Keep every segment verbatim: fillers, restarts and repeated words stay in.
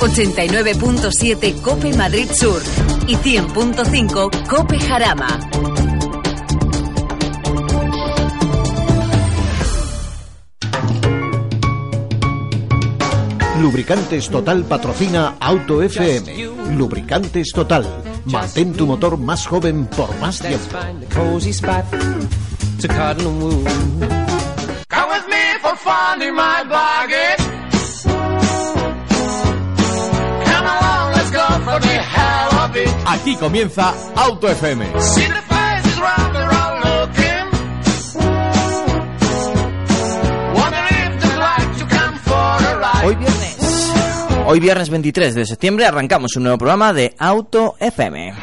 ochenta y nueve punto siete COPE Madrid Sur y cien punto cinco COPE Jarama. Lubricantes Total patrocina Auto F M. Lubricantes Total. Mantén tu motor más joven por más tiempo. Aquí comienza Auto F M. Hoy viernes, hoy viernes veintitrés de septiembre arrancamos un nuevo programa de Auto F M.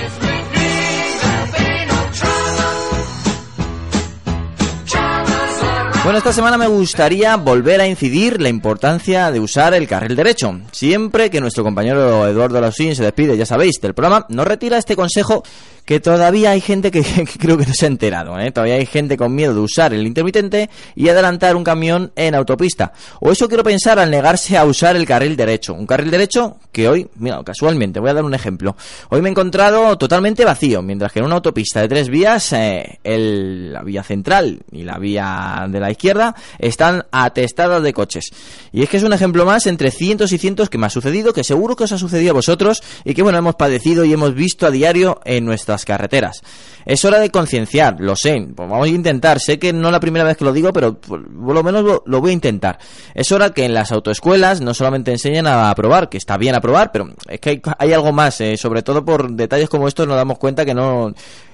Bueno, esta semana me gustaría volver a incidir la importancia de usar el carril derecho. Siempre que nuestro compañero Eduardo Lausín se despide, ya sabéis, del programa, nos retira este consejo que todavía hay gente que, que creo que no se ha enterado, ¿eh? Todavía hay gente con miedo de usar el intermitente y adelantar un camión en autopista. O eso quiero pensar al negarse a usar el carril derecho. Un carril derecho que hoy, mira, casualmente, voy a dar un ejemplo. Hoy me he encontrado totalmente vacío, mientras que en una autopista de tres vías, eh, el, la vía central y la vía de la izquierda están atestadas de coches. Y es que es un ejemplo más entre cientos y cientos que me ha sucedido, que seguro que os ha sucedido a vosotros y que, bueno, hemos padecido y hemos visto a diario en nuestra carreteras. Es hora de concienciar, lo sé, pues vamos a intentar, sé que no es la primera vez que lo digo, pero por lo menos lo, lo voy a intentar. Es hora que en las autoescuelas no solamente enseñen a aprobar, que está bien aprobar, pero es que hay, hay algo más, eh, sobre todo por detalles como estos nos damos cuenta que no...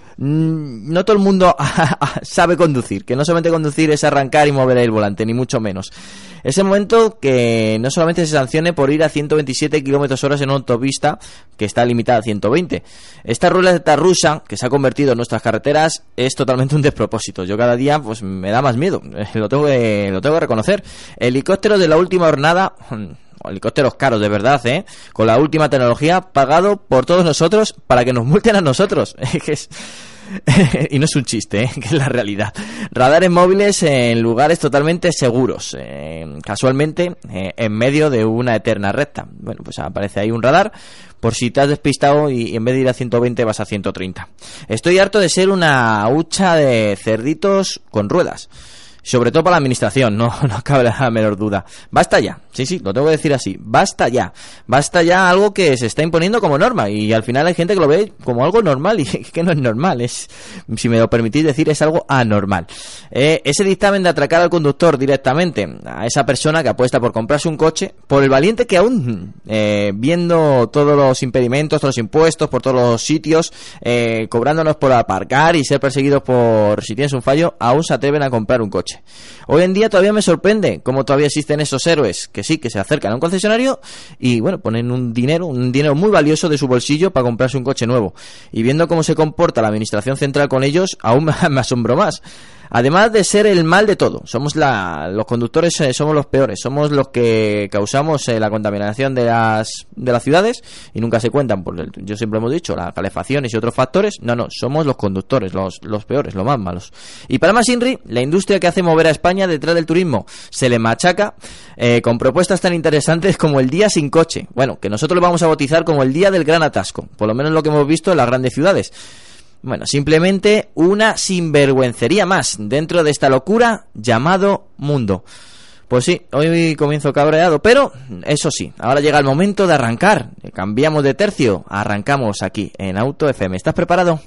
No todo el mundo sabe conducir, que no solamente conducir es arrancar y mover el volante, ni mucho menos. Es el momento que no solamente se sancione por ir a ciento veintisiete kilómetros hora en una autopista que está limitada a ciento veinte. Esta ruleta rusa que se ha convertido en nuestras carreteras es totalmente un despropósito. Yo cada día pues me da más miedo, lo tengo que, lo tengo que reconocer. Helicópteros de la última hornada... helicópteros caros de verdad, ¿eh? Con la última tecnología, pagado por todos nosotros para que nos multen a nosotros. es... y no es un chiste, ¿eh? Que es la realidad. Radares móviles en lugares totalmente seguros, eh, casualmente eh, en medio de una eterna recta. Bueno, pues aparece ahí un radar por si te has despistado y en vez de ir a ciento veinte vas a ciento treinta. Estoy harto de ser una hucha de cerditos con ruedas. Sobre todo para la administración, no, no cabe la menor duda. Basta ya, sí, sí, lo tengo que decir así, basta ya. Basta ya algo que se está imponiendo como norma y al final hay gente que lo ve como algo normal y que no es normal, es, si me lo permitís decir, es algo anormal. Eh, ese dictamen de atracar al conductor directamente, a esa persona que apuesta por comprarse un coche, por el valiente que aún, eh, viendo todos los impedimentos, todos los impuestos, por todos los sitios, eh, cobrándonos por aparcar y ser perseguidos por si tienes un fallo, aún se atreven a comprar un coche. Hoy en día todavía me sorprende cómo todavía existen esos héroes que sí, que se acercan a un concesionario y bueno, ponen un dinero, un dinero muy valioso de su bolsillo para comprarse un coche nuevo. Y viendo cómo se comporta la administración central con ellos, aún me, me asombro más. Además de ser el mal de todo, somos la, los conductores eh, somos los peores, somos los que causamos eh, la contaminación de las de las ciudades y nunca se cuentan, por el, yo siempre hemos dicho, las calefacciones y otros factores. No, no, somos los conductores, los, los peores, los más malos. Y para más Inri, la industria que hace mover a España detrás del turismo se le machaca eh, con propuestas tan interesantes como el Día Sin Coche. Bueno, que nosotros lo vamos a bautizar como el Día del Gran Atasco, por lo menos lo que hemos visto en las grandes ciudades. Bueno, simplemente una sinvergüencería más dentro de esta locura llamado mundo. Pues sí, hoy comienzo cabreado, pero eso sí, ahora llega el momento de arrancar. Cambiamos de tercio, arrancamos aquí en Auto F M. ¿Estás preparado?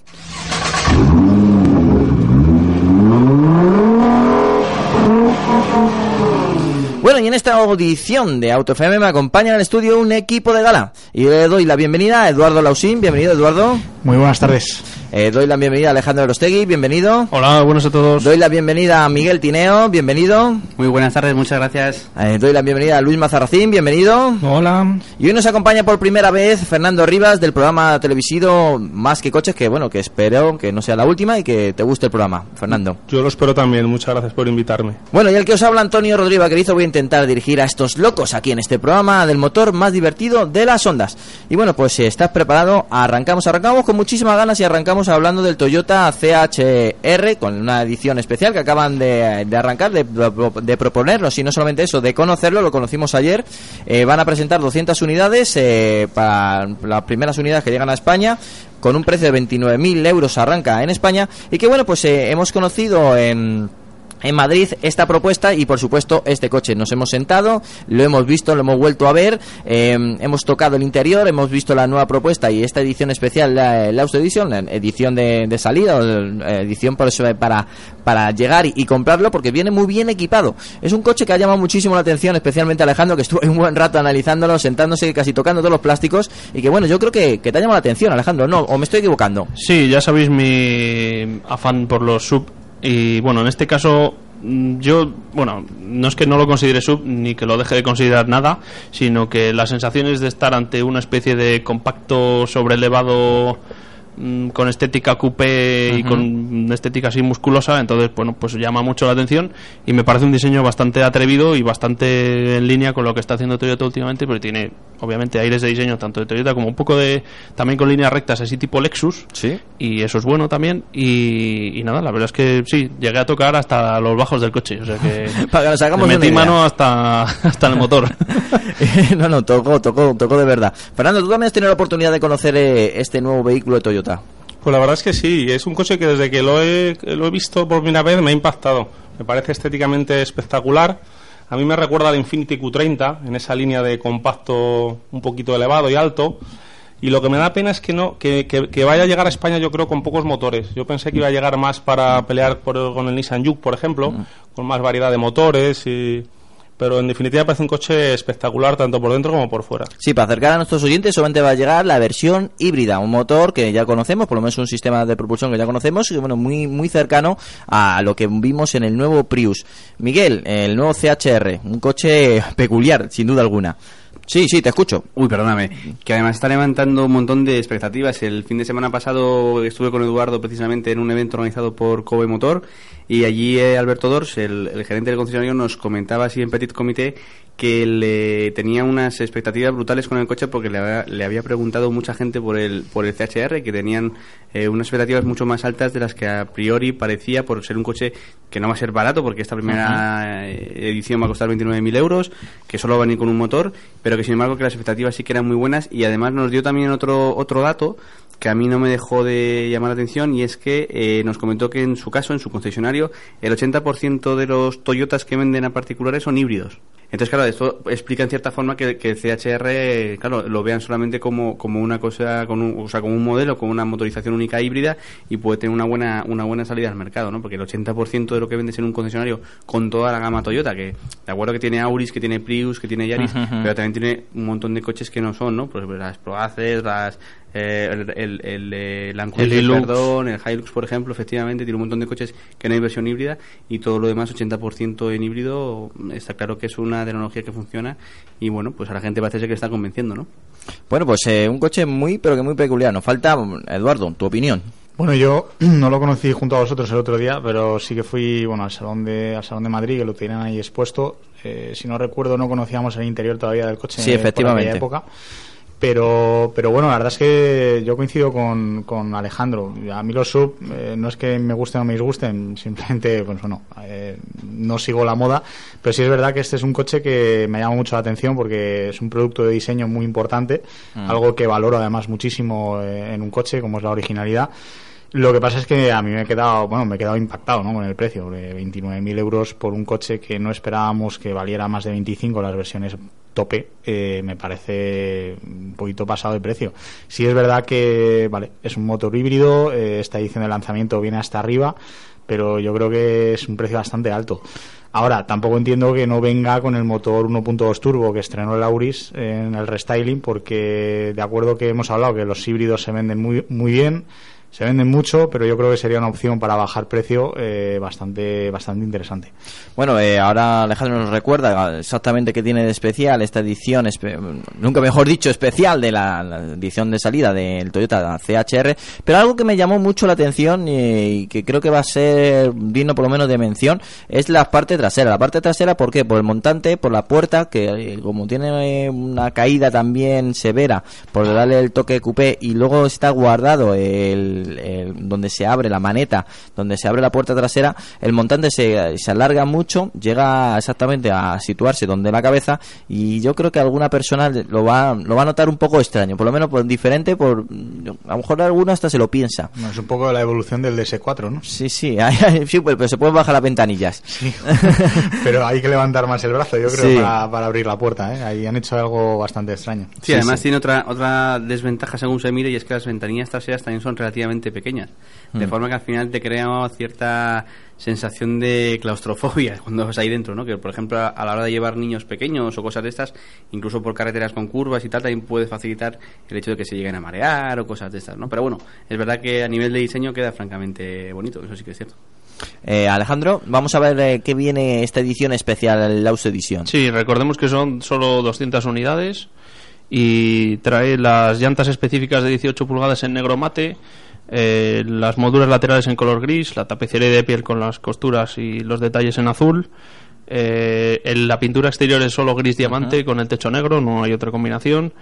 Bueno, y en esta audición de Auto F M me acompaña en el estudio un equipo de gala. Y le doy la bienvenida a Eduardo Lausín. Bienvenido, Eduardo. Muy buenas tardes. Eh, doy la bienvenida a Alejandro Orostegui, bienvenido. Hola, buenos a todos. Doy la bienvenida a Miguel Tineo, bienvenido. Muy buenas tardes, muchas gracias. Eh, doy la bienvenida a Luis Mazarracín, bienvenido. Hola. Y hoy nos acompaña por primera vez Fernando Rivas del programa televisivo Más que Coches, que bueno, que espero que no sea la última y que te guste el programa, Fernando. Yo lo espero también, muchas gracias por invitarme. Bueno, y el que os habla, Antonio Rodríguez Vaquerizo, voy a intentar dirigir a estos locos aquí en este programa del motor más divertido de las ondas. Y bueno, pues si estás preparado, arrancamos, arrancamos con muchísimas ganas y arrancamos estamos hablando del Toyota C H R con una edición especial que acaban de, de arrancar, de, de proponernos, y no solamente eso, de conocerlo, lo conocimos ayer. Eh, van a presentar doscientas unidades eh, para las primeras unidades que llegan a España, con un precio de veintinueve mil euros arranca en España, y que bueno, pues eh, hemos conocido en... en Madrid esta propuesta y por supuesto este coche. Nos hemos sentado, lo hemos visto, lo hemos vuelto a ver, eh, hemos tocado el interior, hemos visto la nueva propuesta y esta edición especial, la, la Auto Edition, la edición de, de salida, edición por eso, para, para llegar y, y comprarlo, porque viene muy bien equipado. Es un coche que ha llamado muchísimo la atención, especialmente Alejandro, que estuvo un buen rato analizándolo, sentándose, casi tocando todos los plásticos, y que bueno, yo creo que, que te ha llamado la atención, Alejandro, ¿no? ¿O me estoy equivocando? Sí, ya sabéis mi afán por los sub. Y bueno, en este caso yo, bueno, no es que no lo considere sub ni que lo deje de considerar nada, sino que las sensaciones de estar ante una especie de compacto sobrelevado mmm, con estética coupé, uh-huh, y con estética así musculosa, entonces bueno, pues llama mucho la atención y me parece un diseño bastante atrevido y bastante en línea con lo que está haciendo Toyota últimamente, porque tiene obviamente aires de diseño tanto de Toyota como un poco de, también con líneas rectas así tipo Lexus, sí, y eso es bueno también. Y, y nada, la verdad es que sí, llegué a tocar hasta los bajos del coche, o sea que para que nos hagamos me metí una idea. Mano hasta, hasta el motor. no, no, tocó, tocó, tocó de verdad. Fernando, ¿tú también has tenido la oportunidad de conocer eh, este nuevo vehículo de Toyota? Pues la verdad es que sí, es un coche que desde que lo he, lo he visto por primera vez me ha impactado. Me parece estéticamente espectacular. A mí me recuerda al Infiniti Q treinta, en esa línea de compacto un poquito elevado y alto. Y lo que me da pena es que no que, que, que vaya a llegar a España, yo creo, con pocos motores. Yo pensé que iba a llegar más para pelear por, con el Nissan Juke, por ejemplo, mm. con más variedad de motores y... pero en definitiva parece un coche espectacular tanto por dentro como por fuera. Sí, para acercar a nuestros oyentes solamente va a llegar la versión híbrida, un motor que ya conocemos, por lo menos un sistema de propulsión que ya conocemos, y bueno, muy muy cercano a lo que vimos en el nuevo Prius. Miguel, el nuevo C H R, un coche peculiar, sin duda alguna. Sí, sí, te escucho. Uy, perdóname, que además está levantando un montón de expectativas. El fin de semana pasado estuve con Eduardo precisamente en un evento organizado por Kobe Motor, y allí eh, Alberto Dors, el, el gerente del concesionario, nos comentaba así en petit comité que le tenía unas expectativas brutales con el coche, porque le había, le había preguntado mucha gente por el por el C H R, que tenían eh, unas expectativas mucho más altas de las que a priori parecía, por ser un coche que no va a ser barato, porque esta primera uh-huh. edición va a costar veintinueve mil euros, que solo va a venir con un motor, pero que sin embargo que las expectativas sí que eran muy buenas. Y además nos dio también otro otro dato que a mí no me dejó de llamar la atención, y es que eh, nos comentó que en su caso, en su concesionario, el ochenta por ciento de los Toyotas que venden a particulares son híbridos. Entonces, claro, esto explica en cierta forma que, que el C H R, claro, lo vean solamente como, como una cosa, con un, o sea, como un modelo, con una motorización única híbrida, y puede tener una buena una buena salida al mercado, ¿no? Porque el ochenta por ciento de lo que vendes en un concesionario con toda la gama Toyota, que de acuerdo que tiene Auris, que tiene Prius, que tiene Yaris, uh-huh. pero también tiene un montón de coches que no son, ¿no? Pues las Proaces, las... Eh, el el, el, el Land Cruiser, perdón, el Hilux, por ejemplo, efectivamente tiene un montón de coches que no hay versión híbrida, y todo lo demás ochenta por ciento en híbrido. Está claro que es una tecnología que funciona, y bueno, pues a la gente parece que le está convenciendo, ¿no? Bueno, pues eh, un coche muy, pero que muy peculiar. Nos falta, Eduardo, tu opinión. Bueno, yo no lo conocí junto a vosotros el otro día, pero sí que fui, bueno, al salón de al salón de Madrid, que lo tenían ahí expuesto. Eh, si no recuerdo, no conocíamos el interior todavía del coche. Sí, efectivamente. Por aquella época. Pero, pero bueno, la verdad es que yo coincido con, con Alejandro. A mí los sub eh, no es que me gusten o me disgusten, simplemente, pues bueno, eh, no sigo la moda, pero sí es verdad que este es un coche que me llama mucho la atención, porque es un producto de diseño muy importante, mm. algo que valoro además muchísimo eh, en un coche, como es la originalidad. Lo que pasa es que a mí me he quedado, bueno, me he quedado impactado, ¿no?, con el precio, de veintinueve mil euros por un coche que no esperábamos que valiera más de veinticinco, las versiones tope. Eh, me parece un poquito pasado de precio. Sí es verdad que, vale, es un motor híbrido, eh, esta edición de lanzamiento viene hasta arriba, pero yo creo que es un precio bastante alto. Ahora, tampoco entiendo que no venga con el motor uno punto dos turbo que estrenó el Auris en el restyling, porque de acuerdo que hemos hablado que los híbridos se venden muy, muy bien, se venden mucho, pero yo creo que sería una opción para bajar precio eh, bastante bastante interesante. Bueno, eh, ahora Alejandro nos recuerda exactamente qué tiene de especial esta edición, espe- nunca mejor dicho, especial de la, la edición de salida del Toyota C H R, pero algo que me llamó mucho la atención y, y que creo que va a ser digno por lo menos de mención es la parte trasera. La parte trasera, ¿por qué? Por el montante, por la puerta, que eh, como tiene una caída también severa, por darle el toque coupé, y luego está guardado el el, el, donde se abre la maneta, donde se abre la puerta trasera, el montante se, se alarga mucho, llega exactamente a situarse donde la cabeza, y yo creo que alguna persona lo va, lo va a notar un poco extraño, por lo menos por diferente, por a lo mejor alguno hasta se lo piensa. No, es un poco la evolución del D S cuatro, ¿no? Sí, sí, hay, hay, sí, pero se pueden bajar las ventanillas. Sí, pero hay que levantar más el brazo, yo creo, sí. para, para abrir la puerta, ¿eh? Ahí han hecho algo bastante extraño. Sí, sí además sí. tiene otra otra desventaja según se mire, y es que las ventanillas traseras también son relativamente pequeñas, de mm. forma que al final te crea cierta sensación de claustrofobia cuando vas ahí dentro, ¿no? Que por ejemplo a, a la hora de llevar niños pequeños o cosas de estas, incluso por carreteras con curvas y tal, también puede facilitar el hecho de que se lleguen a marear o cosas de estas, ¿no? Pero bueno, es verdad que a nivel de diseño queda francamente bonito, eso sí que es cierto. Eh, Alejandro, vamos a ver eh, qué viene esta edición especial, el Laus Edition. Sí, recordemos que son solo doscientas unidades y trae las llantas específicas de dieciocho pulgadas en negro mate, eh, las molduras laterales en color gris, la tapicería de piel con las costuras y los detalles en azul. Eh, el, la pintura exterior es solo gris diamante uh-huh. con el techo negro, no hay otra combinación,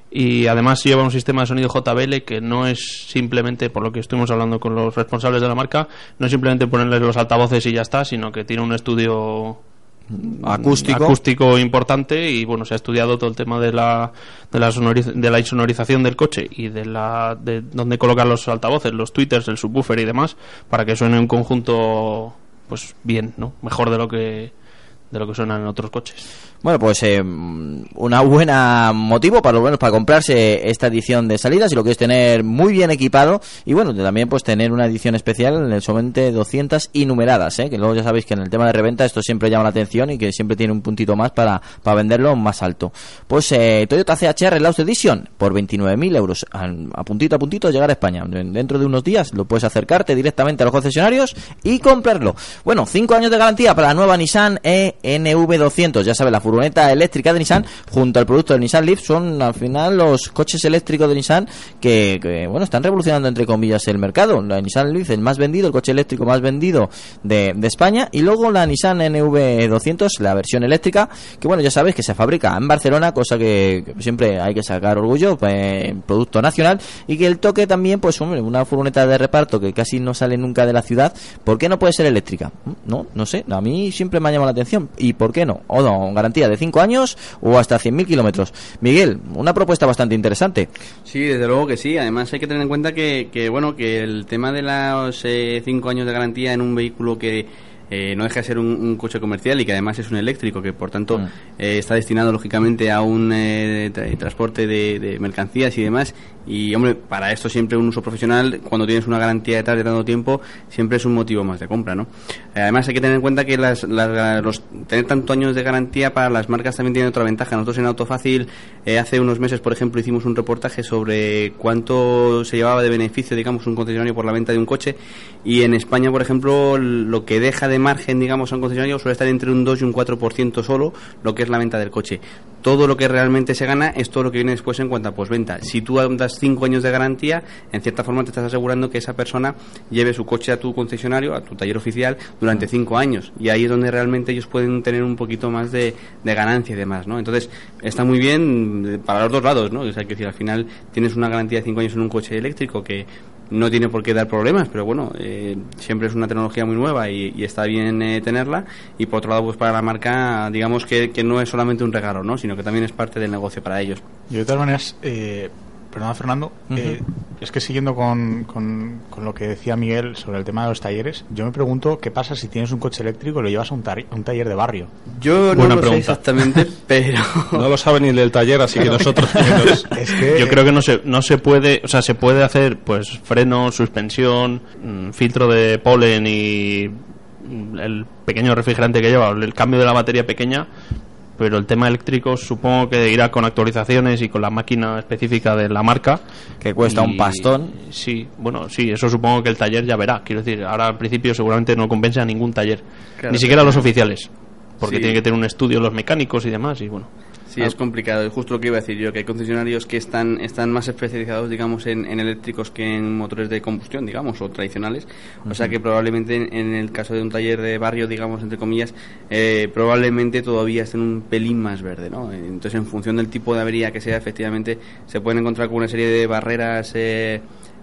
y además lleva un sistema de sonido J B L que no es simplemente, por lo que estuvimos hablando con los responsables de la marca, no es simplemente ponerles los altavoces y ya está, sino que tiene un estudio acústico acústico importante, y bueno, se ha estudiado todo el tema de la de la, sonoriz- de la insonorización del coche y de la de dónde colocar los altavoces, los tweeters, el subwoofer y demás, para que suene un conjunto pues bien, ¿no? Mejor de lo que de lo que suenan en otros coches. Bueno, pues eh, una buena motivo para lo menos para comprarse esta edición de salida, si lo quieres tener muy bien equipado, y bueno, también pues tener una edición especial en solamente doscientas y numeradas, ¿eh? Que luego ya sabéis que en el tema de reventa esto siempre llama la atención y que siempre tiene un puntito más para, para venderlo más alto. Pues eh, Toyota C H R Laus Edition por veintinueve mil euros, a, a puntito a puntito llegar a España. Dentro de unos días lo puedes acercarte directamente a los concesionarios y comprarlo. Bueno, cinco años de garantía para la nueva Nissan E N V doscientos, ya sabes, la furgoneta eléctrica de Nissan junto al producto del Nissan Leaf son al final los coches eléctricos de Nissan que, que bueno, están revolucionando entre comillas el mercado. La Nissan Leaf, el más vendido, el coche eléctrico más vendido de, de España, y luego la Nissan N V doscientos, la versión eléctrica, que bueno, ya sabes que se fabrica en Barcelona, cosa que, que siempre hay que sacar orgullo, pues, producto nacional, y que el toque también, pues hombre, una furgoneta de reparto que casi no sale nunca de la ciudad, ¿por qué no puede ser eléctrica? No, no sé, a mí siempre me ha llamado la atención. ¿Y por qué no? O no, garantía de cinco años o hasta cien mil kilómetros. Miguel, una propuesta bastante interesante. Sí, desde luego que sí. Además hay que tener en cuenta que, que bueno, que el tema de los cinco eh, años de garantía en un vehículo que Eh, no deja de ser un, un coche comercial y que además es un eléctrico, que por tanto mm. eh, está destinado lógicamente a un eh, tra- transporte de, de mercancías y demás, y hombre, para esto siempre un uso profesional, cuando tienes una garantía detrás de tanto tiempo, siempre es un motivo más de compra, ¿no? Eh, además hay que tener en cuenta que las, las, los, tener tantos años de garantía para las marcas también tiene otra ventaja. Nosotros en Autofácil eh, hace unos meses, por ejemplo, hicimos un reportaje sobre cuánto se llevaba de beneficio, digamos, un concesionario por la venta de un coche, y en España, por ejemplo, lo que deja de margen, digamos, a un concesionario suele estar entre un dos y un cuatro por ciento solo, lo que es la venta del coche. Todo lo que realmente se gana es todo lo que viene después en cuanto a postventa. Si tú das cinco años de garantía, en cierta forma te estás asegurando que esa persona lleve su coche a tu concesionario, a tu taller oficial, durante cinco años, y ahí es donde realmente ellos pueden tener un poquito más de, de ganancia y demás, ¿no? Entonces está muy bien para los dos lados, ¿no? O sea, que decir, al final tienes una garantía de cinco años en un coche eléctrico que no tiene por qué dar problemas, pero bueno, eh, siempre es una tecnología muy nueva y, y está bien eh, tenerla, y por otro lado, pues para la marca, digamos que, que no es solamente un regalo, ¿no? Sino que también es parte del negocio para ellos. Y de todas maneras, eh, perdona Fernando, uh-huh. eh, es que siguiendo con, con, con lo que decía Miguel sobre el tema de los talleres, yo me pregunto qué pasa si tienes un coche eléctrico y lo llevas a un, tar- a un taller de barrio. Yo no Buena lo pregunta. sé exactamente, pero No lo sabe ni el del taller, así que nosotros menos. Es que Yo creo que no se no se puede, o sea, se puede hacer pues freno, suspensión, mm, filtro de polen y mm, el pequeño refrigerante que lleva, el cambio de la batería pequeña, pero el tema eléctrico supongo que irá con actualizaciones y con la máquina específica de la marca, que cuesta y, un pastón. Sí, bueno, sí, eso supongo que el taller ya verá. Quiero decir, ahora al principio seguramente no compensa a ningún taller, Claro, ni siquiera a claro. los oficiales, porque Sí. tienen que tener un estudio los mecánicos y demás, y bueno. sí, es complicado. Es justo lo que iba a decir yo, que hay concesionarios que están están más especializados, digamos, en, en eléctricos que en motores de combustión, digamos, o tradicionales. O sea que probablemente en, en el caso de un taller de barrio, digamos, entre comillas, eh, probablemente todavía estén un pelín más verde, ¿no? Entonces, en función del tipo de avería que sea, efectivamente, se pueden encontrar con una serie de barreras eh,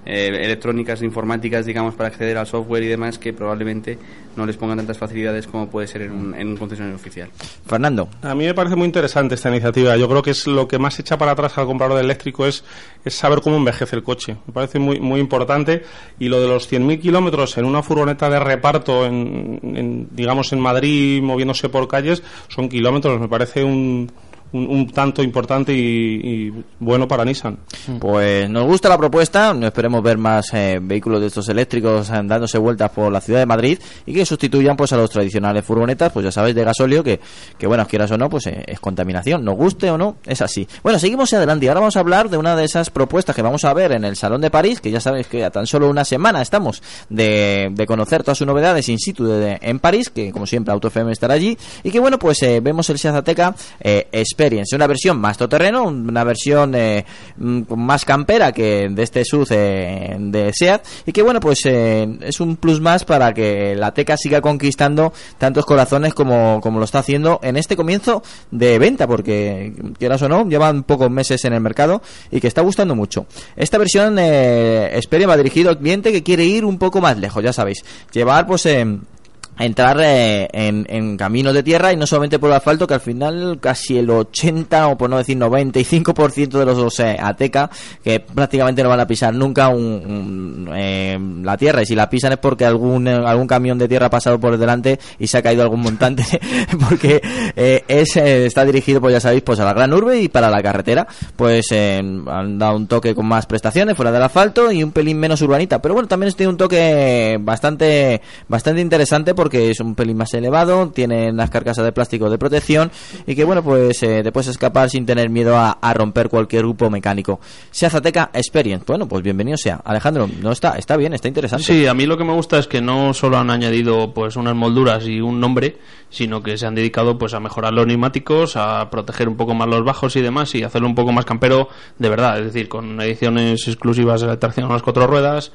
eh, electrónicas, informáticas, digamos, para acceder al software y demás, que probablemente no les pongan tantas facilidades como puede ser en un, en un concesionario oficial. Fernando. A mí me parece muy interesante esta iniciativa. Yo creo que es lo que más echa para atrás al comprador eléctrico es, es saber cómo envejece el coche. Me parece muy muy importante. Y lo de los cien mil kilómetros en una furgoneta de reparto, en, en, digamos, en Madrid, moviéndose por calles, son kilómetros. Me parece un... Un, un tanto importante y, y bueno para Nissan. Pues nos gusta la propuesta, no esperemos ver más eh, vehículos de estos eléctricos eh, dándose vueltas por la ciudad de Madrid y que sustituyan pues a los tradicionales furgonetas, pues ya sabéis, de gasóleo, que, que bueno, quieras o no, pues eh, es contaminación, nos guste o no, es así. Bueno, seguimos adelante y ahora vamos a hablar de una de esas propuestas que vamos a ver en el Salón de París, que ya sabéis que a tan solo una semana estamos de, de conocer todas sus novedades in situ de, de, en París, que como siempre Auto F M estará allí, y que bueno, pues eh, vemos el Seat Ateca eh, una versión más todoterreno, una versión eh, más campera que de este S U V eh, de Seat, y que bueno, pues eh, es un plus más para que la Ateca siga conquistando tantos corazones como, como lo está haciendo en este comienzo de venta, porque quieras o no, llevan pocos meses en el mercado y que está gustando mucho. Esta versión eh, Experience va dirigido al cliente que quiere ir un poco más lejos, ya sabéis, llevar pues eh, entrar eh, en, en caminos de tierra y no solamente por el asfalto, que al final casi el ochenta o por no decir noventa y cinco por ciento de los eh, Ateca que prácticamente no van a pisar nunca un, un, eh, la tierra, y si la pisan es porque algún eh, algún camión de tierra ha pasado por delante y se ha caído algún montante porque eh, es, eh, está dirigido, pues ya sabéis, pues a la gran urbe y para la carretera, pues eh, han dado un toque con más prestaciones fuera del asfalto y un pelín menos urbanita, pero bueno, también tiene un toque bastante bastante interesante porque es un pelín más elevado, tiene unas carcasas de plástico de protección y que bueno, pues eh, te puedes escapar sin tener miedo a, a romper cualquier grupo mecánico. Seat Ateca Experience, bueno, pues bienvenido sea. Alejandro, no está, está bien, está interesante. Sí, a mí lo que me gusta es que no solo han añadido pues unas molduras y un nombre, sino que se han dedicado pues a mejorar los neumáticos, a proteger un poco más los bajos y demás, y hacerlo un poco más campero de verdad, es decir, con ediciones exclusivas de la tracción a las cuatro ruedas.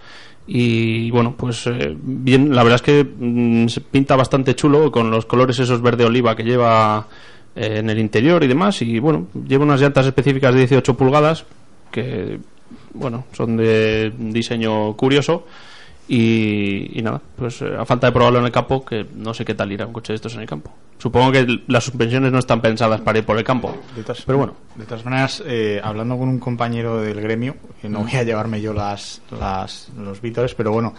Y bueno, pues eh, bien, la verdad es que mm, se pinta bastante chulo con los colores esos verde oliva que lleva eh, en el interior y demás, y bueno, lleva unas llantas específicas de dieciocho pulgadas que bueno, son de diseño curioso. Y, y nada, pues eh, a falta de probarlo en el campo, que no sé qué tal irá un coche de estos en el campo. Supongo que las suspensiones no están pensadas para ir por el campo, de todas, pero bueno. De todas maneras, eh, hablando con un compañero del gremio, que no voy a llevarme yo las, las los vítores, pero bueno,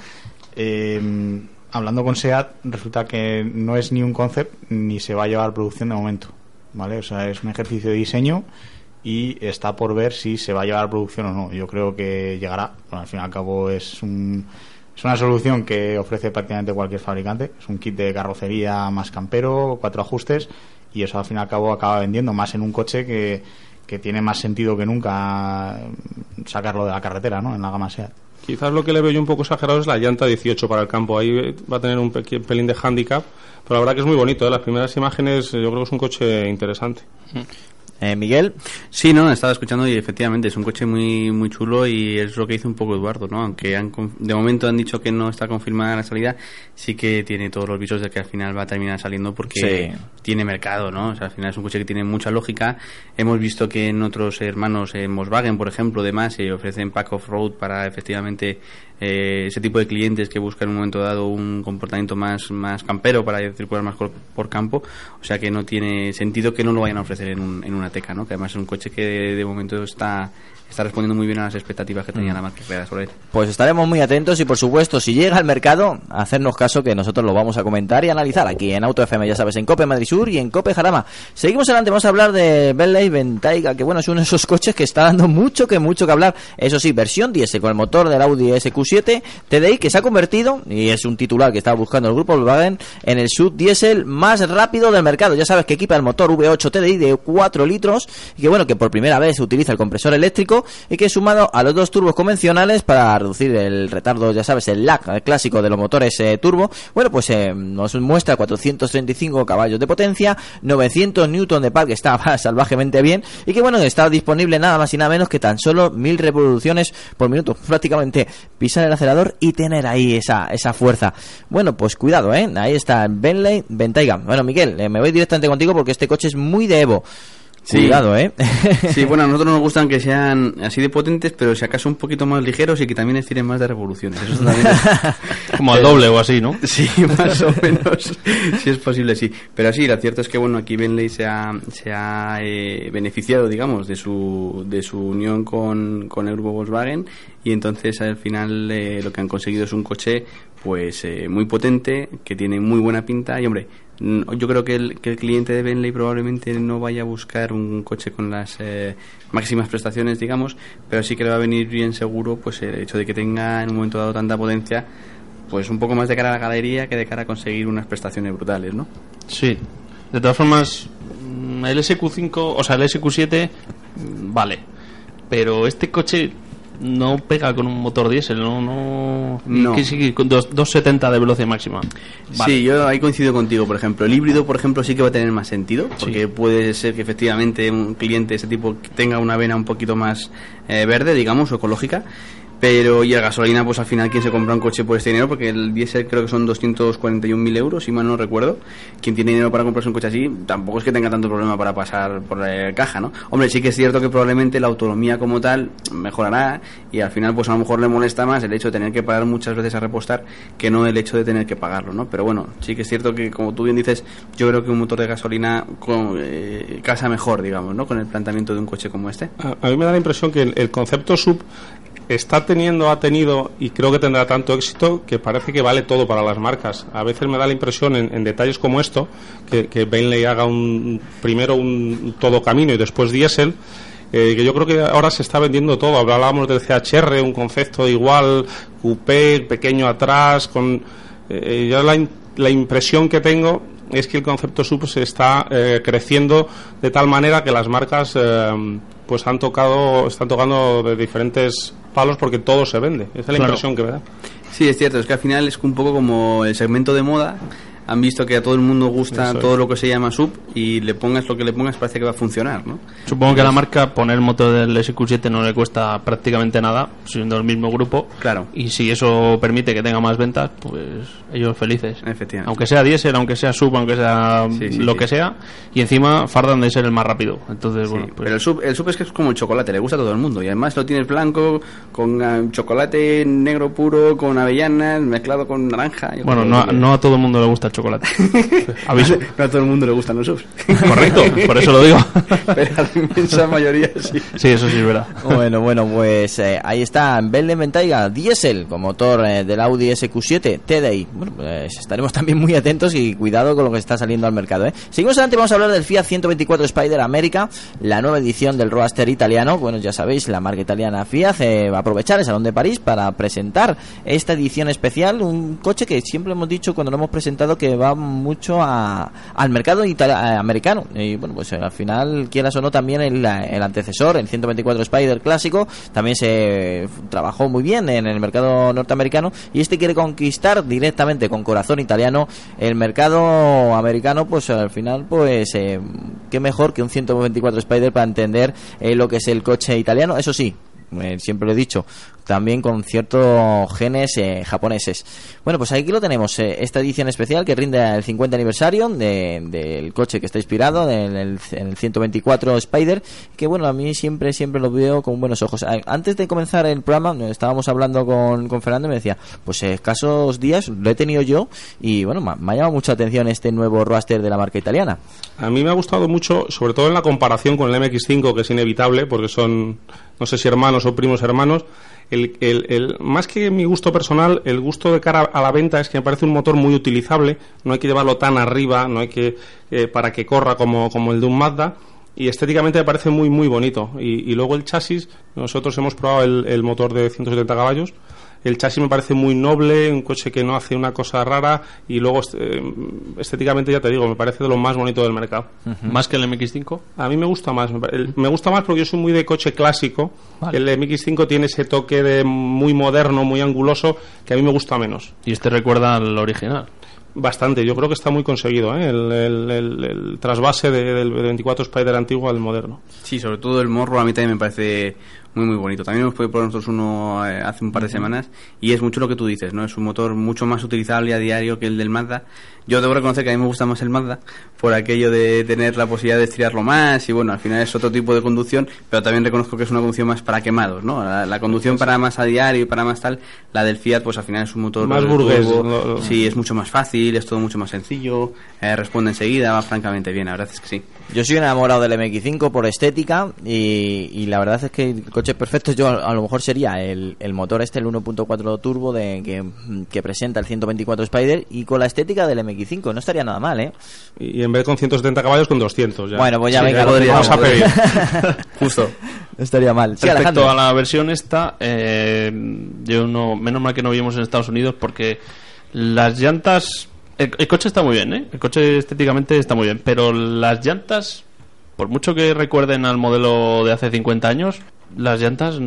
eh, hablando con SEAT, resulta que no es ni un concept ni se va a llevar producción de momento, ¿vale? O sea, es un ejercicio de diseño y está por ver si se va a llevar producción o no. Yo creo que llegará. Bueno, al fin y al cabo es un... Es una solución que ofrece prácticamente cualquier fabricante. Es un kit de carrocería más campero, cuatro ajustes, y eso al fin y al cabo acaba vendiendo más en un coche que, que tiene más sentido que nunca sacarlo de la carretera, ¿no? En la gama SEAT. Quizás lo que le veo yo un poco exagerado es la llanta dieciocho para el campo. Ahí va a tener un pe- pelín de hándicap, pero la verdad que es muy bonito, ¿eh? Las primeras imágenes, yo creo que es un coche interesante. Eh, Miguel. Sí, no, estaba escuchando y efectivamente es un coche muy muy chulo, y es lo que dice un poco Eduardo, ¿no? Aunque han, de momento han dicho que no está confirmada la salida, sí que tiene todos los visos de que al final va a terminar saliendo porque sí. Tiene mercado, ¿no? O sea, al final es un coche que tiene mucha lógica. Hemos visto que en otros hermanos, en Volkswagen, por ejemplo, demás, se ofrecen pack off-road para efectivamente eh, ese tipo de clientes que buscan en un momento dado un comportamiento más, más campero para circular más por, por campo. O sea que no tiene sentido que no lo vayan a ofrecer en, un, en una Ateca, ¿no? Que además es un coche que de, de momento está está respondiendo muy bien a las expectativas que tenía mm. la marca creada sobre él. Pues estaremos muy atentos y por supuesto, si llega al mercado, hacernos caso, que nosotros lo vamos a comentar y analizar aquí en Auto F M, ya sabes, en Cope Madrid Sur y en Cope Jarama. Seguimos adelante, vamos a hablar de Bentley Bentayga, que bueno, es uno de esos coches que está dando mucho que mucho que hablar. Eso sí, versión diésel con el motor del Audi S Q siete T D I, que se ha convertido, y es un titular que estaba buscando el grupo Volkswagen, en el S U V diésel más rápido del mercado. Ya sabes que equipa el motor V ocho T D I de cuatro litros y que bueno, que por primera vez utiliza el compresor eléctrico y que sumado a los dos turbos convencionales para reducir el retardo, ya sabes, el lag el clásico de los motores eh, turbo, bueno, pues eh, nos muestra cuatrocientos treinta y cinco caballos de potencia, novecientos newton de par, que está salvajemente bien, y que bueno, está disponible nada más y nada menos que tan solo mil revoluciones por minuto. Prácticamente pisar el acelerador y tener ahí esa, esa fuerza. Bueno, pues cuidado, eh, ahí está Bentley Bentayga. Bueno, Miguel, eh, me voy directamente contigo porque este coche es muy de Evo. Sí. Cuidado, ¿eh? Sí, bueno, a nosotros nos gustan que sean así de potentes, pero si acaso un poquito más ligeros y que también estiren más de revoluciones. Eso también es... Como al doble o así, ¿no? Sí, más o menos, si es posible, sí. Pero sí, lo cierto es que, bueno, aquí Bentley se ha, se ha eh, beneficiado, digamos, de su, de su unión con, con el grupo Volkswagen, y entonces al final eh, lo que han conseguido es un coche pues eh, muy potente, que tiene muy buena pinta, y hombre, yo creo que el, que el cliente de Bentley probablemente no vaya a buscar un coche con las eh, máximas prestaciones, digamos, pero sí que le va a venir bien seguro pues el hecho de que tenga en un momento dado tanta potencia, pues un poco más de cara a la galería que de cara a conseguir unas prestaciones brutales, ¿no? Sí. De todas formas, el S Q cinco, o sea, el S Q siete, vale, pero este coche no pega con un motor diésel, no, no, no. Que sí, con dos, doscientos setenta de velocidad máxima. Vale. Sí, yo ahí coincido contigo. Por ejemplo, el híbrido, por ejemplo, sí que va a tener más sentido, porque sí, puede ser que efectivamente un cliente de ese tipo tenga una vena un poquito más eh, verde, digamos, o ecológica. Pero, y a gasolina, pues al final, ¿quién se compra un coche por este dinero? Porque el diésel creo que son doscientos cuarenta y un mil euros, si mal no recuerdo. Quien tiene dinero para comprarse un coche así, tampoco es que tenga tanto problema para pasar por la caja, ¿no? Hombre, sí que es cierto que probablemente la autonomía como tal mejorará, y al final, pues a lo mejor le molesta más el hecho de tener que pagar muchas veces a repostar que no el hecho de tener que pagarlo, ¿no? Pero bueno, sí que es cierto que, como tú bien dices, yo creo que un motor de gasolina con, eh, casa mejor, digamos, ¿no? Con el planteamiento de un coche como este. A, a mí me da la impresión que el, el concepto sub está teniendo, ha tenido y creo que tendrá tanto éxito que parece que vale todo para las marcas. A veces me da la impresión en, en detalles como esto que, que Bentley haga un primero un todo camino y después diésel, eh, que yo creo que ahora se está vendiendo todo. Hablábamos del C H R, un concepto igual, coupé, pequeño atrás, con eh, yo la, la impresión que tengo es que el concepto sub se está eh, creciendo de tal manera que las marcas eh, pues han tocado, están tocando de diferentes palos porque todo se vende. Esa es la Claro. impresión que me da. Sí, es cierto, es que al final es un poco como el segmento de moda. Han visto que a todo el mundo gusta Eso todo es. lo que se llama sub, y le pongas lo que le pongas parece que va a funcionar, ¿no? Supongo que a la marca poner el motor del S Q siete no le cuesta prácticamente nada, siendo el mismo grupo. Claro. Y si eso permite que tenga más ventas, pues ellos felices. Efectivamente. Aunque sea diésel, aunque sea sub, aunque sea Sí, sí, lo sí. que sea. Y encima fardan de ser el más rápido. Entonces, Sí, bueno, pues... pero el sub, el sub es que es como el chocolate, le gusta a todo el mundo, y además lo tienes blanco, con uh, chocolate negro puro, con avellanas, mezclado con naranja. Yo Bueno, creo no, que- no a todo el mundo le gusta el chocolate. Aviso. No a todo el mundo le gustan los subs. Correcto, por eso lo digo. Pero a la inmensa mayoría sí. Sí, eso sí es verdad. Bueno, bueno, pues eh, ahí está Bentley Bentayga diésel con motor eh, del Audi S Q siete T D I. Bueno, pues estaremos también muy atentos y cuidado con lo que está saliendo al mercado, ¿eh? Seguimos adelante, vamos a hablar del Fiat ciento veinticuatro Spider América, la nueva edición del Roadster italiano. Bueno, ya sabéis, la marca italiana Fiat eh, va a aprovechar el Salón de París para presentar esta edición especial, un coche que siempre hemos dicho cuando lo hemos presentado que va mucho a, al mercado itali- eh, americano, y bueno, pues eh, al final, quieras o no, también el, el antecesor, el ciento veinticuatro Spider clásico, también se trabajó muy bien en el mercado norteamericano, y este quiere conquistar directamente con corazón italiano el mercado americano. Pues al final, pues eh, qué mejor que un ciento veinticuatro Spider para entender eh, lo que es el coche italiano. Eso sí, eh, siempre lo he dicho, también con ciertos genes eh, japoneses. Bueno, pues aquí lo tenemos, eh, esta edición especial que rinde el cincuenta aniversario de, del coche que está inspirado en el, en el ciento veinticuatro Spider, que bueno, a mí siempre siempre lo veo con buenos ojos. A- Antes de comenzar el programa, estábamos hablando con, con Fernando y me decía, pues eh, escasos días lo he tenido yo, y bueno, me, me ha llamado mucha atención este nuevo Roadster de la marca italiana. A mí me ha gustado mucho, sobre todo en la comparación con el M X cinco, que es inevitable, porque son, no sé si hermanos o primos hermanos. El, el, el, más que mi gusto personal, el gusto de cara a la venta es que me parece un motor muy utilizable. No hay que llevarlo tan arriba, no hay que eh, para que corra como, como el de un Mazda. Y estéticamente me parece muy muy bonito. Y, y luego el chasis, nosotros hemos probado el, el motor de ciento setenta caballos. El chasis me parece muy noble, un coche que no hace una cosa rara, y luego eh, estéticamente, ya te digo, me parece de lo más bonito del mercado. Más que el M X cinco. A mí me gusta más, me, pa- el- me gusta más porque yo soy muy de coche clásico. Vale. El M X cinco tiene ese toque de muy moderno, muy anguloso, que a mí me gusta menos. Y este recuerda al original. Bastante, yo creo que está muy conseguido, ¿eh? el, el, el, el trasvase de- del veinticuatro Spider antiguo al moderno. Sí, sobre todo el morro a mí también me parece muy muy bonito. También hemos podido probar nosotros uno eh, hace un par de semanas y es mucho lo que tú dices, ¿no? Es un motor mucho más utilizable a diario que el del Mazda. Yo debo reconocer que a mí me gusta más el Mazda por aquello de tener la posibilidad de estirarlo más y bueno, al final es otro tipo de conducción, pero también reconozco que es una conducción más para quemados, ¿no? La, la conducción para más a diario y para más tal, la del Fiat pues al final es un motor más burgués. Turbo, sí, es mucho más fácil, es todo mucho más sencillo, eh, responde enseguida, va francamente bien, la verdad es que sí. Yo soy enamorado del M X cinco por estética y, y la verdad es que el coche perfecto yo a, a lo mejor sería el, el motor este, el uno punto cuatro turbo de que, que presenta el ciento veinticuatro Spider y con la estética del M X cinco, no estaría nada mal, ¿eh? Y en vez de con ciento setenta caballos con doscientos ya. Bueno, pues ya sí, venga, lo podríamos vamos a pedir. Justo. No estaría mal. Sí, Respecto Alejandro. a la versión esta, eh, yo no, menos mal que no vivimos en Estados Unidos porque las llantas, el, el coche está muy bien, ¿eh? El coche estéticamente está muy bien, pero las llantas, por mucho que recuerden al modelo de hace cincuenta años, las llantas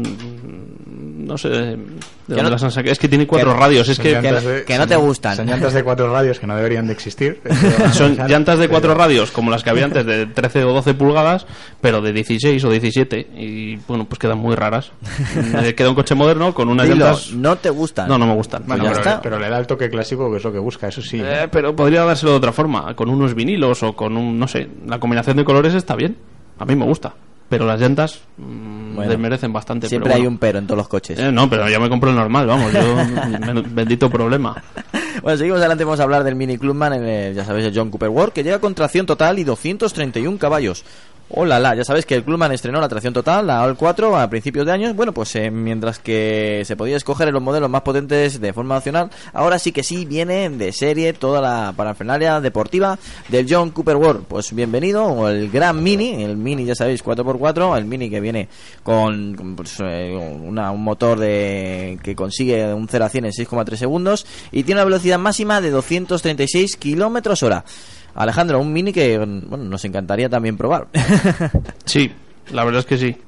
no sé de dónde no, las han sacado. Es que tiene cuatro que, radios, es que, que, de, que no te gustan. Son llantas de cuatro radios que no deberían de existir. son llantas de cuatro radios como las que había antes de trece o doce pulgadas, pero de dieciséis o diecisiete y bueno, pues quedan muy raras. Queda un coche moderno con unas Dilo, llantas. no te gustan. No, no me gustan. Bueno, Pues ya pero, está. pero le da el toque clásico que es lo que busca, eso sí. Eh, pero podría dárselo de otra forma, con unos vinilos o con un, no sé, la combinación de colores está bien. A mí me gusta. Pero las llantas mmm, bueno, desmerecen bastante. Siempre pero hay bueno. un pero en todos los coches. Eh, no, pero yo me compro el normal, vamos. Yo, bendito problema. Bueno, seguimos adelante, vamos a hablar del Mini Clubman, en el, ya sabéis, el John Cooper World, que llega con tracción total y doscientos treinta y uno caballos. Hola, la, ya sabéis que el Clubman estrenó la tracción total, la All cuatro, a principios de años. Bueno, pues eh, mientras que se podía escoger en los modelos más potentes de forma opcional, ahora sí que sí viene de serie toda la parafernalia deportiva del John Cooper World. Pues bienvenido, o el Gran Mini, el Mini, ya sabéis, cuatro por cuatro, el Mini que viene con, con pues, eh, una, un motor de que consigue un cero a cien en seis coma tres segundos y tiene una velocidad máxima de doscientos treinta y seis kilómetros hora. Alejandro, un Mini que bueno, nos encantaría también probar. Sí, la verdad es que sí.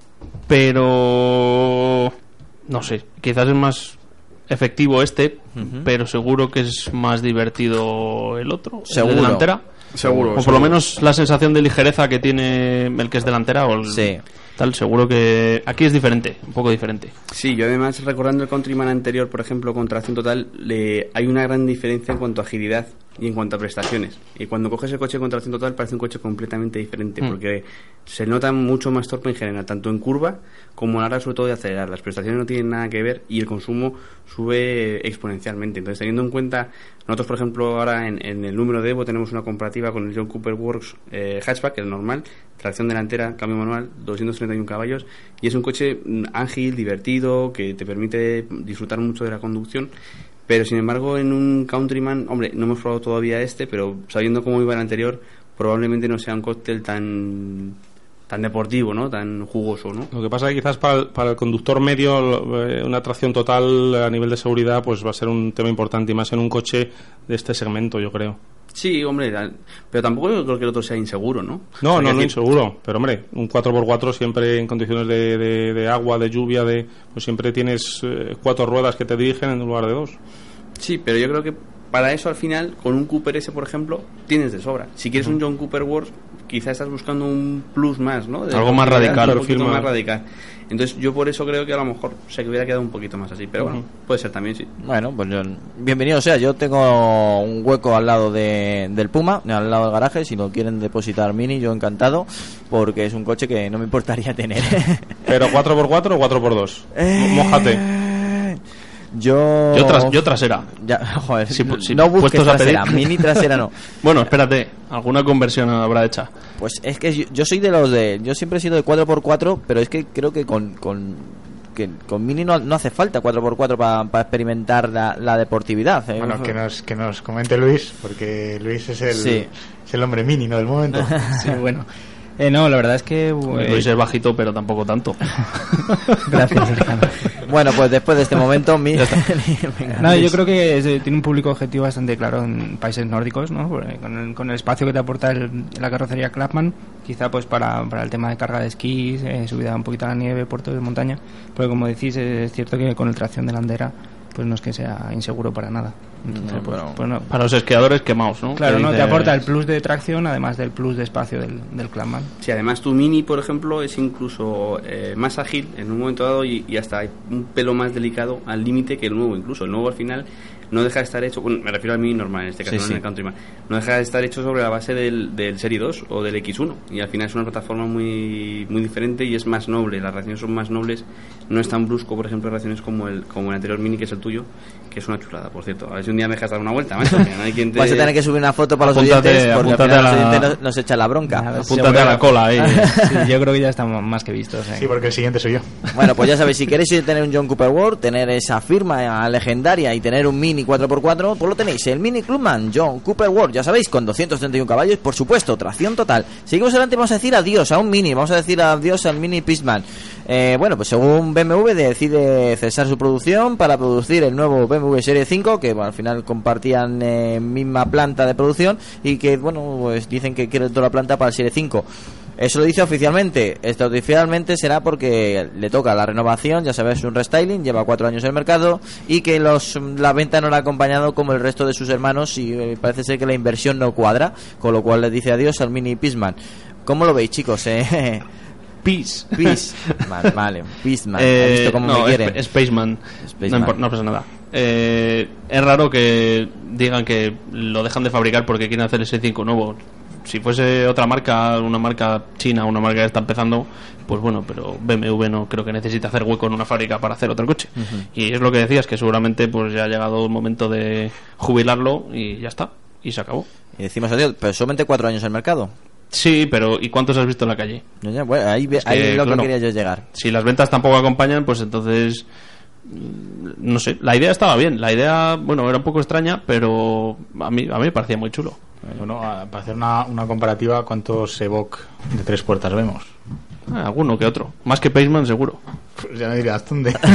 Pero no sé, quizás es más efectivo este, uh-huh. pero seguro que es más divertido el otro, seguro. El de delantera. Seguro. O por seguro. lo menos la sensación de ligereza que tiene el que es delantera o el sí. tal, seguro que aquí es diferente, un poco diferente. Sí, yo además recordando el Countryman anterior, por ejemplo, con tracción total, le, hay una gran diferencia en cuanto a agilidad y en cuanto a prestaciones. Y cuando coges el coche con tracción total parece un coche completamente diferente, mm. porque se nota mucho más torpe en general, tanto en curva como a la hora sobre todo de acelerar. Las prestaciones no tienen nada que ver y el consumo sube exponencialmente. Entonces, teniendo en cuenta, nosotros por ejemplo ahora en, en el número de Evo tenemos una comparativa con el John Cooper Works eh, hatchback, el normal, tracción delantera, cambio manual, doscientos treinta y uno caballos, y es un coche ágil, divertido, que te permite disfrutar mucho de la conducción. Pero sin embargo en un Countryman, hombre, no hemos probado todavía este, pero sabiendo cómo iba el anterior, probablemente no sea un cóctel tan tan deportivo, ¿no? Tan jugoso, ¿no? Lo que pasa es que quizás para el, para el conductor medio eh, una tracción total a nivel de seguridad pues va a ser un tema importante y más en un coche de este segmento, yo creo. Sí, hombre, pero tampoco yo creo que el otro sea inseguro, ¿no? No, o sea, no, no decir... inseguro, pero hombre, un cuatro por cuatro siempre en condiciones de, de, de agua, de lluvia, de pues siempre tienes eh, cuatro ruedas que te dirigen en lugar de dos. Sí, pero yo creo que para eso al final, con un Cooper S, por ejemplo, tienes de sobra. Si quieres uh-huh. un John Cooper Works, quizás estás buscando un plus más, ¿no? De algo más radical. Un poquito más radical. Entonces yo por eso creo que a lo mejor se hubiera quedado un poquito más así, pero uh-huh. bueno, puede ser también, sí. Bueno, pues yo, bienvenido sea, yo tengo un hueco al lado de, del Puma, al lado del garaje, si lo quieren depositar Mini, yo encantado, porque es un coche que no me importaría tener. ¿Pero cuatro por cuatro o cuatro por dos? Eh... Mójate. Yo... Yo, tras, yo trasera. Ya, joder, si, si no busques trasera, pedir... Mini trasera no. Bueno, espérate, alguna conversión habrá hecha. Pues es que yo, yo soy de los de... Yo siempre he sido de cuatro por cuatro, pero es que creo que con... con que con Mini no, no hace falta cuatro por cuatro para pa experimentar la, la deportividad, ¿eh? Bueno, que nos, que nos comente Luis, porque Luis es el, sí. es el hombre Mini, ¿no? Del momento. Sí, bueno. Eh, no, la verdad es que... Eh... Luis es bajito, pero tampoco tanto. Gracias, Alejandro. Bueno, pues después de este momento... Mi... Venga, no, yo creo que es, tiene un público objetivo bastante claro en países nórdicos, ¿no? Con el, con el espacio que te aporta el, la carrocería Clubman, quizá pues para, para el tema de carga de esquís, eh, subida un poquito a la nieve, puertos de montaña, pero como decís, es cierto que con el tracción delantera pues no es que sea inseguro para nada. Entonces, no, pues, bueno, pues no. para los esquiadores quemados, ¿no? Claro, no, dice... te aporta el plus de tracción, además del plus de espacio del, del Clubman. Sí, además tu Mini, por ejemplo, es incluso eh, más ágil en un momento dado y, y hasta un pelo más delicado al límite que el nuevo incluso. El nuevo al final no deja de estar hecho, bueno, me refiero al Mini normal en este caso, sí, no sí. en el Countryman, no deja de estar hecho sobre la base del, del Serie dos o del X uno y al final es una plataforma muy muy diferente y es más noble, las reacciones son más nobles, no es tan brusco, por ejemplo, reacciones como el como el anterior Mini, que es el tuyo, que es una chulada, por cierto. A ver si un día me dejas dar una vuelta, macho, que no hay quien te... Vas a tener que subir una foto para los Apúntate, oyentes, porque al apúntate final a la- los oyentes nos, nos echan la bronca. Nada, Apúntate a la cola ahí. Sí, yo creo que ya estamos más que vistos. ¿eh? Sí, porque el siguiente soy yo. Bueno, pues ya sabéis, si queréis tener un John Cooper World, tener esa firma legendaria y tener un Mini cuatro por cuatro, pues lo tenéis, el Mini Clubman John Cooper World, ya sabéis, con doscientos treinta y uno caballos, por supuesto, tracción total. Seguimos adelante, vamos a decir adiós a un Mini, vamos a decir adiós al Mini Pistman. Eh, bueno, pues según B M W decide cesar su producción para producir el nuevo B M W Serie cinco, que bueno, al final compartían eh, misma planta de producción y que, bueno, pues dicen que quieren toda la planta para el Serie cinco. Eso lo dice oficialmente. Esto oficialmente será porque le toca la renovación, ya sabes, un restyling, lleva cuatro años en el mercado y que los la venta no la ha acompañado como el resto de sus hermanos y eh, parece ser que la inversión no cuadra, con lo cual le dice adiós al Mini Pistman. ¿Cómo lo veis, chicos? Eh? Peace. Peace. Vale, vale. Pistman. Eh, ¿Has visto cómo no, me quieren? Sp- Spaceman. Spaceman. No, impor- no pasa nada. Eh, es raro que digan que lo dejan de fabricar porque quieren hacer ese cinco nuevo. Si fuese otra marca, una marca china, una marca que está empezando, pues bueno, pero B M W no creo que necesite hacer hueco en una fábrica para hacer otro coche. Uh-huh. Y es lo que decías, que seguramente pues ya ha llegado el momento de jubilarlo y ya está, y se acabó. Y decimos adiós, pero solamente cuatro años en el mercado. Sí, pero ¿y cuántos has visto en la calle? No, ya, bueno, ahí, es ahí que, es lo claro, que quería yo llegar. Si las ventas tampoco acompañan, pues entonces... No sé, la idea estaba bien. La idea, bueno, era un poco extraña, pero a mí, a mí me parecía muy chulo. Bueno, para hacer una, una comparativa, ¿cuántos Evoque de tres puertas vemos? Ah, alguno que otro. Más que Paceman, seguro. Pues ya me dirás dónde. ya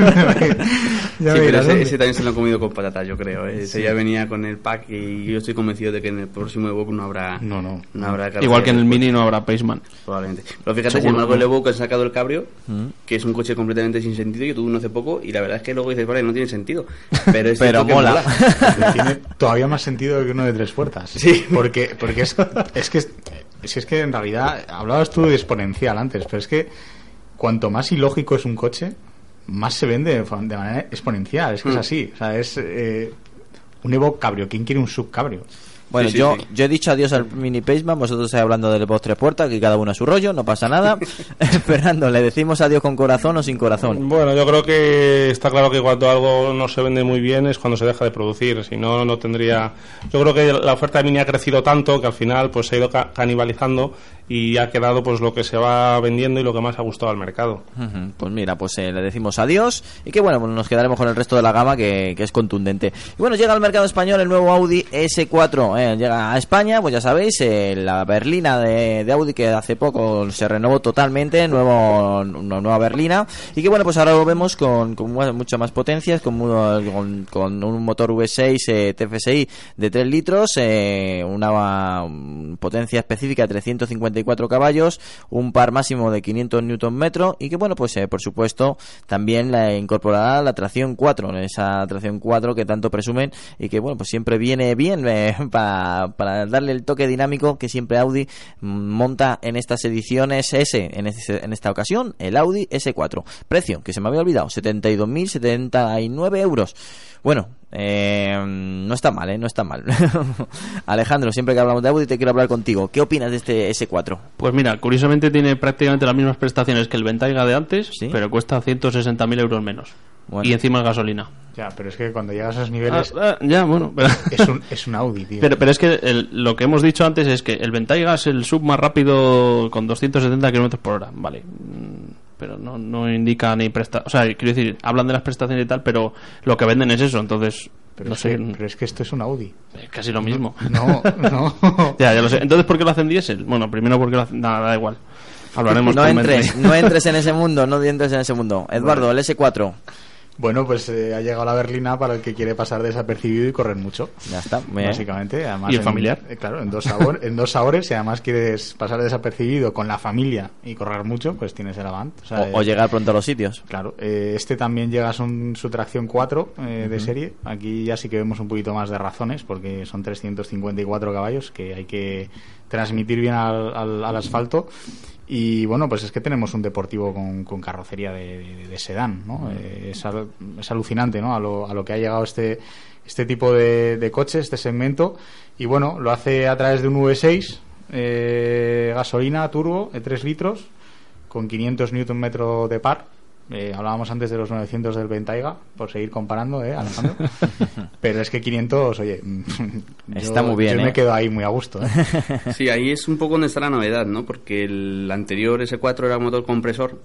sí, me pero dirás ese, dónde. ese también se lo han comido con patatas, yo creo. ¿eh? Ese Sí. ya venía con el pack y yo estoy convencido de que en el próximo Evoque no habrá. No, no. no habrá Igual que en el Mini no habrá Paceman. Probablemente. Pero fíjate, Seguro, sin embargo, ¿no? el Evoque han sacado el Cabrio, Mm. que es un coche completamente sin sentido. Yo tuve uno hace poco y la verdad es que luego dices, vale, no tiene sentido. Pero es Pero cierto que mola. Tiene todavía más sentido que uno de tres puertas. Sí. Porque, porque es, es que es, si es que en realidad hablabas tú de exponencial antes, pero es que cuanto más ilógico es un coche, más se vende de manera exponencial. Es que Mm. es así. O sea, es eh, un Evoque Cabrio. ¿Quién quiere un sub Cabrio? Bueno, Sí, sí, yo sí. yo he dicho adiós al Mini Paceman, vosotros estáis hablando del Evoque tres puertas, que cada uno a su rollo, no pasa nada. Fernando, ¿le decimos adiós con corazón o sin corazón? Bueno, yo creo que está claro que cuando algo no se vende muy bien es cuando se deja de producir, si no, no tendría... Yo creo que la oferta de Mini ha crecido tanto que al final pues se ha ido ca- canibalizando y ha quedado pues lo que se va vendiendo y lo que más ha gustado al mercado. Ujú, pues mira, pues eh, le decimos adiós y que bueno, pues nos quedaremos con el resto de la gama que, que es contundente. Y bueno, llega al mercado español el nuevo Audi ese cuatro, eh, llega a España, pues ya sabéis, eh, la berlina de, de Audi que hace poco se renovó totalmente, nuevo, una nueva berlina y que bueno, pues ahora lo vemos con, con mu- mucha más potencias, con, mu- con, con un motor V seis eh, T F S I de tres litros, eh, una um, potencia específica de trescientos cincuenta y cuatro caballos, un par máximo de quinientos newton metro y que bueno, pues eh, por supuesto también la incorporará la tracción cuatro, esa tracción cuatro que tanto presumen y que bueno, pues siempre viene bien eh, para, para darle el toque dinámico que siempre Audi monta en estas ediciones S. En, este, en esta ocasión el Audi ese cuatro, precio que se me había olvidado, setenta y dos mil setenta y nueve euros. Bueno, eh, no está mal, ¿eh? No está mal. Alejandro, siempre que hablamos de Audi te quiero hablar contigo. ¿Qué opinas de este ese cuatro? Pues mira, curiosamente tiene prácticamente las mismas prestaciones que el Bentayga de antes, ¿Sí? pero cuesta ciento sesenta mil euros menos. Bueno. Y encima es gasolina. Ya, pero es que cuando llegas a esos niveles Ah, ah, ya, bueno, pero... es, un, es un Audi, tío. Pero, pero es que el- lo que hemos dicho antes es que el Bentayga es el sub más rápido con doscientos setenta kilómetros por hora. Vale. Mm, pero no, no indica ni presta... O sea, quiero decir, hablan de las prestaciones y tal, pero lo que venden es eso, entonces... Pero, no es sé, que, pero es que esto es un Audi. es casi lo mismo. No, no. Ya, ya lo sé. Entonces, ¿por qué lo hacen diésel? Bueno, primero porque lo hacen... Nada, da igual. Hablaremos No con entres, Bentley. no entres en ese mundo, no entres en ese mundo. Eduardo, el ese cuatro. Bueno, pues eh, ha llegado la berlina para el que quiere pasar desapercibido y correr mucho. Ya está. Bien. Básicamente. Además, ¿Y el en, familiar? Eh, claro, en dos, sabor, en dos sabores. Si además quieres pasar desapercibido con la familia y correr mucho, pues tienes el Avant. O, sea, O, o llegar pronto a los sitios. Claro. Eh, este también llega con su tracción cuatro eh, uh-huh. de serie. Aquí ya sí que vemos un poquito más de razones, porque son trescientos cincuenta y cuatro caballos que hay que transmitir bien al, al, al asfalto. Y bueno, pues es que tenemos un deportivo con, con carrocería de, de, de sedán, ¿no? Eh, es, al, es alucinante, ¿no? A lo, a lo que ha llegado este este tipo de, de coche, este segmento. Y bueno, lo hace a través de un V seis, eh, gasolina, turbo, de tres litros, con quinientos newton metro de par. Eh, hablábamos antes de los novecientos del Bentayga, por seguir comparando, ¿eh, Alejandro? Pero es que quinientos, oye, está yo, muy bien. Yo ¿eh? me quedo ahí muy a gusto. ¿eh? Sí, ahí es un poco donde está la novedad, ¿no? Porque el anterior ese cuatro era motor compresor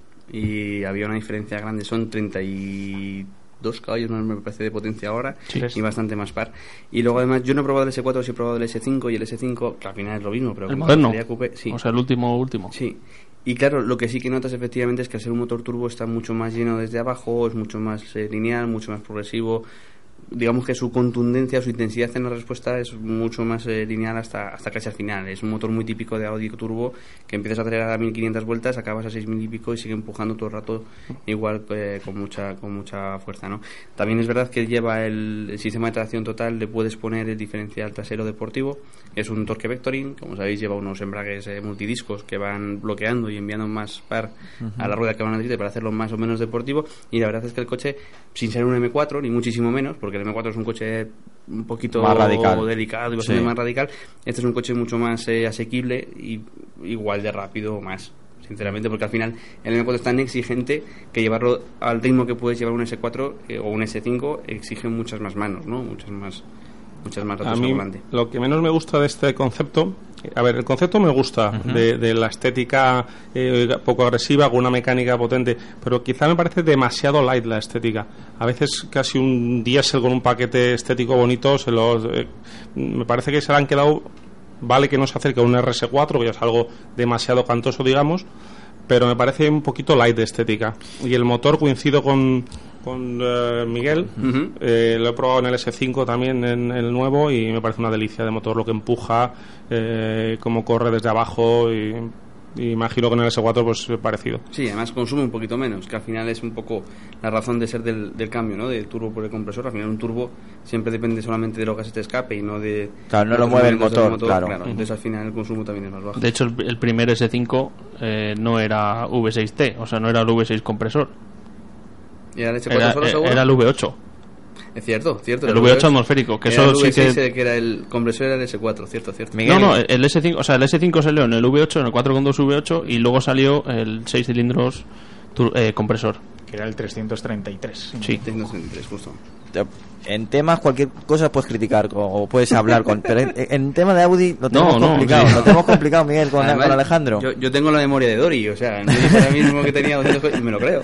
y había una diferencia grande. Son treinta y dos caballos, no me parece, de potencia ahora, sí, y bastante más par. Y luego además, yo no he probado el ese cuatro, sí he probado el ese cinco, y el ese cinco, que al final es lo mismo, pero el moderno, Coupé, sí. O sea, el último último. Sí. Y claro, lo que sí que notas efectivamente es que al ser un motor turbo está mucho más lleno desde abajo, es mucho más eh, lineal, mucho más progresivo. Digamos que su contundencia, su intensidad en la respuesta es mucho más eh, lineal hasta hasta casi al final. Es un motor muy típico de Audi turbo, que empiezas a acelerar a mil quinientas vueltas, acabas a seis mil y pico y sigue empujando todo el rato igual, eh, con mucha con mucha fuerza, ¿no? También es verdad que lleva el, el sistema de tracción total, le puedes poner el diferencial trasero deportivo, que es un torque vectoring, como sabéis lleva unos embragues eh, multidiscos que van bloqueando y enviando más par uh-huh. a la rueda que van a decir para hacerlo más o menos deportivo. Y la verdad es que el coche, sin ser un eme cuatro, ni muchísimo menos, porque el eme cuatro es un coche un poquito más radical, delicado y bastante sí. más radical. Este es un coche mucho más eh, asequible y igual de rápido o más, sinceramente, porque al final el eme cuatro es tan exigente que llevarlo al ritmo que puedes llevar un ese cuatro eh, o un ese cinco exige muchas más manos, ¿no? Muchas más muchas más ratos a mí, volante. Lo que menos me gusta de este concepto, a ver, el concepto me gusta, uh-huh. de, de la estética eh, poco agresiva, con una mecánica potente, pero quizá me parece demasiado light la estética. A veces casi un diésel con un paquete estético bonito, se los, eh, me parece que se le han quedado, vale que no se acerque a un erre ese cuatro, que ya es algo demasiado cantoso, digamos, pero me parece un poquito light de estética. Y el motor, coincido con con uh, Miguel, uh-huh. eh, lo he probado en el ese cinco también, en, en el nuevo, y me parece una delicia de motor, lo que empuja, eh, cómo corre desde abajo, y, y imagino que en el ese cuatro pues parecido. Sí, además consume un poquito menos, que al final es un poco la razón de ser del, del cambio, ¿no? Del turbo por el compresor. Al final un turbo siempre depende solamente de los gases de escape y no de... Claro, no lo mueve el motor, motor, claro. claro. Entonces al final el consumo también es más bajo. De hecho, el, el primer ese cinco eh, no era ve seis te, o sea, no era el ve seis compresor. ¿Era el ese cuatro era, solo, seguro? Era el ve ocho. Es cierto, cierto. El, el ve ocho atmosférico, que era eso el sí ve seis, que... que era el compresor, era el ese cuatro, cierto, cierto. Miguel, no, no, el ese cinco, o sea, el ese cinco salió en el ve ocho, en el cuatro punto dos ve ocho, y luego salió el seis cilindros tur, eh, compresor. Que era el trescientos treinta y tres. Sí. trescientos treinta y tres, justo. En temas cualquier cosa puedes criticar o puedes hablar con, pero en, en tema de Audi lo tenemos no, complicado, no, sí. lo tenemos complicado, Miguel, con, Además, con Alejandro. Yo, yo tengo la memoria de Dori, o sea, yo ahora mismo que tenía doscientos y me lo creo.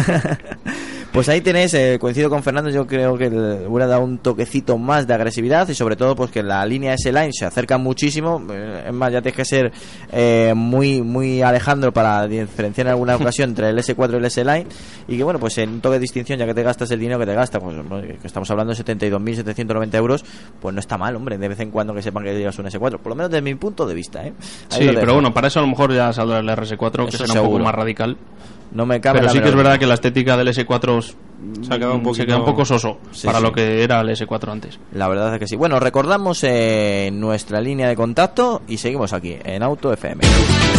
Pues ahí tenés, eh, coincido con Fernando, yo creo que le hubiera dado un toquecito más de agresividad y sobre todo pues que la línea S-Line se acerca muchísimo, eh, es más, ya tienes que ser eh, muy muy Alejandro para diferenciar en alguna ocasión entre el ese cuatro y el S-Line, y que bueno, pues en un toque de distinción, ya que te gastas el dinero que te gastas, pues que estamos hablando de setenta y dos mil setecientos noventa euros, pues no está mal, hombre, de vez en cuando que sepan que llevas un ese cuatro, por lo menos desde mi punto de vista, ¿eh? Ahí sí, pero bueno, para eso a lo mejor ya saldrá el erre ese cuatro, que eso será seguro. un poco más radical. No me cabe pero la sí que es menor. verdad que la estética del ese cuatro se ha quedado un, poquito... se queda un poco soso sí, para sí. lo que era el ese cuatro antes. La verdad es que sí. Bueno, recordamos eh, nuestra línea de contacto y seguimos aquí en Auto F M.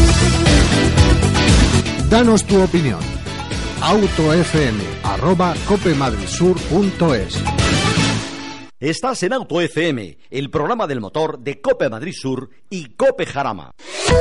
Danos tu opinión. autofm arroba copemadridsur punto es. Estás en Auto F M, el programa del motor de Cope Madrid Sur y Cope Jarama.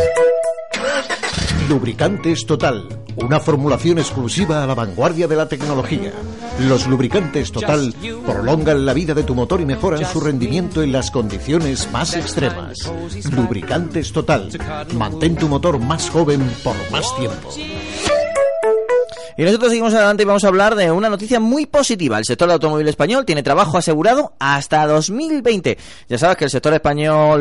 Lubricantes Total, una formulación exclusiva a la vanguardia de la tecnología. Los lubricantes Total prolongan la vida de tu motor y mejoran su rendimiento en las condiciones más extremas. Lubricantes Total, mantén tu motor más joven por más tiempo. Y nosotros seguimos adelante y vamos a hablar de una noticia muy positiva. El sector del automóvil español tiene trabajo asegurado hasta dos mil veinte. Ya sabes que el sector español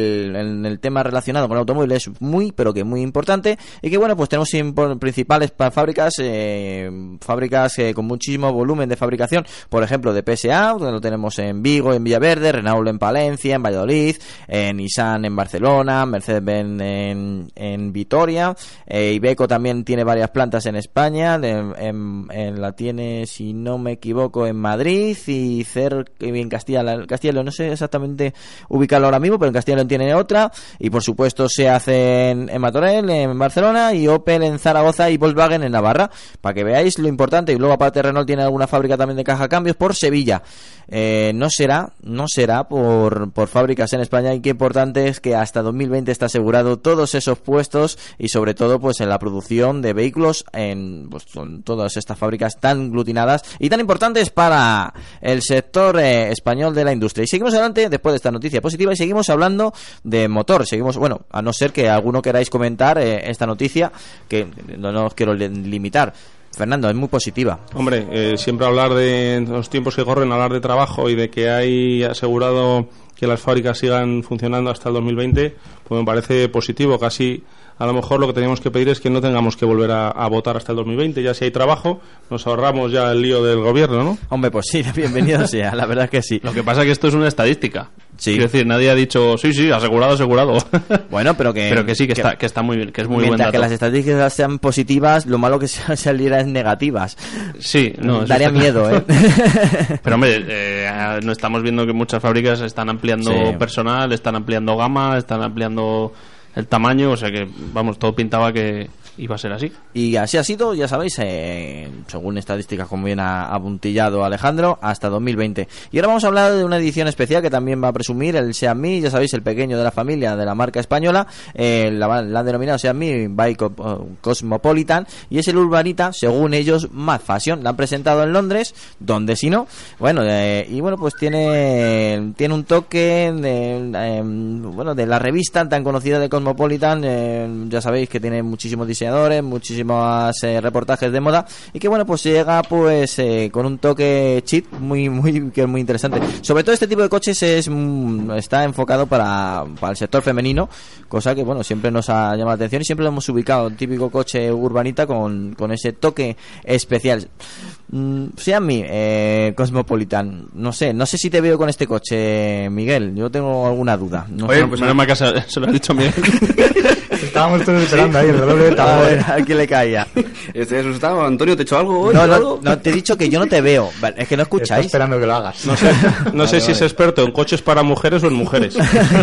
en el tema relacionado con el automóvil es muy, pero que muy importante. Y que bueno, pues tenemos principales fábricas, eh, fábricas eh, con muchísimo volumen de fabricación. Por ejemplo, de P S A, donde lo tenemos en Vigo, en Villaverde, Renault en Palencia, en Valladolid, en Nissan en Barcelona, Mercedes-Benz en, en Vitoria, eh, Iveco también tiene varias plantas en España. En, en, en la tiene, si no me equivoco, en Madrid y cerca en Castilla, Castilla y León, no sé exactamente ubicarlo ahora mismo, pero en Castilla y León tiene otra, y por supuesto se hace en, en Martorell, en Barcelona, y Opel en Zaragoza y Volkswagen en Navarra, para que veáis lo importante. Y luego aparte Renault tiene alguna fábrica también de caja cambios por Sevilla. Eh, no será, no será por, por fábricas en España, y qué importante es que hasta dos mil veinte está asegurado todos esos puestos, y sobre todo pues en la producción de vehículos en pues, con todas estas fábricas tan aglutinadas y tan importantes para el sector eh, español de la industria. Y seguimos adelante después de esta noticia positiva y seguimos hablando de motor. Seguimos, bueno, a no ser que alguno queráis comentar eh, esta noticia, que no, no os quiero limitar. Fernando, es muy positiva. Hombre, eh, siempre hablar de los tiempos que corren, hablar de trabajo y de que hay asegurado que las fábricas sigan funcionando hasta el dos mil veinte, pues me parece positivo. Casi a lo mejor lo que tenemos que pedir es que no tengamos que volver a, a votar hasta el dos mil veinte. Ya si hay trabajo, nos ahorramos ya el lío del gobierno, ¿no? Hombre, pues sí, bienvenido sea, la verdad es que sí. Lo que pasa es que esto es una estadística. Sí. Quiero decir, nadie ha dicho, sí, sí, asegurado, asegurado. Bueno, pero que... Pero que sí, que, que está que está muy bien, que es muy buen mientras dato. que las estadísticas sean positivas, lo malo que salieran negativas. Sí, no, daría miedo, ¿eh? Pero hombre, eh, no estamos viendo que muchas fábricas están ampliando sí. personal, están ampliando gama, están ampliando el tamaño, o sea que, vamos, todo pintaba que iba a ser así. Y así ha sido, ya sabéis, eh, según estadísticas, como bien ha apuntillado Alejandro, hasta dos mil veinte. Y ahora vamos a hablar de una edición especial que también va a presumir el Seat Mii, ya sabéis, el pequeño de la familia de la marca española, eh, la, la han denominado Seat Mii by Cosmopolitan, y es el urbanita, según ellos, más fashion. La han presentado en Londres, donde si no, bueno, eh, y bueno, pues tiene tiene un toque de, eh, bueno, de la revista tan conocida de Cosmopolitan, eh, ya sabéis que tiene muchísimos diseños, muchísimos eh, reportajes de moda, y que bueno, pues llega pues eh, con un toque cheat muy muy que es muy interesante. Sobre todo este tipo de coches es mm, está enfocado para, para el sector femenino, cosa que bueno, siempre nos ha llamado la atención y siempre lo hemos ubicado, un típico coche urbanita con, con ese toque especial. Mm, Seat Mii, eh, Cosmopolitan, no sé, no sé si te veo con este coche, Miguel, yo tengo alguna duda. No Oye, sé, pues menos mal que se, se lo ha dicho Miguel. Estábamos todos esperando ahí el redoble de a ver, tambor. ¿a quién le caía? Estoy asustado. Antonio, ¿te he hecho algo hoy? No, no, ¿Algo? no, te he dicho que yo no te veo. Vale, es que no Estoy escucháis. esperando que lo hagas. No sé, no sé Vale, si vale. es experto en coches para mujeres o en mujeres.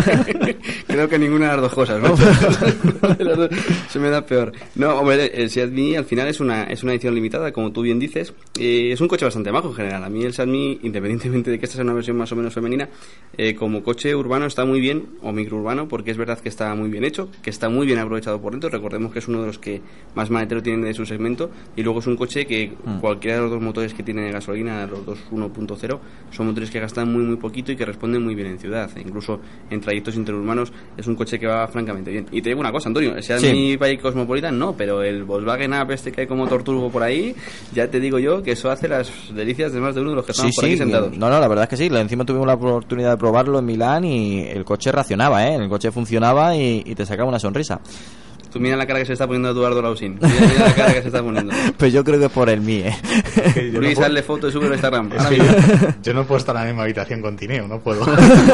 Creo que ninguna de las dos cosas, ¿no? De las dos se me da peor. No, hombre, el Seat Mii al final es una, es una edición limitada, como tú bien dices. Eh, es un coche bastante majo en general. A mí el Seat Mii, independientemente de que esta sea una versión más o menos femenina, eh, como coche urbano está muy bien, o microurbano, porque es verdad que está muy bien hecho, que está muy bien aprovechado por dentro. Recordemos que es uno de los que más maletero tienen de su segmento, y luego es un coche que Mm. cualquiera de los dos motores que tiene de gasolina, los dos uno punto cero, son motores que gastan muy muy poquito y que responden muy bien en ciudad, e incluso en trayectos interurbanos es un coche que va francamente bien. Y te digo una cosa, Antonio, el Seat Sí. Mii by Cosmopolitan no, pero el Volkswagen Up este que hay como motor turbo por ahí, ya te digo yo que eso hace las delicias de más de uno de los que estamos por aquí sentados. No, no, la verdad es que sí. Encima tuvimos la oportunidad de probarlo en Milán y el coche racionaba, ¿eh? El coche funcionaba y, y te sacaba una sonrisa. Tú mira la cara que se está poniendo Eduardo Lausín. Mira, mira la cara que se está poniendo. Pues yo creo que es por el Mii, ¿eh? Que yo, Luis, no puedo, hazle foto y sube a Instagram. es Ahora que mismo. yo, yo no puedo estar en la misma habitación con Tineo, no puedo.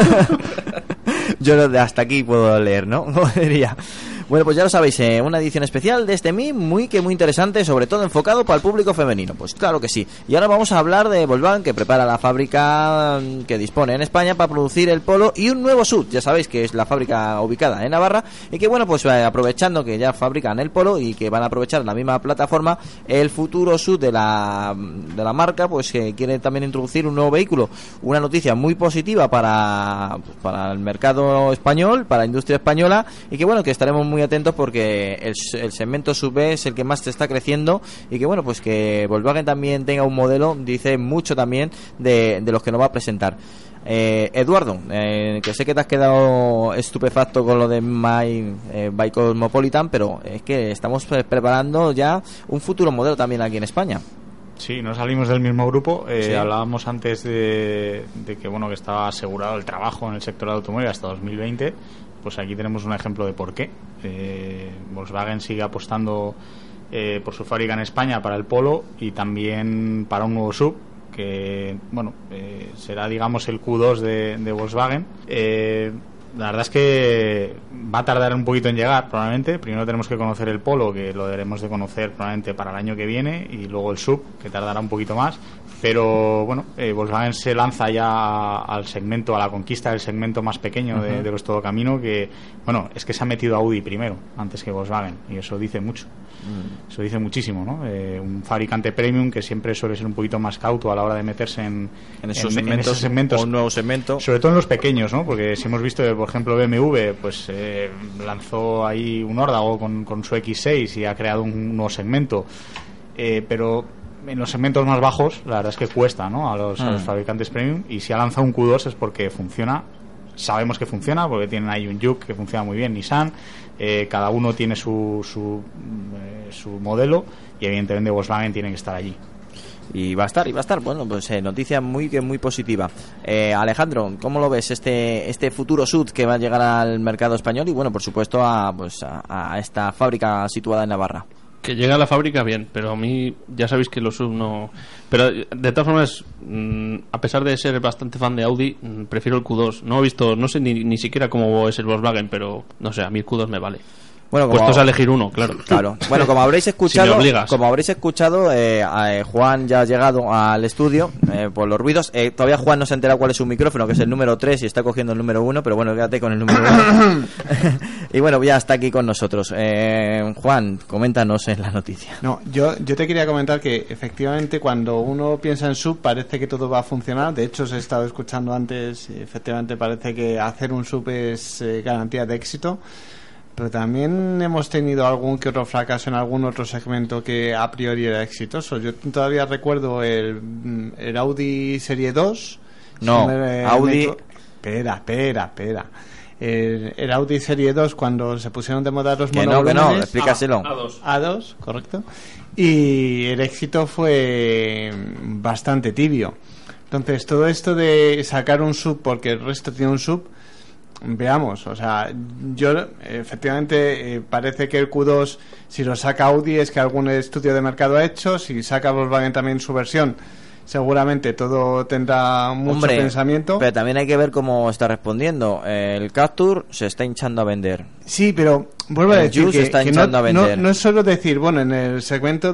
Yo lo de hasta aquí puedo leer, ¿no? Como diría. Bueno, pues ya lo sabéis, eh, una edición especial de este Mii muy que muy interesante, sobre todo enfocado para el público femenino. Pues claro que sí. Y ahora vamos a hablar de Volkswagen, que prepara la fábrica que dispone en España para producir el Polo y un nuevo S U V. Ya sabéis que es la fábrica ubicada en Navarra y que bueno, pues eh, aprovechando que ya fabrican el Polo y que van a aprovechar la misma plataforma, el futuro S U V de la, de la marca, pues que quiere también introducir un nuevo vehículo. Una noticia muy positiva para, para el mercado español, para la industria española, y que bueno, que estaremos muy atentos porque el, el segmento S U V es el que más está creciendo y que bueno, pues que Volkswagen también tenga un modelo, dice mucho también de, de los que nos va a presentar. Eh, Eduardo, eh, que sé que te has quedado estupefacto con lo de My eh, by Cosmopolitan, pero es que estamos preparando ya un futuro modelo también aquí en España. Sí, no salimos del mismo grupo. Eh, sí. Hablábamos antes de, de que bueno que estaba asegurado el trabajo en el sector automóvil hasta dos mil veinte. Pues aquí tenemos un ejemplo de por qué. Eh, Volkswagen sigue apostando eh, por su fábrica en España para el Polo y también para un nuevo sub que bueno eh, será digamos el Q dos de, de Volkswagen. Eh, La verdad es que va a tardar un poquito en llegar, probablemente. Primero tenemos que conocer el Polo, que lo debemos de conocer probablemente para el año que viene, y luego el Sub, que tardará un poquito más. Pero bueno, eh, Volkswagen se lanza ya al segmento, a la conquista del segmento más pequeño de, uh-huh. de los todocamino, que bueno, es que se ha metido Audi primero, antes que Volkswagen, y eso dice mucho. Mm. Eso dice muchísimo, ¿no? Eh, un fabricante premium que siempre suele ser un poquito más cauto a la hora de meterse en, en, esos, en, segmentos, en esos segmentos, o un nuevo segmento. Sobre todo en los pequeños, ¿no? Porque si hemos visto, por ejemplo, B M W pues eh, lanzó ahí un órdago con, con su X seis y ha creado un nuevo segmento, eh, pero en los segmentos más bajos la verdad es que cuesta, ¿no? A los, mm. a los fabricantes premium, y si ha lanzado un Q dos es porque funciona. Sabemos que funciona porque tienen ahí un Juke que funciona muy bien, Nissan, eh, cada uno tiene su su, eh, su modelo, y evidentemente Volkswagen tiene que estar allí. Y va a estar, y va a estar, bueno, pues eh, noticia muy muy positiva. Eh, Alejandro, ¿cómo lo ves este este futuro S U V que va a llegar al mercado español y bueno, por supuesto a pues a, a esta fábrica situada en Navarra? Que llega a la fábrica bien, pero a mí ya sabéis que los S U V no... Pero de todas formas, mmm, a pesar de ser bastante fan de Audi, mmm, prefiero el Q dos. No he visto, no sé ni, ni siquiera cómo es el Volkswagen, pero no sé, a mí el Q dos me vale. Bueno, como, puestos a elegir uno, claro. Claro. Bueno, como habréis escuchado, si como habréis escuchado, eh, eh, Juan ya ha llegado al estudio eh, por los ruidos. Eh, todavía Juan no se ha enterado cuál es su micrófono, que es el número tres, y está cogiendo el número uno, pero bueno, quédate con el número uno. Y bueno, ya está aquí con nosotros. Eh, Juan, coméntanos en la noticia. No, yo, yo te quería comentar que efectivamente cuando uno piensa en S U V parece que todo va a funcionar. De hecho, os he estado escuchando antes y efectivamente parece que hacer un S U V es eh, garantía de éxito. Pero también hemos tenido algún que otro fracaso en algún otro segmento que a priori era exitoso. Yo todavía recuerdo el, el Audi Serie dos. No, me, Audi... Me... Espera, espera, espera. El, el Audi Serie dos, cuando se pusieron de moda los que monovolúmenes... no, que no, explícaselo. A dos. A dos, correcto. Y el éxito fue bastante tibio. Entonces, todo esto de sacar un S U V porque el resto tiene un S U V, veamos, o sea, yo efectivamente eh, parece que el Q dos, si lo saca Audi es que algún estudio de mercado ha hecho. Si saca Volkswagen también su versión, seguramente todo tendrá mucho Hombre, pensamiento. Pero también hay que ver cómo está respondiendo. El Captur se está hinchando a vender. Sí, pero vuelvo a decir que, está que no, a vender. No, no es solo decir, bueno, en el segmento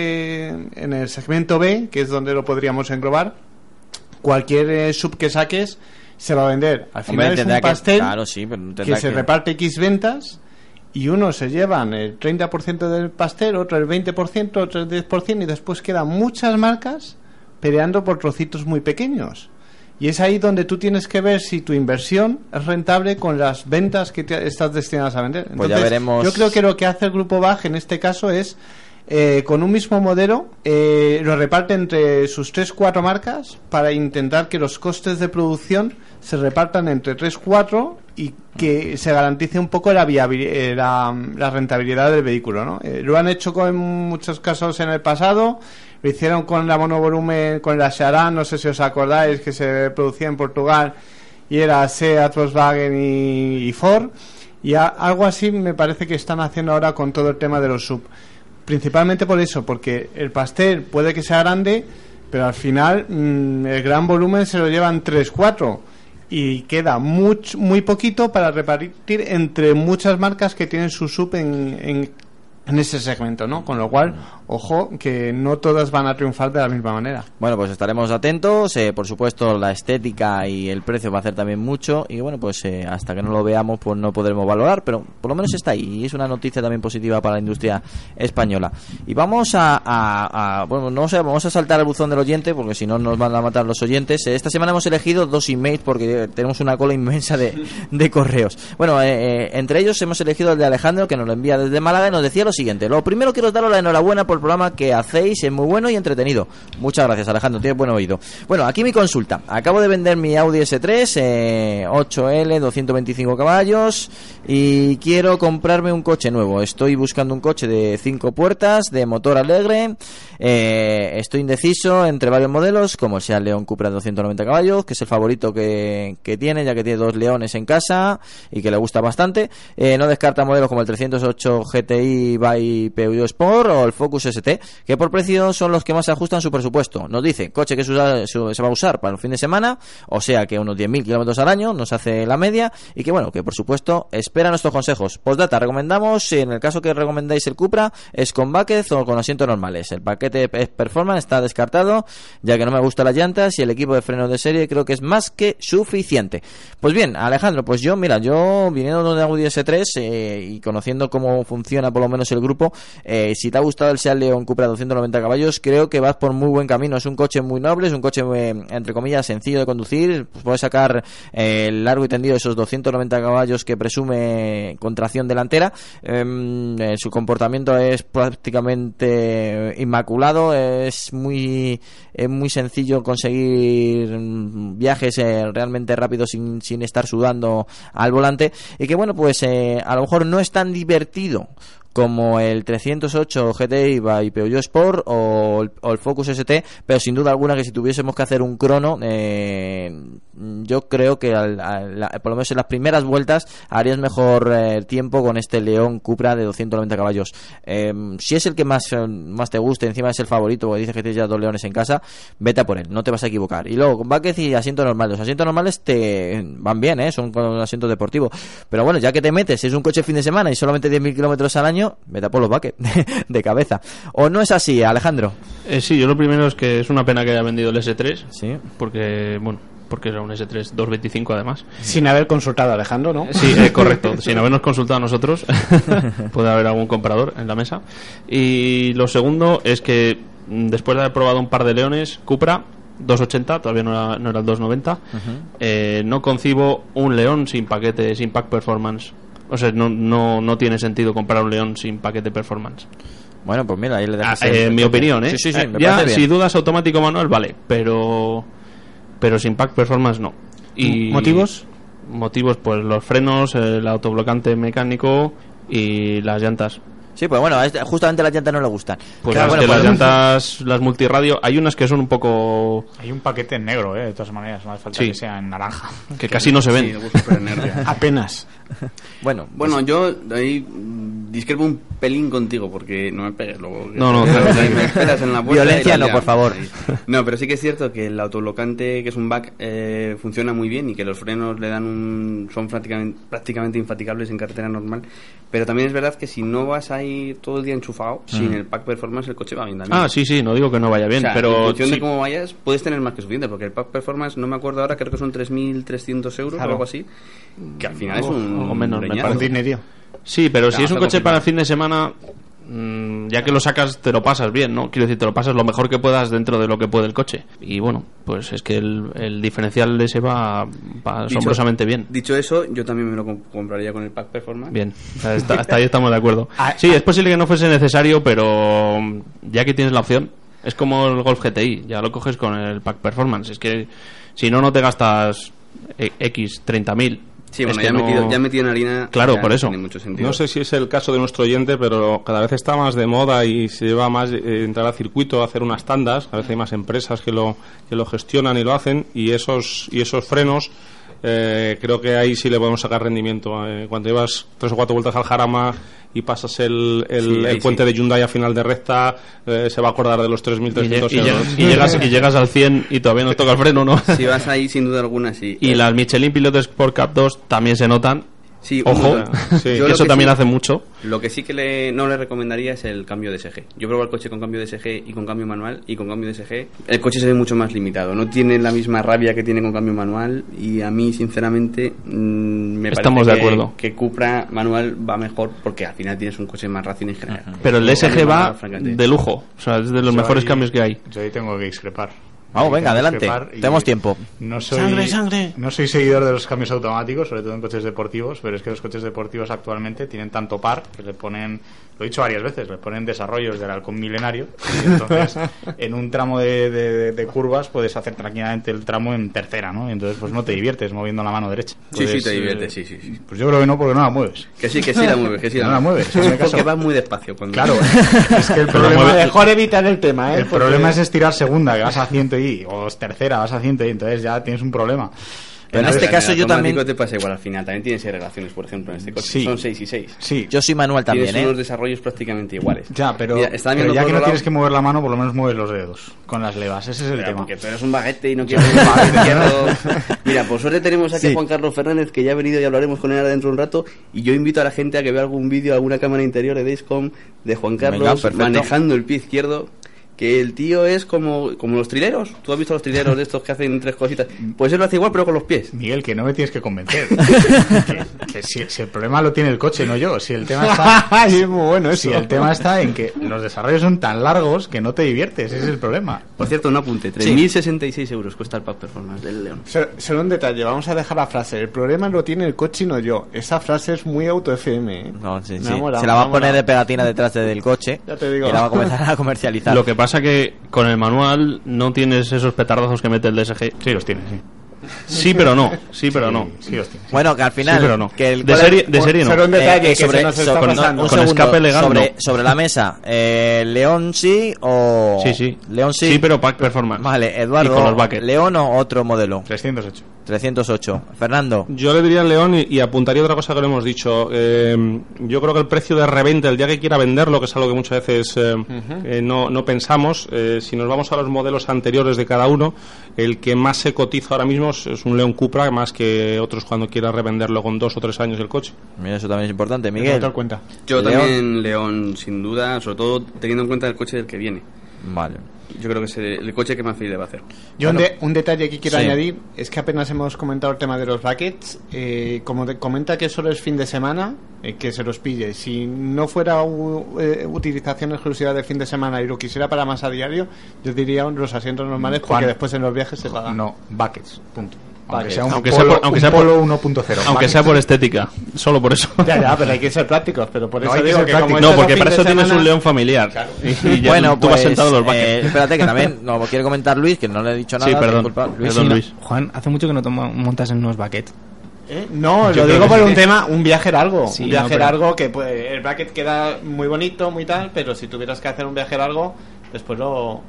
de en el segmento B, que es donde lo podríamos englobar, cualquier eh, sub que saques se va a vender. Al final Hombre, es un pastel que, claro, sí, pero que se que... reparte X ventas, y unos se llevan el treinta por ciento del pastel, otro el veinte por ciento, otro el diez por ciento, y después quedan muchas marcas peleando por trocitos muy pequeños. Y es ahí donde tú tienes que ver si tu inversión es rentable con las ventas que te estás destinadas a vender. Entonces, pues ya veremos. Yo creo que lo que hace el Grupo B A G en este caso es Eh, con un mismo modelo eh, lo reparte entre sus tres cuatro marcas para intentar que los costes de producción se repartan entre tres cuatro y que se garantice un poco la, viabilidad, la, la rentabilidad del vehículo, ¿no? Eh, lo han hecho con muchos casos en el pasado. Lo hicieron con la monovolumen, con la Charan, no sé si os acordáis, que se producía en Portugal, y era Seat, Volkswagen y, y Ford, y a, algo así me parece que están haciendo ahora con todo el tema de los sub. Principalmente por eso, porque el pastel puede que sea grande, pero al final mmm, el gran volumen se lo llevan tres cuatro y queda much, muy poquito para repartir entre muchas marcas que tienen su sub en, en, en ese segmento, ¿no? Con lo cual, ojo, que no todas van a triunfar de la misma manera. Bueno, pues estaremos atentos. Eh, por supuesto, la estética y el precio va a hacer también mucho. Y bueno, pues eh, hasta que no lo veamos, pues no podremos valorar. Pero por lo menos está ahí. Y es una noticia también positiva para la industria española. Y vamos a... a, a bueno, no sé, vamos a saltar al buzón del oyente, porque si no nos van a matar los oyentes. Eh, esta semana hemos elegido dos emails, porque tenemos una cola inmensa de, de correos. Bueno, eh, eh, entre ellos hemos elegido el de Alejandro, que nos lo envía desde Málaga, y nos decía lo siguiente. Lo primero quiero daros la enhorabuena por el programa que hacéis, es muy bueno y entretenido. Muchas gracias, Alejandro, tienes buen oído. Bueno, aquí mi consulta. Acabo de vender mi Audi ese tres, eh, ocho L, doscientos veinticinco caballos, y quiero comprarme un coche nuevo. Estoy buscando un coche de cinco puertas, de motor alegre. Eh, estoy indeciso entre varios modelos, como el Seat León Cupra de doscientos noventa caballos, que es el favorito que, que tiene, ya que tiene dos leones en casa y que le gusta bastante. Eh, no descarta modelos como el trescientos ocho G T I by Peugeot Sport o el Focus S T, que por precio son los que más se ajustan a su presupuesto. Nos dice, coche que se, usa, se va a usar para el fin de semana, o sea que unos diez mil kilómetros al año, nos hace la media, y que bueno, que por supuesto espera nuestros consejos. Postdata, recomendamos, en el caso que recomendáis el Cupra, es con bucket o con asientos normales. El paquete Performance está descartado, ya que no me gustan las llantas, y el equipo de frenos de serie creo que es más que suficiente. Pues bien, Alejandro, pues yo, mira, yo viniendo de un Audi ese tres eh, y conociendo cómo funciona por lo menos el grupo, eh, si te ha gustado el Seat León Cupra doscientos noventa caballos, creo que vas por muy buen camino. Es un coche muy noble, es un coche eh, entre comillas sencillo de conducir, pues puedes sacar eh, largo y tendido esos doscientos noventa caballos que presume con tracción delantera. Eh, su comportamiento es prácticamente inmaculado, es muy es muy sencillo conseguir viajes eh, realmente rápidos sin, sin estar sudando al volante, y que bueno, pues eh, a lo mejor no es tan divertido como el trescientos ocho G T I by Peugeot Sport o el, o el Focus S T, pero sin duda alguna que si tuviésemos que hacer un crono, eh, yo creo que al, al, la, por lo menos en las primeras vueltas harías mejor eh, tiempo con este León Cupra de doscientos noventa caballos. Eh, si es el que más, más te guste, encima es el favorito, porque dices que tienes ya dos leones en casa, vete a por él, no te vas a equivocar. Y luego con bucket y asientos normales. Los asientos normales te van bien, ¿eh? Son con asientos deportivos, pero bueno, ya que te metes, es un coche fin de semana y solamente diez mil kilómetros al año, vete a por los buckets de, de cabeza. ¿O no es así, Alejandro? Eh, sí, yo lo primero es que es una pena que haya vendido el ese tres, sí, porque bueno, porque era un ese tres doscientos veinticinco además. Sin haber consultado a Alejandro, ¿no? Sí, eh, correcto. Sin habernos consultado a nosotros. Puede haber algún comprador en la mesa. Y lo segundo es que después de haber probado un par de leones Cupra doscientos ochenta, todavía no era, no era el doscientos noventa, uh-huh. eh, no concibo un león sin paquete, sin pack performance. O sea, no, no, no tiene sentido comprar un león sin paquete performance. Bueno, pues mira, ahí le dejas. Ah, eh, en mi opinión, ¿eh? Sí, sí, sí, eh me ya, parece bien. Si dudas automático manual, vale, pero pero sin pack performance no. Y ¿motivos? Motivos, pues los frenos, el autoblocante mecánico y las llantas. Sí, pues bueno, justamente las llantas no le gustan. Pues claro, bueno, pues las llantas, las multiradio, hay unas que son un poco... Hay un paquete en negro, ¿eh? De todas maneras, no hace falta sí. que sea en naranja. Que casi no se ven. Sí, apenas. Bueno, bueno, pues... yo ahí discrepo un pelín contigo, porque no me pegues luego. No, no, claro, ahí me esperas en la puerta. Violencia no, por favor. Ahí. No, pero sí que es cierto que el autoblocante, que es un back, eh, funciona muy bien y que los frenos le dan un... son prácticamente, prácticamente infatigables en carretera normal. Pero también es verdad que si no vas a ir todo el día enchufado, mm. sin el pack performance el coche va bien también. Ah, sí, sí, no digo que no vaya bien, o sea, pero... en función sí. de cómo vayas, puedes tener más que suficiente, porque el pack performance, no me acuerdo ahora, creo que son tres mil trescientos euros claro. o algo así, que al final o, es un... O menos, reñazo. me parece. Un dinero. Sí, pero no, si es un coche confirmar. para el fin de semana, mmm, ya que lo sacas, te lo pasas bien, ¿no? Quiero decir, te lo pasas lo mejor que puedas dentro de lo que puede el coche. Y bueno, pues es que el, el diferencial de ese va, va asombrosamente bien. Dicho eso, yo también me lo comp- compraría con el pack performance. Bien, hasta, hasta ahí estamos de acuerdo. Sí, es posible que no fuese necesario, pero ya que tienes la opción, es como el Golf G T I, ya lo coges con el pack performance. Es que si no, no te gastas X treinta mil. Sí, bueno, es que ya, no... metido, ya metido en harina. Claro, por eso. Tiene mucho sentido. No sé si es el caso de nuestro oyente, pero cada vez está más de moda y se lleva más eh, entrar al circuito, hacer unas tandas. A veces hay más empresas que lo que lo gestionan y lo hacen, y esos y esos frenos eh, creo que ahí sí le podemos sacar rendimiento. Eh, cuando llevas tres o cuatro vueltas al Jarama y pasas el, el, sí, el puente sí. de Hyundai a final de recta, eh, se va a acordar de los tres mil trescientos y, euros. y, llegas, y llegas al cien y todavía no toca el freno, ¿no? Si vas ahí, sin duda alguna, sí. Y las Michelin Pilot Sport Cup dos también se notan. Sí, ojo, un sí. Eso también sí, hace mucho. Lo que sí que le, no le recomendaría es el cambio de S G. Yo probé el coche con cambio de S G y con cambio manual, y con cambio de S G el coche se ve mucho más limitado. No tiene la misma rabia que tiene con cambio manual, y a mí, sinceramente, mmm, me Estamos parece de acuerdo. que, que Cupra manual va mejor, porque al final tienes un coche más racional en general. Pero el S G va manual, de lujo. O sea, es de los yo mejores ahí, cambios que hay. Yo ahí tengo que discrepar. Vamos, venga, adelante. Tenemos tiempo. No soy, ¡Sangre, sangre! No soy seguidor de los cambios automáticos, sobre todo en coches deportivos, pero es que los coches deportivos actualmente tienen tanto par que le ponen, lo he dicho varias veces, le ponen desarrollos del halcón milenario. Y entonces, en un tramo de, de, de curvas puedes hacer tranquilamente el tramo en tercera, ¿no? Y entonces, pues no te diviertes moviendo la mano derecha. Sí, Entonces, sí, te diviertes, eh, sí, sí, sí. Pues yo creo que no, porque no la mueves. Que sí, que sí la mueves, que sí la, no la mueves. En Porque caso. vas muy despacio. Cuando... Claro, es que el Problema, problema, mejor evitar el tema, ¿eh? el Porque- problema es estirar segunda, que vas a ciento y, o tercera, vas a ciento y, entonces ya tienes un problema. Pero en Entonces, este caso el yo también... automático te pasa igual al final. También tienes seis relaciones, por ejemplo, en este coche. Sí. Son seis y seis. Sí. Yo soy manual también, Tienes ¿eh? unos desarrollos prácticamente iguales. Ya, pero, Mira, estaba pero viendo ya por que no otro tienes lado- que mover la mano, por lo menos mueves los dedos con las levas. Ese es el Pero tema. porque tú eres un baguete y no quieres un baguete izquierdo. Mira, por suerte tenemos aquí Sí. a Juan Carlos Fernández, que ya ha venido y hablaremos con él ahora dentro de un rato. Y yo invito a la gente a que vea algún vídeo, alguna cámara interior de Dexcom de Juan Carlos Venga, perfecto. manejando el pie izquierdo. Que el tío es como, como los trileros. ¿Tú has visto los trileros de estos que hacen tres cositas? Pues él lo hace igual, pero con los pies. Miguel, que no me tienes que convencer. que, que si, si el problema lo tiene el coche, no yo. Si el tema está, Ay, es muy bueno eso. si el tema está en que los desarrollos son tan largos que no te diviertes. Ese es el problema. Por cierto, un apunte. tres mil sesenta y seis euros cuesta el Pack Performance del León. So- Solo un detalle, vamos a dejar la frase. El problema lo tiene el coche y no yo. Esa frase es muy auto F M. ¿eh? No, sí, Me sí. ha molado, Se la me va ha a poner molado. de pegatina detrás del coche Ya te digo. y la va a comenzar a comercializar. Lo que pasa que con el manual no tienes esos petardazos que mete el D S G. Sí, los tienes, sí. Sí, pero no. Sí, pero no. Sí, los tienes. Bueno, que al final... Sí, pero no. Que el, De serie, de serie no. Solo un detalle Eh, que sobre, se nos está sobre- pasando. un Con segundo, escape legal, sobre, no. sobre la mesa, eh, León sí o... Sí, sí. León sí. Sí, pero Pack Performance. Vale, Eduardo, Y con los buckets. ¿León o otro modelo? trescientos ocho. trescientos ocho. Fernando. Yo le diría al León y, y apuntaría otra cosa que le hemos dicho. Eh, yo creo que el precio de reventa, el día que quiera venderlo, que es algo que muchas veces eh, eh, no, no pensamos, eh, si nos vamos a los modelos anteriores de cada uno, el que más se cotiza ahora mismo es, es un León Cupra, más que otros cuando quiera revenderlo con dos o tres años el coche. Mira, eso también es importante. Me Miguel. dar cuenta. Yo León. también, León, sin duda, sobre todo teniendo en cuenta el coche del que viene. Vale. Yo creo que es el, el coche que más feliz le va a hacer. Yo un, de- un detalle que quiero Sí. añadir es que apenas hemos comentado el tema de los buckets. Eh, como de- comenta que solo es fin de semana, eh, que se los pille. Si no fuera u- eh, utilización exclusiva de fin de semana y lo quisiera para más a diario, yo diría los asientos normales porque Juan. después en los viajes se pagan. No, buckets, punto. Aunque Buckets. sea un Aunque sea polo, por- aunque un sea por- polo uno punto cero. Aunque Buckets. sea por estética. Solo por eso. Ya, ya, pero hay que ser prácticos. Pero por No, eso hay que digo ser que como prácticos. es No, solo porque fin para de eso tienes semana- un León familiar. Y, y ya Bueno, tú vas pues, sentado en los buckets. eh, espérate que también no quiere comentar Luis, que no le he dicho nada. Sí, perdón. disculpa. Luis. Perdón, Sí, no, Luis. Juan, hace mucho que no toma- montas en unos buckets. ¿Eh? No, Yo lo creo digo que por sí. un tema, un viaje largo. Sí, un viaje no, pero- largo que pues, el bracket queda muy bonito, muy tal, pero si tuvieras que hacer un viaje largo, después lo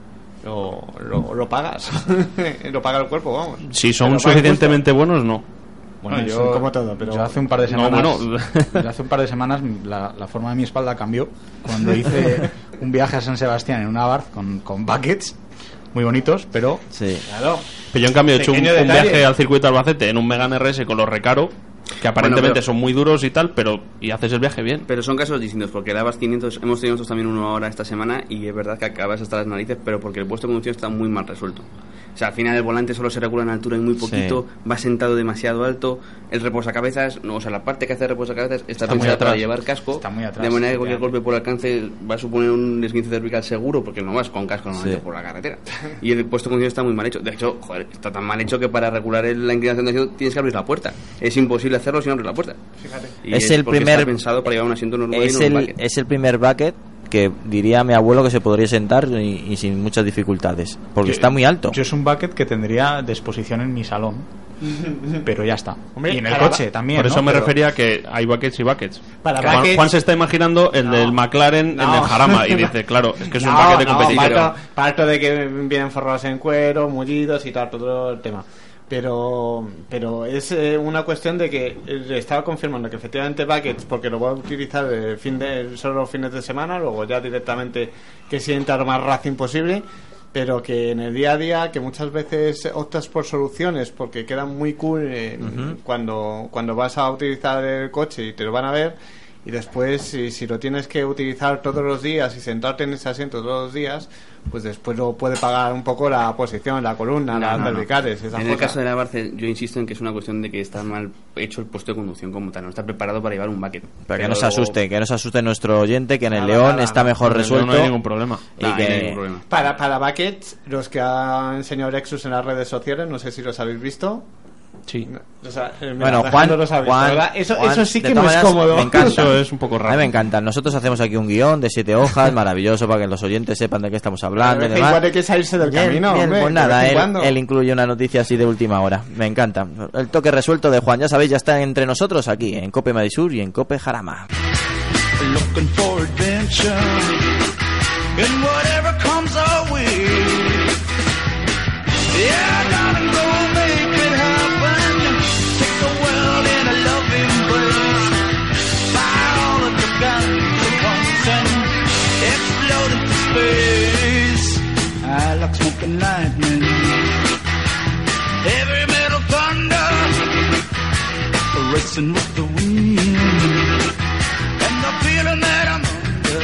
lo, lo, lo pagas. Lo paga el cuerpo, vamos. Si son Pero va en suficientemente buenos, no. Bueno, Bueno, yo, yo, como todo, pero yo hace un par de No, semanas, bueno. yo hace un par de semanas la, la forma de mi espalda cambió cuando hice un viaje a San Sebastián en una Abarth con, con buckets muy bonitos, pero Sí. claro. Pero yo en cambio he hecho un, Pequeño un detalle. viaje al circuito de Albacete en un Megane R S con los Recaro, que aparentemente pero- son muy duros y tal, pero y haces el viaje bien. Pero son casos distintos, porque el Abarth quinientos, hemos tenido nosotros también uno ahora esta semana, y es verdad que acabas hasta las narices, pero porque el puesto de conducción está muy mal resuelto. O sea, al final el volante solo se regula en altura y muy poquito, va sentado demasiado alto, el reposacabezas, no, o sea, la parte que hace el reposacabezas está, Está muy pensada para atrás. llevar casco, Está muy atrás, de manera que cualquier efectivamente. golpe por alcance va a suponer un esguince cervical seguro, porque no vas con casco normalmente Sí. por la carretera. Y el puesto de conducción está muy mal hecho. De hecho, joder, está tan mal hecho que para regular el- la inclinación de asiento tienes que abrir la puerta. Es imposible hacerlo sin abrir la puerta. Fíjate. Y Es el porque primer- está pensado para llevar un asiento normal y Es no un el, bucket. es el primer bucket que diría mi abuelo que se podría sentar y, y sin muchas dificultades, porque Yo- está muy alto. Yo es un bucket que tendría de exposición en mi salón, pero ya está. Hombre, y en el para- coche también. Por eso ¿no? me Pero- refería a que hay buckets y buckets. Para Juan, buckets- Juan se está imaginando el del McLaren, No. el del Jarama, y dice, claro, es que es un No, bucket de no, competición. parto, parto de que vienen forrados en cuero, mullidos y tal, todo el tema. Pero pero es eh, una cuestión de que eh, estaba confirmando que efectivamente buckets, porque lo voy a utilizar el fin de, solo los fines de semana, luego ya directamente que sienta lo más racing posible, pero que en el día a día, que muchas veces optas por soluciones porque quedan muy cool eh, Ujú. cuando, cuando vas a utilizar el coche y te lo van a ver. y después si, si lo tienes que utilizar todos los días y sentarte en ese asiento todos los días, pues después lo puede pagar un poco la posición, la columna, No, las no, no. cervicales, esas En el cosas. caso de la Barce, yo insisto en que es una cuestión de que está mal hecho el puesto de conducción como tal, no está preparado para llevar un bucket. Pero que no se asuste, que no se asuste nuestro oyente, que en el Nada, León nada, está nada. mejor En el resuelto. León no hay ningún problema. Y Nah, que... no hay ningún problema. Para, para buckets, los que ha enseñado Lexus en las redes sociales, no sé si los habéis visto. Sí. O sea, eh, mira, Bueno, Juan, Alejandro lo sabe, Juan, ¿verdad? Eso, Juan, eso sí de que no todas es maneras, cómodo. Me encanta. Eso es un poco raro. A mí me encanta. Nosotros hacemos aquí un guión de siete hojas, maravilloso, para que los oyentes sepan de qué estamos hablando y A veces demás. igual hay que salirse del Bien, camino, bien, hombre, pues de nada, vez en él, cuando. él incluye una noticia así de última hora. Me encanta. El toque resuelto de Juan, ya sabéis, ya está entre nosotros aquí, en Cope Madrid Sur y en Cope Jarama. Looking for adventure and whatever comes our way. Yeah, darling, go make it happen. Take the world in a loving embrace. Fire all of the guns at once and explode into space. I like smoking lightning, heavy metal thunder, racing with the wind. And the feeling that I'm under.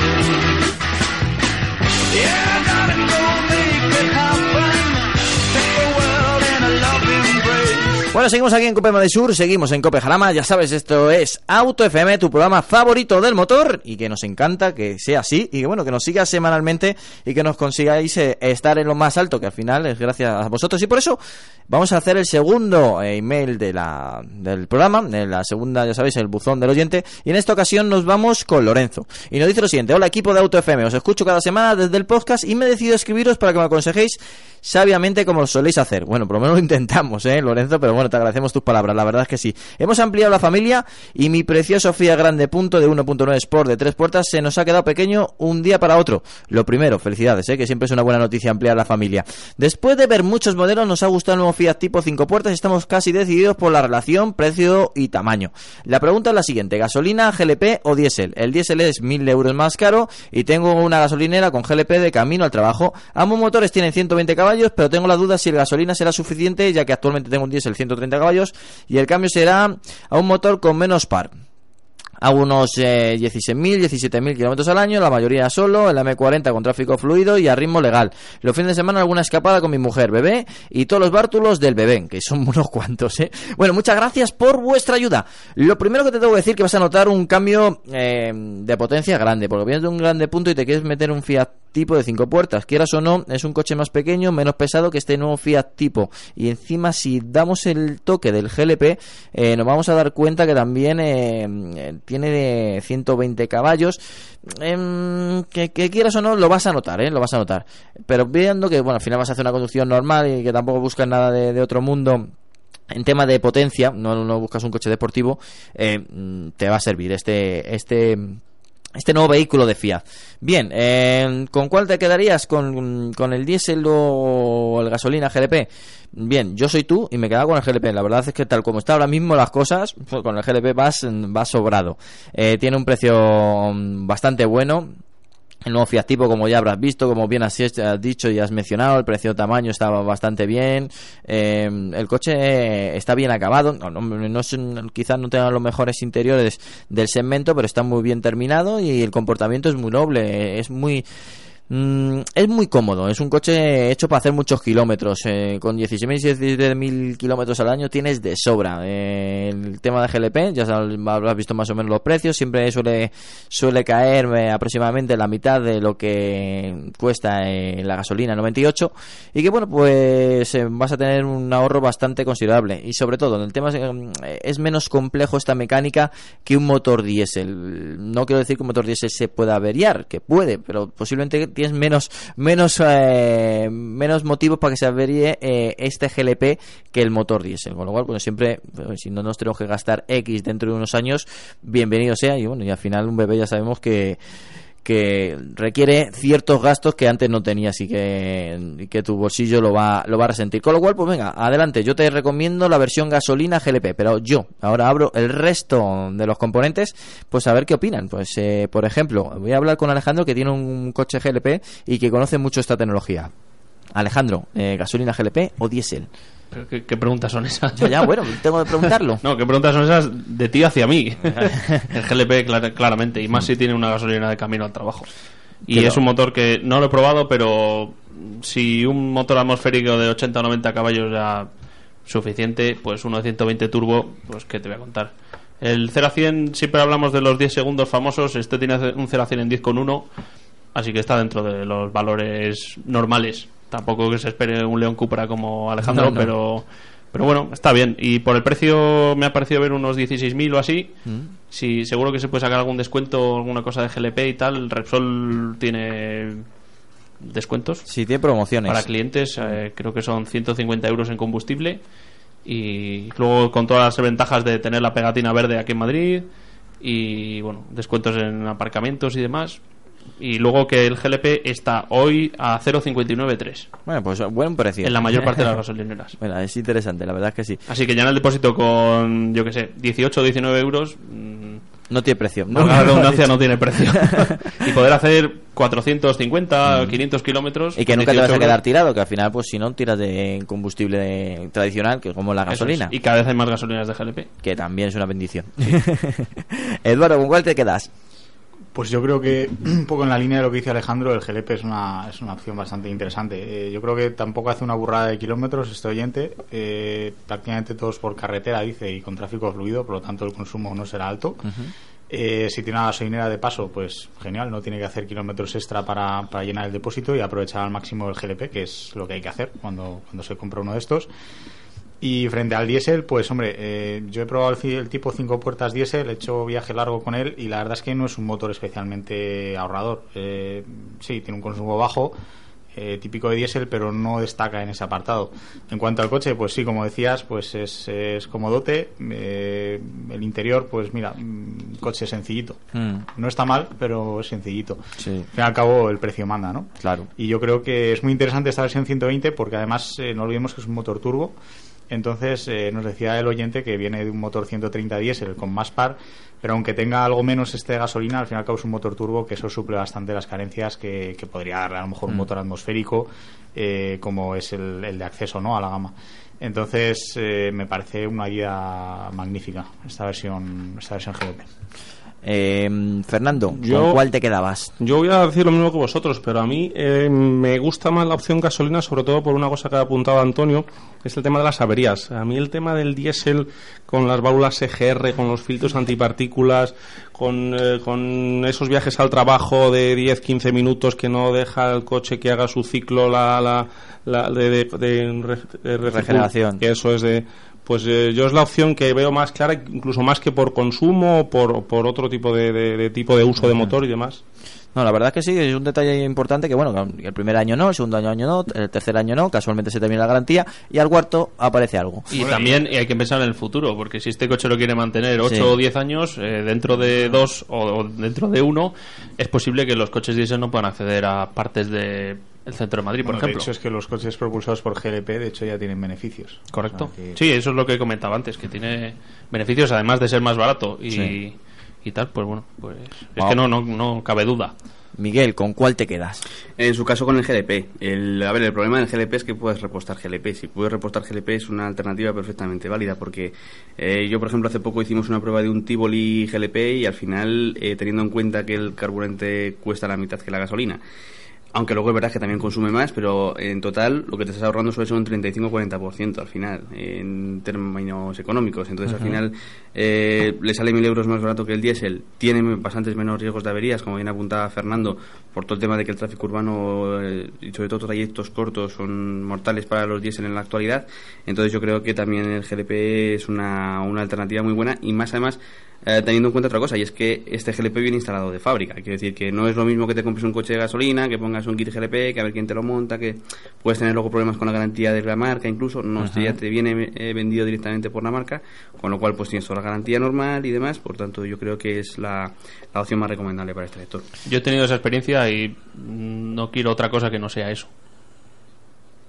Yeah, darling, go make it happen. Take the world in a loving embrace. Bueno, seguimos aquí en Cope Madrid Sur, seguimos en Cope Jarama, ya sabes, esto es Auto F M, tu programa favorito del motor, y que nos encanta que sea así, y que bueno, que nos sigas semanalmente y que nos consigáis eh, estar en lo más alto, que al final es gracias a vosotros, y por eso vamos a hacer el segundo eh, email de la, del programa, en la segunda, ya sabéis, el buzón del oyente, y en esta ocasión nos vamos con Lorenzo, y nos dice lo siguiente: hola equipo de Auto F M, os escucho cada semana desde el podcast y me he decidido escribiros para que me aconsejéis sabiamente como lo soléis hacer. Bueno, por lo menos lo intentamos, eh, Lorenzo, pero bueno, te agradecemos tus palabras, la verdad es que sí. Hemos ampliado la familia y mi precioso Fiat Grande Punto de uno punto nueve Sport de tres puertas se nos ha quedado pequeño un día para otro. Lo primero, felicidades, eh, que siempre es una buena noticia ampliar la familia. Después de ver muchos modelos, nos ha gustado el nuevo Fiat Tipo cinco puertas y estamos casi decididos por la relación precio y tamaño. La pregunta es la siguiente: ¿gasolina, G L P o diésel? El diésel es mil euros más caro y tengo una gasolinera con G L P de camino al trabajo. Ambos motores tienen ciento veinte caballos, pero tengo la duda si el gasolina será suficiente, ya que actualmente tengo un diésel ciento treinta caballos y el cambio será a un motor con menos par. A unos eh, dieciséis mil, diecisiete mil kilómetros al año, la mayoría solo, el M cuarenta con tráfico fluido y a ritmo legal. Los fines de semana alguna escapada con mi mujer, bebé y todos los bártulos del bebé, que son unos cuantos, ¿eh? Bueno, muchas gracias por vuestra ayuda. Lo primero que te tengo que decir que vas a notar un cambio eh, de potencia grande, porque vienes de un grande punto y te quieres meter un Fiat Tipo de cinco puertas, quieras o no, es un coche más pequeño, menos pesado que este nuevo Fiat Tipo, y encima si damos el toque del G L P eh, nos vamos a dar cuenta que también eh, tiene de ciento veinte caballos, eh, que, que quieras o no lo vas a notar, eh, lo vas a notar, pero viendo que bueno, al final vas a hacer una conducción normal y que tampoco buscas nada de, de otro mundo en tema de potencia, no, no buscas un coche deportivo, eh, te va a servir este este Este nuevo vehículo de Fiat. Bien, eh, ¿con cuál te quedarías? ¿Con, con el diésel o el gasolina G L P? Bien, yo soy tú y me quedaba con el G L P. La verdad es que tal como está ahora mismo las cosas, pues con el G L P vas, vas sobrado. Eh, tiene un precio bastante bueno. El nuevo Fiat Tipo, como ya habrás visto, como bien has dicho y has mencionado, el precio tamaño estaba bastante bien, eh, el coche está bien acabado, no, no, no es, quizás no tenga los mejores interiores del segmento, pero está muy bien terminado y el comportamiento es muy noble, es muy... Mm, es muy cómodo, es un coche hecho para hacer muchos kilómetros, eh, con dieciséis mil y diecisiete mil kilómetros al año tienes de sobra. Eh, el tema de G L P, ya habrás visto más o menos los precios, siempre suele suele caer eh, aproximadamente la mitad de lo que cuesta eh, la gasolina noventa y ocho, y que bueno, pues eh, vas a tener un ahorro bastante considerable, y sobre todo el tema es, eh, es menos complejo esta mecánica que un motor diésel. No quiero decir que un motor diésel se pueda averiar, que puede, pero posiblemente tienes menos menos eh, menos motivos para que se averíe eh, este G L P que el motor diésel, con lo cual pues siempre, pues, si no nos tenemos que gastar X dentro de unos años, bienvenido sea. Y bueno, y al final un bebé ya sabemos que que requiere ciertos gastos que antes no tenías y que, y que tu bolsillo lo va lo va a resentir, con lo cual pues venga, adelante, yo te recomiendo la versión gasolina G L P, pero yo ahora abro el resto de los componentes, pues a ver qué opinan. Pues eh, por ejemplo, voy a hablar con Alejandro, que tiene un coche G L P y que conoce mucho esta tecnología. Alejandro, eh, ¿gasolina G L P o diésel? ¿Pero qué, qué preguntas son esas? Ya, ya, bueno, tengo que preguntarlo. No, ¿qué preguntas son esas de ti hacia mí? El G L P, clar- claramente, y más si tiene una gasolina de camino al trabajo. Y Pero- es un motor que no lo he probado, pero si un motor atmosférico de ochenta o noventa caballos ya suficiente, pues uno de ciento veinte turbo, pues qué te voy a contar. El cero a cien, siempre hablamos de los diez segundos famosos, este tiene un cero a cien en diez coma uno, así que está dentro de los valores normales. Tampoco que se espere un León Cupra como Alejandro, No, no. pero pero bueno, está bien. Y por el precio me ha parecido ver unos dieciséis mil o así. Mm. Sí, seguro que se puede sacar algún descuento, alguna cosa de G L P y tal. Repsol tiene descuentos. Sí, tiene promociones. Para clientes, eh, creo que son ciento cincuenta euros en combustible. Y luego con todas las ventajas de tener la pegatina verde aquí en Madrid. Y bueno, descuentos en aparcamientos y demás. Y luego que el G L P está hoy a cero coma cincuenta y nueve tres. Bueno, pues buen precio. En la mayor parte de las gasolineras. Bueno, es interesante, la verdad es que sí. Así que ya en el depósito con, yo que sé, dieciocho o diecinueve euros. No tiene precio. Por la redundancia no tiene precio. Y poder hacer cuatrocientos cincuenta, quinientos kilómetros. Y que con nunca te vas a dieciocho quedar euros. tirado, que al final, pues si no, tiras de combustible tradicional, que como la Eso gasolina. es. Y cada vez hay más gasolineras de G L P. Que también es una bendición. Eduardo, ¿con cuál te quedas? Pues yo creo que un poco en la línea de lo que dice Alejandro, el G L P es una, es una opción bastante interesante. Eh, yo creo que tampoco hace una burrada de kilómetros este oyente, eh, prácticamente todos por carretera, dice, y con tráfico fluido, por lo tanto el consumo no será alto. Eh, si tiene una gasolinera de paso, pues genial, no tiene que hacer kilómetros extra para, para llenar el depósito y aprovechar al máximo el G L P, que es lo que hay que hacer cuando, cuando se compra uno de estos. Y frente al diésel, pues hombre, eh, yo he probado el, ci- el tipo cinco puertas diésel, he hecho viaje largo con él y la verdad es que no es un motor especialmente ahorrador. Eh, sí, tiene un consumo bajo, eh, típico de diésel, pero no destaca en ese apartado. En cuanto al coche, pues sí, como decías, pues es, es comodote. Eh, el interior, pues mira, mm, coche sencillito. Mm. No está mal, pero es sencillito. Sí. Al fin y al cabo, el precio manda, ¿no? Claro. Y yo creo que es muy interesante esta versión ciento veinte porque además eh, no olvidemos que es un motor turbo. Entonces eh, nos decía el oyente que viene de un motor ciento treinta diésel con más par, pero aunque tenga algo menos este de gasolina, al fin y al cabo es un motor turbo que eso suple bastante las carencias que, que podría darle a lo mejor un Mm. motor atmosférico eh, como es el, el de acceso, ¿no?, a la gama. Entonces eh, me parece una guía magnífica esta versión, esta versión G L P. Eh, Fernando, Yo- ¿con cuál te quedabas? Yo voy a decir lo mismo que vosotros, pero a mí eh, me gusta más la opción gasolina, sobre todo por una cosa que ha apuntado Antonio, es el tema de las averías. A mí el tema del diésel con las válvulas E G R, con los filtros antipartículas, con, eh, con esos viajes al trabajo de diez quince minutos que no deja el coche que haga su ciclo la, la, la de, de, de re- de recircul- Regeneración. que eso es de... Pues eh, yo es la opción que veo más clara, incluso más que por consumo o por, por otro tipo de, de- de tipo de uso de motor y demás. No, la verdad es que sí, es un detalle importante que, bueno, que el primer año no, el segundo año no, el tercer año no, casualmente se termina la garantía y al cuarto aparece algo. Y también y hay que pensar en el futuro, porque si este coche lo quiere mantener ocho Sí. o diez años, eh, dentro de dos o, o dentro de uno, es posible que los coches diésel no puedan acceder a partes del centro de Madrid, por Bueno, de ejemplo. hecho es que los coches propulsados por G L P de hecho ya tienen beneficios. Correcto. O sea que- Sí, eso es lo que comentaba antes, que tiene beneficios además de ser más barato y, Sí. y tal, pues bueno, pues es Wow. que no, no, no cabe duda. Miguel, ¿con cuál te quedas? En su caso con el G L P. El, a ver, el problema del G L P es que puedes repostar G L P. Si puedes repostar G L P es una alternativa perfectamente válida porque eh, yo, por ejemplo, hace poco hicimos una prueba de un Tivoli G L P y al final, eh, teniendo en cuenta que el carburante cuesta la mitad que la gasolina, aunque luego es verdad que también consume más, pero en total lo que te estás ahorrando suele ser un treinta y cinco a cuarenta por ciento al final, en términos económicos. Entonces, Ujú. al final, eh, le sale mil euros más barato que el diésel, tiene bastantes menos riesgos de averías, como bien apuntaba Fernando, por todo el tema de que el tráfico urbano eh, y sobre todo trayectos cortos son mortales para los diésel en la actualidad. Entonces, yo creo que también el G L P es una, una alternativa muy buena y más además Eh, teniendo en cuenta otra cosa, y es que este G L P viene instalado de fábrica. Quiero decir que no es lo mismo que te compres un coche de gasolina, que pongas un kit G L P, que a ver quién te lo monta, que puedes tener luego problemas con la garantía de la marca, incluso. No, este ya te viene eh, vendido directamente por la marca, con lo cual pues tienes toda la garantía normal y demás. Por tanto, yo creo que es la, la opción más recomendable para este lector. Yo he tenido esa experiencia y mm, no quiero otra cosa que no sea eso.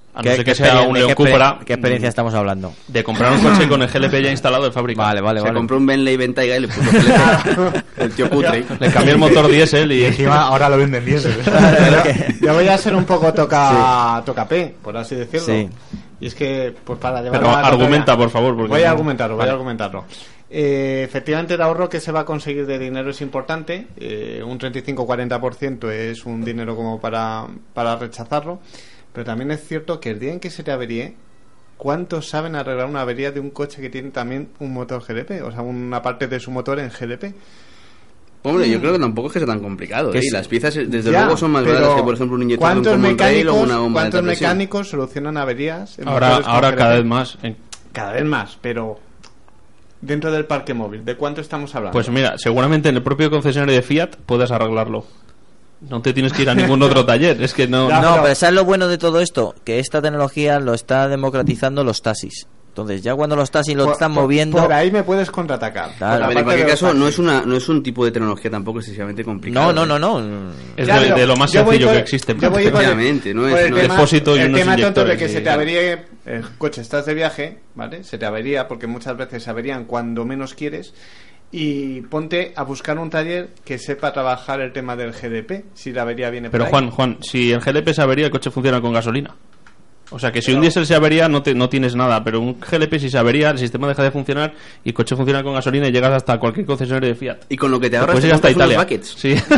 A no ser que sea un León Cupra. ¿Qué experiencia estamos hablando? De comprar un coche con el G L P ya instalado de fábrica. Vale, vale, Se vale. compró un Bentley Bentayga y le puso G L P. El tío cutre. Le cambié el motor diésel y... Y encima ahora lo venden diésel. Yo voy a ser un poco toca, toca P, por así decirlo. Sí. Y es que, pues para llevar Pero una argumenta, tontería- por favor. Porque Voy a no- argumentarlo, voy Vale. a argumentarlo. Eh, efectivamente, el ahorro que se va a conseguir de dinero es importante. Eh, un treinta y cinco a cuarenta por ciento es un dinero como para, para rechazarlo. Pero también es cierto que el día en que se te averíe, ¿cuántos saben arreglar una avería de un coche que tiene también un motor G L P? O sea, una parte de su motor en G L P. Hombre, yo creo que tampoco es que sea tan complicado. ¿eh? Y las piezas, desde Ya, luego, son más pero baratas que, por ejemplo, un inyector de un ¿cuántos Common Rail o mecánicos, una bomba de ¿cuántos alta presión? mecánicos solucionan averías? en Ahora, motores con ahora G L P? cada vez más. En- Cada vez más, pero dentro del parque móvil, ¿de cuánto estamos hablando? Pues mira, seguramente en el propio concesionario de Fiat puedes arreglarlo. No te tienes que ir a ningún otro taller. Es que no... No, pero ¿sabes lo bueno de todo esto? Que esta tecnología lo está democratizando los taxis. Entonces, ya cuando los taxis lo Por- están por- moviendo... Por ahí me puedes contraatacar. Claro. Por A la ver, en parte cualquier de los caso, no taxis. es, una, no es un tipo de tecnología tampoco excesivamente complicado. No, no, ¿eh? no, no. Es Ya, de, pero de lo más yo voy sencillo por- que existe. yo voy por el- Efectivamente, no por es... el no de es- tema- depósito y el unos tema entonces de inyectores que y- se te averíe el coche, estás de viaje, ¿vale? Se te avería porque muchas veces se averían cuando menos quieres. Y ponte a buscar un taller que sepa trabajar el tema del G D P, si la avería viene Pero por ahí. Juan, Juan, si el G L P se avería, el coche funciona con gasolina. O sea que si Pero- un diésel se avería no, te, no tienes nada, pero un G L P si se avería, el sistema deja de funcionar y el coche funciona con gasolina y llegas hasta cualquier concesionario de Fiat. Y con lo que te ahorras Puedes te ir hasta compras unos Italia. buckets.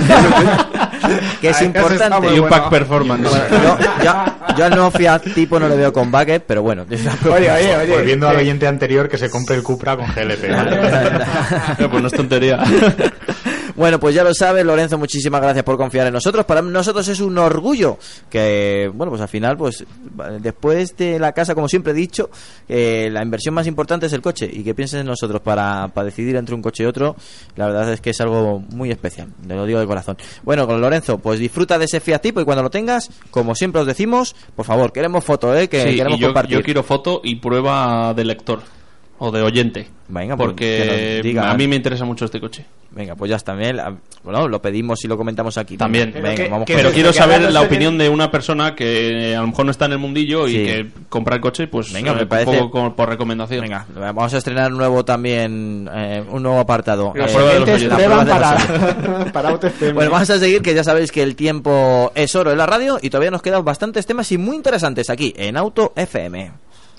Sí. Que es Ay, eso está importante. muy Y un bueno. pack performance. Bueno, yo, yo, yo al nuevo Fiat tipo no le veo con bucket, pero bueno. Oye, oye, oye. Volviendo al que- oyente anterior, que se compre el Cupra con G L P. No, pues no es tontería. Bueno, pues ya lo sabes, Lorenzo, muchísimas gracias por confiar en nosotros. Para nosotros es un orgullo que, bueno, pues al final, pues después de la casa, como siempre he dicho, eh, la inversión más importante es el coche y que pienses en nosotros para, para decidir entre un coche y otro, la verdad es que es algo muy especial, te lo digo de corazón. Bueno, con Lorenzo, pues disfruta de ese Fiat Tipo y cuando lo tengas, como siempre os decimos, por favor, queremos foto, ¿eh? Que Sí, queremos y yo, compartir. yo quiero foto y prueba de lector o de oyente. Venga, pues, que porque nos diga. a mí me interesa mucho este coche. Venga, pues ya está bien. la- Bueno, lo pedimos y lo comentamos aquí. También. Venga, Pero que- vamos que- con Pero desde quiero que saber ahora no la sé opinión de una persona que a lo mejor no está en el mundillo y Sí. que compra el coche, pues Venga, eh, me un parece- poco como por recomendación. Venga, vamos a estrenar un nuevo también, eh, un nuevo apartado. La Eh, prueba de los Oyentes oyentes. prueban La prueba de para, para Auto F M. Bueno, vamos a seguir, que ya sabéis que el tiempo es oro en la radio y todavía nos quedan bastantes temas y muy interesantes aquí en Auto F M.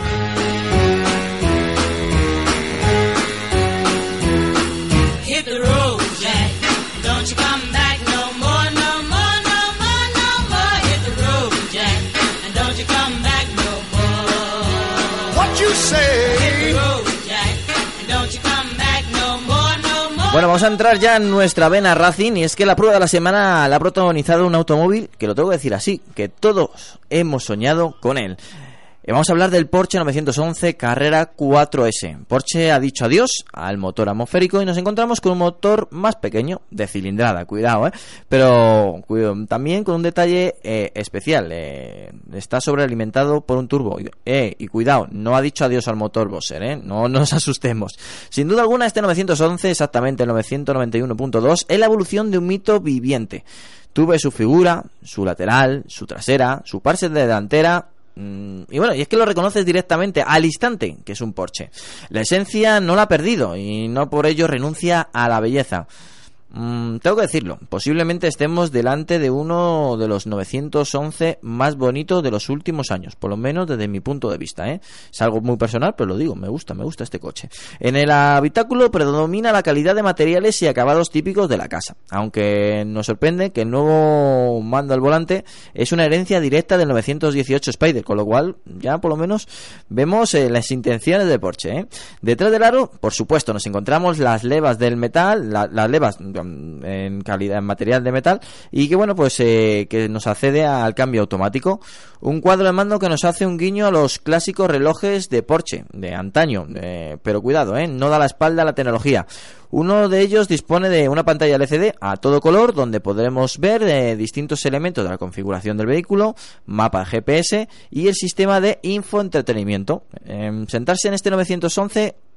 Hit the road, Jack. Don't you come back no more, no more, no more, no more. Hit the road, Jack. And don't you come back no more. What you say? Hit the road, Jack. And don't you come back no more, no more. Bueno, vamos a entrar ya en nuestra vena Racing y es que la prueba de la semana la ha protagonizado un automóvil que lo tengo que decir así, que todos hemos soñado con él. Eh, Vamos a hablar del Porsche novecientos once Carrera cuatro ese. Porsche ha dicho adiós al motor atmosférico y nos encontramos con un motor más pequeño, de cilindrada, cuidado, ¿eh? Pero cuidado, también con un detalle eh, especial. Eh, está sobrealimentado por un turbo. Eh, y cuidado, no ha dicho adiós al motor Boxer, ¿eh? No nos asustemos. Sin duda alguna, este novecientos once, exactamente el novecientos noventa y uno punto dos, es la evolución de un mito viviente. Tuve su figura, su lateral, su trasera, su parte de delantera. Y bueno, y es que lo reconoces directamente al instante que es un Porsche. La esencia no la ha perdido y no por ello renuncia a la belleza. Mm, tengo que decirlo, posiblemente estemos delante de uno de los novecientos once más bonitos de los últimos años, por lo menos desde mi punto de vista, ¿eh? Es algo muy personal, pero lo digo, me gusta, me gusta este coche. En el habitáculo predomina la calidad de materiales y acabados típicos de la casa, aunque nos sorprende que el nuevo mando al volante es una herencia directa del novecientos dieciocho Spider, con lo cual ya por lo menos vemos eh, las intenciones de Porsche, ¿eh? Detrás del aro, por supuesto, nos encontramos las levas del metal, la, las levas en calidad, en material de metal, y que bueno, pues eh, que nos accede al cambio automático. Un cuadro de mando que nos hace un guiño a los clásicos relojes de Porsche de antaño, eh, pero cuidado, eh, no da la espalda a la tecnología. Uno de ellos dispone de una pantalla L C D a todo color donde podremos ver eh, distintos elementos de la configuración del vehículo, mapa de G P S y el sistema de infoentretenimiento. Eh, sentarse en este novecientos once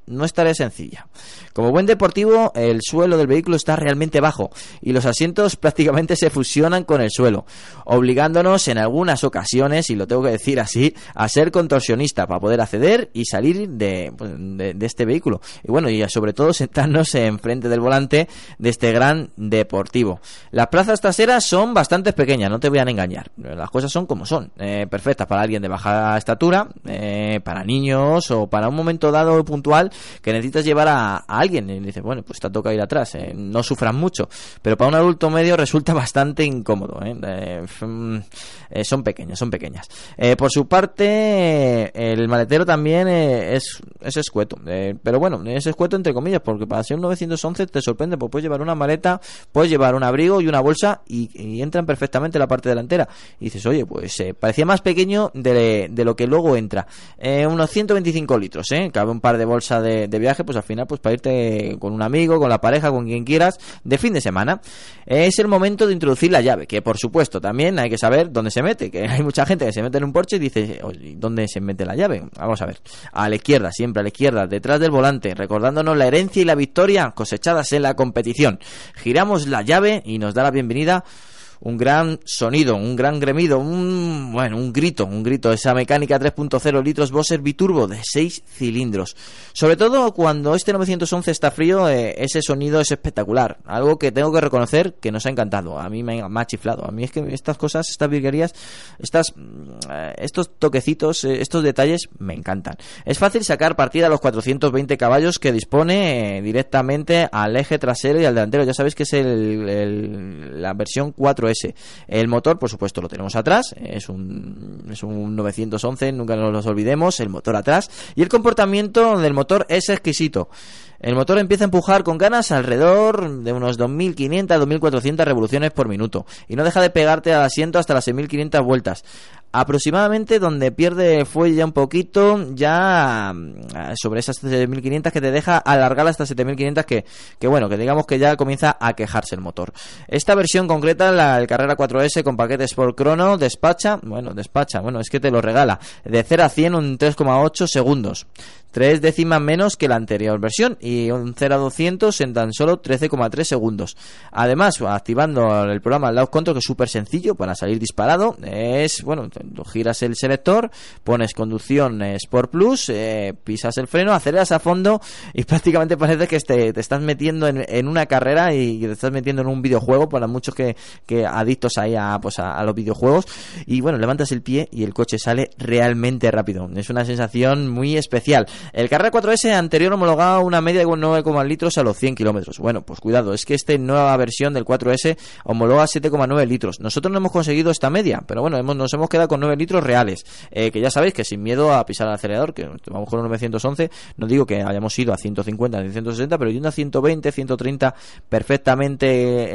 no es tarea sencilla. Como buen deportivo, el suelo del vehículo está realmente bajo y los asientos prácticamente se fusionan con el suelo, obligándonos en algunas ocasiones, y lo tengo que decir así, a ser contorsionista para poder acceder y salir de, de, de este vehículo. Y bueno, y sobre todo sentarnos enfrente del volante de este gran deportivo. Las plazas traseras son bastante pequeñas, no te voy a engañar. Las cosas son como son, eh, perfectas para alguien de baja estatura, eh, para niños o para un momento dado puntual que necesitas llevar a, a alguien y dices, bueno, pues te toca ir atrás, eh, no sufras mucho, pero para un adulto medio resulta bastante incómodo, eh, eh, eh, son pequeñas, son pequeñas. Eh, por su parte, el maletero también eh, es, es escueto, eh, pero bueno, es escueto entre comillas, porque para ser un novecientos once te sorprende, pues puedes llevar una maleta, puedes llevar un abrigo y una bolsa y, y entran perfectamente en la parte delantera. Y dices, oye, pues eh, parecía más pequeño de, de lo que luego entra. Eh, unos ciento veinticinco litros, ¿eh? Cabe un par de bolsas de, de viaje, pues al final, pues para irte con un amigo, con la pareja, con quien quieras, de fin de semana. Eh, es el momento de introducir la llave, que por supuesto también hay que saber dónde se mete, que hay mucha gente que se mete en un Porsche y dice, oye, ¿dónde se mete la llave? Vamos a ver, a la izquierda, siempre a la izquierda, detrás del volante, recordándonos la herencia y la victoria cosechadas en la competición. Giramos la llave y nos da la bienvenida un gran sonido, un gran gremido, un bueno, un grito, un grito, esa mecánica tres punto cero litros Boxer biturbo de seis cilindros. Sobre todo cuando este novecientos once está frío, eh, ese sonido es espectacular, algo que tengo que reconocer que nos ha encantado, a mí me ha, me ha chiflado, a mí es que estas cosas, estas virguerías, estas eh, estos toquecitos, eh, estos detalles me encantan. Es fácil sacar partida a los cuatrocientos veinte caballos que dispone eh, directamente al eje trasero y al delantero, ya sabéis que es el, el, la versión cuatro ese. El motor, por supuesto, lo tenemos atrás, es un, es un novecientos once, nunca nos los olvidemos, el motor atrás, y el comportamiento del motor es exquisito. El motor empieza a empujar con ganas alrededor de unos dos mil quinientas a dos mil cuatrocientas revoluciones por minuto y no deja de pegarte al asiento hasta las seis mil quinientas vueltas. Aproximadamente donde pierde fuelle ya un poquito, ya sobre esas seis mil quinientas que te deja alargar hasta siete mil quinientas que, que bueno, que digamos que ya comienza a quejarse el motor. Esta versión concreta, la el Carrera cuatro ese con paquete Sport Chrono, despacha, bueno, despacha, bueno, es que te lo regala, de cero a cien en tres coma ocho segundos. Tres décimas menos que la anterior versión y un cero a doscientos en tan solo trece coma tres segundos. Además, activando el programa Launch Control, que es súper sencillo para salir disparado, es, bueno, giras el selector, pones conducción Sport Plus, eh, pisas el freno, aceleras a fondo y prácticamente parece que te, te estás metiendo en, en una carrera y te estás metiendo en un videojuego, para muchos que, que adictos ahí a, pues a, a los videojuegos. Y bueno, levantas el pie y el coche sale realmente rápido. Es una sensación muy especial. El Carrera cuatro ese anterior homologaba una media de nueve coma nueve litros a los cien kilómetros. Bueno, pues cuidado, es que esta nueva versión del cuatro ese homologa siete coma nueve litros. Nosotros no hemos conseguido esta media, pero bueno, hemos, nos hemos quedado con nueve litros reales. Eh, que ya sabéis que sin miedo a pisar el acelerador, que vamos con un novecientos once, no digo que hayamos ido a ciento cincuenta, a ciento sesenta, pero yendo a ciento veinte, ciento treinta perfectamente,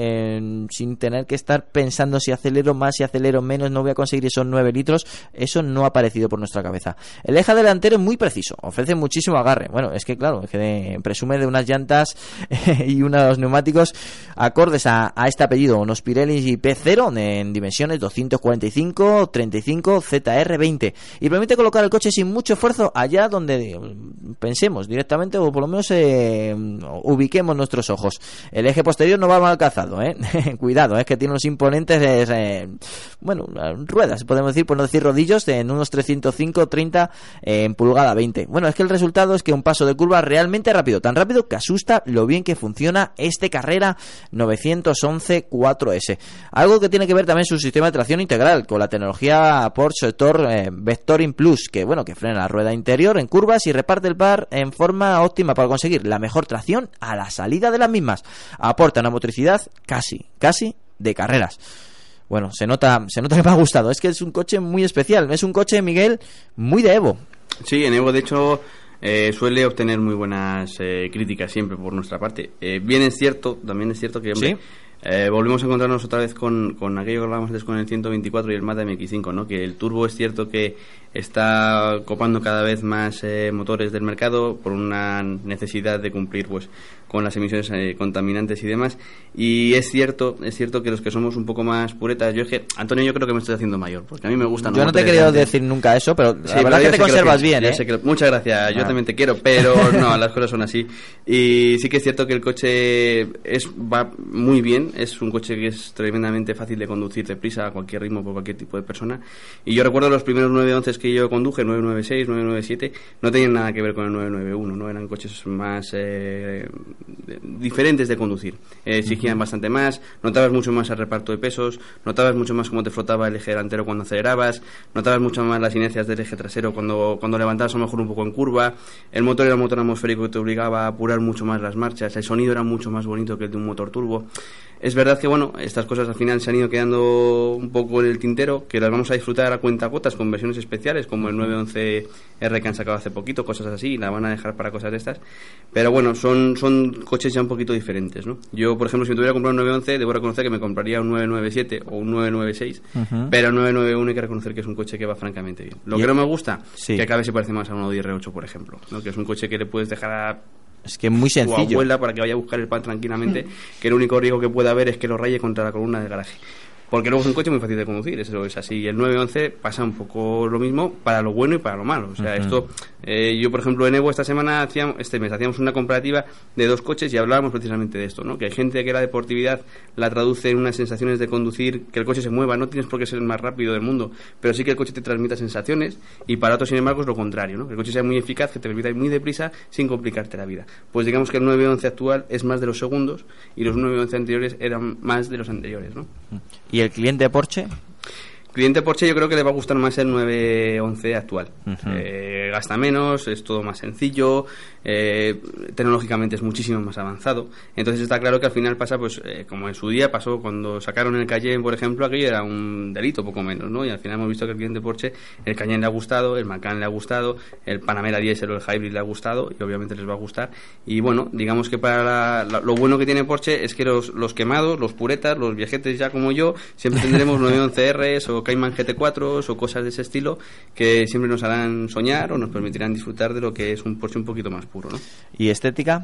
eh, sin tener que estar pensando si acelero más, si acelero menos, no voy a conseguir esos nueve litros. Eso no ha aparecido por nuestra cabeza. El eje delantero es muy preciso, ofrece muchísimo agarre. Bueno, es que claro, es que de, presume de unas llantas y unos neumáticos acordes a, a este apellido, unos Pirelli P cero en dimensiones doscientos cuarenta y cinco treinta y cinco Z R veinte y permite colocar el coche sin mucho esfuerzo allá donde pensemos directamente, o por lo menos eh, ubiquemos nuestros ojos. El eje posterior no va mal calzado, ¿eh? Cuidado, es que tiene unos imponentes eh, bueno, ruedas, podemos decir, por no decir rodillos, en unos trescientos cinco treinta eh, en pulgada veinte. Bueno, es que el resultado es que un paso de curva realmente rápido, tan rápido que asusta lo bien que funciona este Carrera novecientos once cuatro ese. Algo que tiene que ver también su sistema de tracción integral con la tecnología Porsche Tor, eh, Vectoring Plus, que bueno, que frena la rueda interior en curvas y reparte el par en forma óptima para conseguir la mejor tracción a la salida de las mismas. Aporta una motricidad casi, casi de carreras. Bueno, se nota, se nota que me ha gustado. Es que es un coche muy especial. Es un coche, Miguel, muy de Evo. Sí, en Evo, de hecho, eh, suele obtener muy buenas eh, críticas siempre por nuestra parte. Eh, bien es cierto, también es cierto que, hombre, ¿sí? Eh, volvemos a encontrarnos otra vez con, con aquello que hablábamos antes con el ciento veinticuatro y el Mazda M X cinco, ¿no? Que el turbo es cierto que está copando cada vez más eh, motores del mercado por una necesidad de cumplir pues con las emisiones eh, contaminantes y demás, y es cierto es cierto que los que somos un poco más puretas, yo es que, Antonio, yo creo que me estoy haciendo mayor, porque a mí me gustan yo no te he querido decir nunca eso, pero sí, la verdad pero que te conservas que, bien, ¿eh? Que, muchas gracias, yo ah. también te quiero, pero no, las cosas son así, y sí que es cierto que el coche es va muy bien, es un coche que es tremendamente fácil de conducir deprisa a cualquier ritmo por cualquier tipo de persona, y yo recuerdo los primeros nueve once que yo conduje, nueve nueve seis, nueve nueve siete, no tenían nada que ver con el nueve nueve uno, no eran coches más eh, diferentes de conducir, eh, exigían uh-huh. bastante más, notabas mucho más el reparto de pesos, notabas mucho más cómo te flotaba el eje delantero cuando acelerabas, notabas mucho más las inercias del eje trasero cuando, cuando levantabas a lo mejor un poco en curva, el motor era un motor atmosférico que te obligaba a apurar mucho más las marchas, el sonido era mucho más bonito que el de un motor turbo. Es verdad que, bueno, estas cosas al final se han ido quedando un poco en el tintero, que las vamos a disfrutar a cuentagotas con versiones especiales, como el nueve once R que han sacado hace poquito, cosas así, y la van a dejar para cosas de estas. Pero bueno, son, son coches ya un poquito diferentes, ¿no? Yo, por ejemplo, si me tuviera que comprar un nueve once, debo reconocer que me compraría un nueve nueve siete o un nueve nueve seis, uh-huh. pero el nueve nueve uno hay que reconocer que es un coche que va francamente bien. Lo que no me gusta, sí. que cada vez se parece más a un Audi R ocho, por ejemplo, ¿no? Que es un coche que le puedes dejar a... Es que es muy sencillo. Tu abuela para que vaya a buscar el pan tranquilamente, que el único riesgo que pueda haber es que lo raye contra la columna del garaje. Porque luego es un coche muy fácil de conducir, eso es así. Y el nueve once pasa un poco lo mismo para lo bueno y para lo malo. O sea, uh-huh. esto, eh, yo por ejemplo en Evo esta semana, hacíamos, este mes, hacíamos una comparativa de dos coches y hablábamos precisamente de esto, ¿no? Que hay gente que la deportividad la traduce en unas sensaciones de conducir, que el coche se mueva, no tienes por qué ser el más rápido del mundo, pero sí que el coche te transmita sensaciones, y para otros, sin embargo, es lo contrario, ¿no? Que el coche sea muy eficaz, que te permita ir muy deprisa sin complicarte la vida. Pues digamos que el nueve once actual es más de los segundos y los nueve once anteriores eran más de los anteriores, ¿no? ¿Y el cliente Porsche? Cliente Porsche yo creo que le va a gustar más el nueve once actual. Uh-huh. Eh, gasta menos, es todo más sencillo, eh, tecnológicamente es muchísimo más avanzado. Entonces está claro que al final pasa, pues eh, como en su día pasó cuando sacaron el Cayenne, por ejemplo, aquello era un delito poco menos, ¿no? Y al final hemos visto que el cliente Porsche, el Cayenne le ha gustado, el Macan le ha gustado, el Panamera Diesel o el Hybrid le ha gustado, y obviamente les va a gustar. Y bueno, digamos que para la, la, lo bueno que tiene Porsche es que los, los quemados, los puretas, los viejetes ya como yo, siempre tendremos nueve once Rs o Cayman G T cuatro o cosas de ese estilo que siempre nos harán soñar o nos permitirán disfrutar de lo que es un Porsche un poquito más puro, ¿no? ¿Y estética?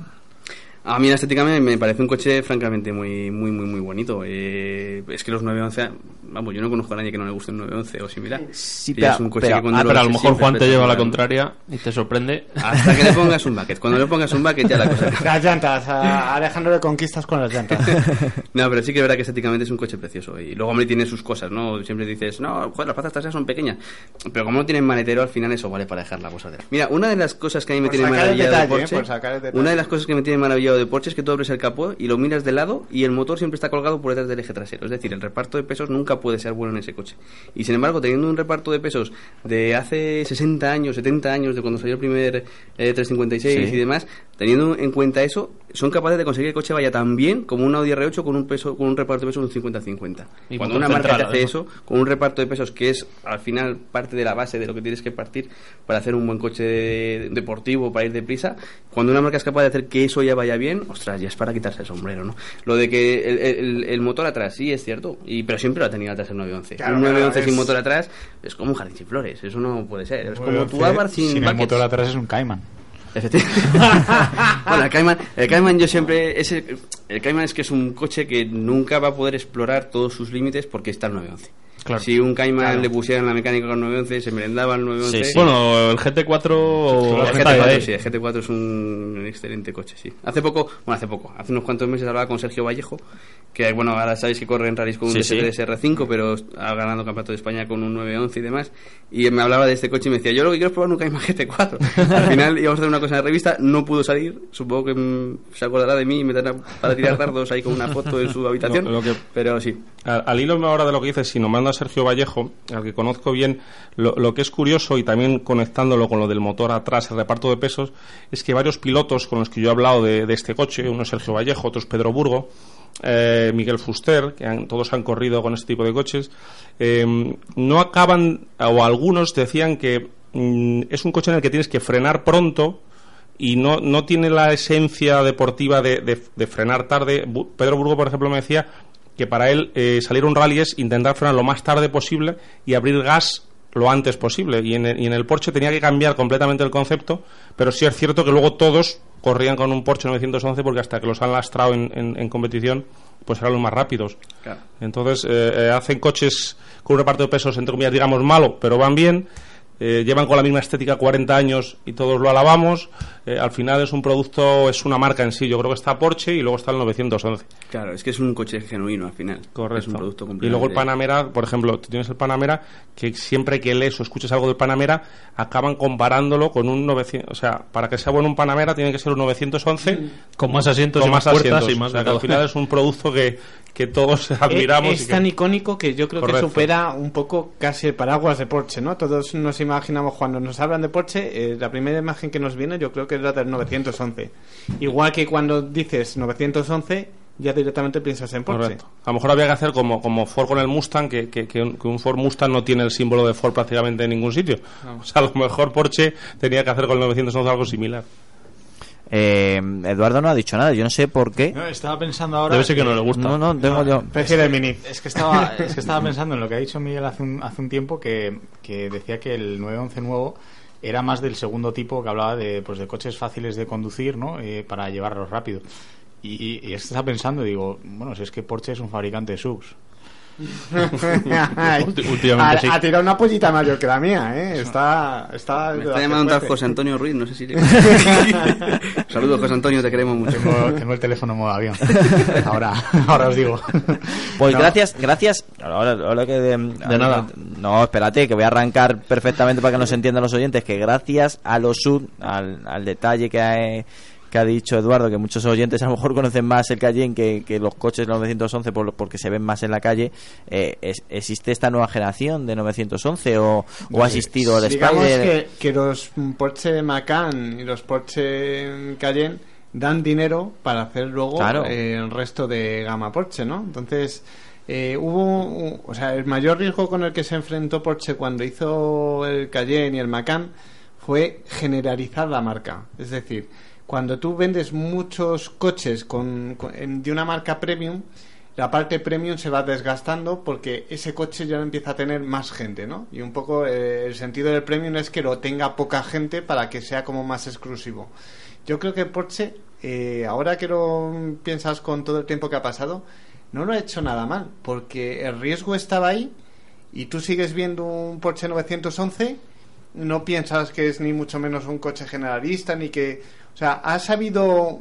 A mí la estética me, me parece un coche francamente muy muy muy muy bonito. Eh, es que los nueve once, vamos, yo no conozco a nadie que no le guste un nueve once o similar. Sí, pero, es un coche pero, que cuando ah, lo pero a lo mejor Juan te lleva a la ¿no? contraria y te sorprende. Hasta que le pongas un bucket. Cuando le pongas un bucket ya la cosa... Las llantas, a Alejandro le conquistas con las llantas. No, pero sí que es verdad que estéticamente es un coche precioso. Y luego, hombre, tiene sus cosas, ¿no? Siempre dices, no, joder, las plazas traseras son pequeñas. Pero como no tienen maletero, al final eso vale para dejar la cosa de... Mira, una de las cosas que a mí me por tiene maravillado detalle, de Porsche... Eh, una de las cosas que me tiene maravillado de Porsche es que tú abres el capó y lo miras de lado y el motor siempre está colgado por detrás del eje trasero. Es decir, el reparto de pesos nunca puede ser bueno en ese coche. Y sin embargo, teniendo un reparto de pesos de hace sesenta años, setenta años, de cuando salió el primer eh, trescientos cincuenta y seis sí. y demás, teniendo en cuenta eso, son capaces de conseguir que el coche vaya tan bien como un Audi R ocho con un peso con un reparto de pesos de un cincuenta cincuenta. Y cuando una marca te hace eso, con un reparto de pesos que es al final parte de la base de lo que tienes que partir para hacer un buen coche de, deportivo, para ir deprisa, cuando una marca es capaz de hacer que eso ya vaya bien, ostras, ya es para quitarse el sombrero, ¿no? Lo de que el, el, el motor atrás, sí, es cierto, y pero siempre lo ha tenido atrás el nueve once. Claro, un nueve once claro, sin es... motor atrás es como un jardín sin flores, eso no puede ser. Es como tu Abarth sin, sin el motor atrás es un Cayman. Bueno, el Cayman, el Cayman yo siempre es el, el Cayman es que es un coche que nunca va a poder explorar todos sus límites porque está el nueve once. Claro. Si un Cayman claro. le pusieran la mecánica con nueve once, se merendaba el nueve once. Sí, sí. Bueno, el G T cuatro... El G T cuatro, sí, el G T cuatro es un excelente coche, sí. Hace poco, bueno, hace poco, hace unos cuantos meses hablaba con Sergio Vallejo, que bueno, ahora sabéis que corre en rallies con un sí, D S R cinco, pero ha ganado Campeonato de España con un nueve once y demás, y me hablaba de este coche y me decía, yo lo que quiero es probar un Cayman G T cuatro. Al final íbamos a hacer una cosa en la revista, no pudo salir, supongo que mmm, se acordará de mí y me dará para tirar dardos ahí con una foto en su habitación, lo, lo que, pero sí. Al, al hilo ahora de lo que dices, si nos manda Sergio Vallejo, al que conozco bien, lo, lo que es curioso, y también conectándolo con lo del motor atrás, el reparto de pesos, es que varios pilotos con los que yo he hablado de, de este coche, uno es Sergio Vallejo, otro es Pedro Burgo, eh, Miguel Fuster, que han, todos han corrido con este tipo de coches, eh, no acaban, o algunos decían que mm, es un coche en el que tienes que frenar pronto y no, no tiene la esencia deportiva de, de, de frenar tarde. Pedro Burgo, por ejemplo, me decía que para él eh, salir a un rally es intentar frenar lo más tarde posible y abrir gas lo antes posible, y en, el, y en el Porsche tenía que cambiar completamente el concepto, pero sí es cierto que luego todos corrían con un Porsche novecientos once porque hasta que los han lastrado en, en, en competición pues eran los más rápidos. Claro. Entonces eh, eh, hacen coches con un reparto de pesos entre comillas digamos malo, pero van bien. Eh, llevan con la misma estética cuarenta años y todos lo alabamos. Eh, al final es un producto, es una marca en sí. Yo creo que está Porsche y luego está el novecientos once. Claro, es que es un coche genuino al final. Correcto. Es un producto y luego el Panamera, por ejemplo, tú tienes el Panamera que siempre que lees o escuches algo del Panamera acaban comparándolo con un novecientos, o sea, para que sea bueno un Panamera tiene que ser un novecientos once con más asientos con y más más puertas asientos. y más o sea, que al final es un producto que, que todos admiramos. Es, es y que... tan icónico que yo creo Correcto. que supera un poco casi el paraguas de Porsche, ¿no? Todos nos imaginamos cuando nos hablan de Porsche, eh, la primera imagen que nos viene yo creo que es la del novecientos once. Igual que cuando dices novecientos once ya directamente piensas en Porsche. Correcto. A lo mejor había que hacer como, como Ford con el Mustang, que, que, que, un, que un Ford Mustang no tiene el símbolo de Ford prácticamente en ningún sitio. No. O sea, a lo mejor Porsche tenía que hacer con el novecientos once algo similar. Eh, Eduardo no ha dicho nada, yo no sé por qué. No, estaba pensando ahora. Debe ser que no le gusta. No, no, tengo no, yo. Prefiere el Mini. Es que estaba, es que estaba pensando en lo que ha dicho Miguel hace un, hace un tiempo, que, que decía que el nueve once nuevo era más del segundo tipo, que hablaba de, pues, de coches fáciles de conducir, ¿no? Eh, para llevarlos rápido. Y, y, y estaba pensando, digo, bueno, si es que Porsche es un fabricante de subs. Últimamente ha, ha tirado una pollita mayor que la mía, ¿eh? Está, está, me está llamando un tal José Antonio Ruiz, no sé si le... Saludos, José Antonio, te queremos mucho. Tengo, tengo el teléfono en modo avión. Ahora, ahora os digo. Pues no. gracias, gracias. Ahora, ahora que de, de ahora, nada. No, espérate, que voy a arrancar perfectamente para que nos entiendan los oyentes. Que gracias a los sub, al, al detalle que hay, que ha dicho Eduardo, que muchos oyentes a lo mejor conocen más el Cayenne que, que los coches de novecientos once por, porque se ven más en la calle. Eh, es, ¿Existe esta nueva generación de novecientos once o, o ha existido el Digamos Spider? que, que los Porsche Macan y los Porsche Cayenne dan dinero para hacer luego Claro. eh, el resto de gama Porsche, ¿no? Entonces eh, hubo, o sea, el mayor riesgo con el que se enfrentó Porsche cuando hizo el Cayenne y el Macan fue generalizar la marca, es decir, cuando tú vendes muchos coches con, con, de una marca premium, la parte premium se va desgastando porque ese coche ya empieza a tener más gente, ¿no? Y un poco eh, el sentido del premium es que lo tenga poca gente para que sea como más exclusivo. Yo creo que Porsche, eh, ahora que lo piensas con todo el tiempo que ha pasado, no lo ha hecho nada mal, porque el riesgo estaba ahí y tú sigues viendo un Porsche novecientos once, no piensas que es ni mucho menos un coche generalista, ni que... O sea, ha sabido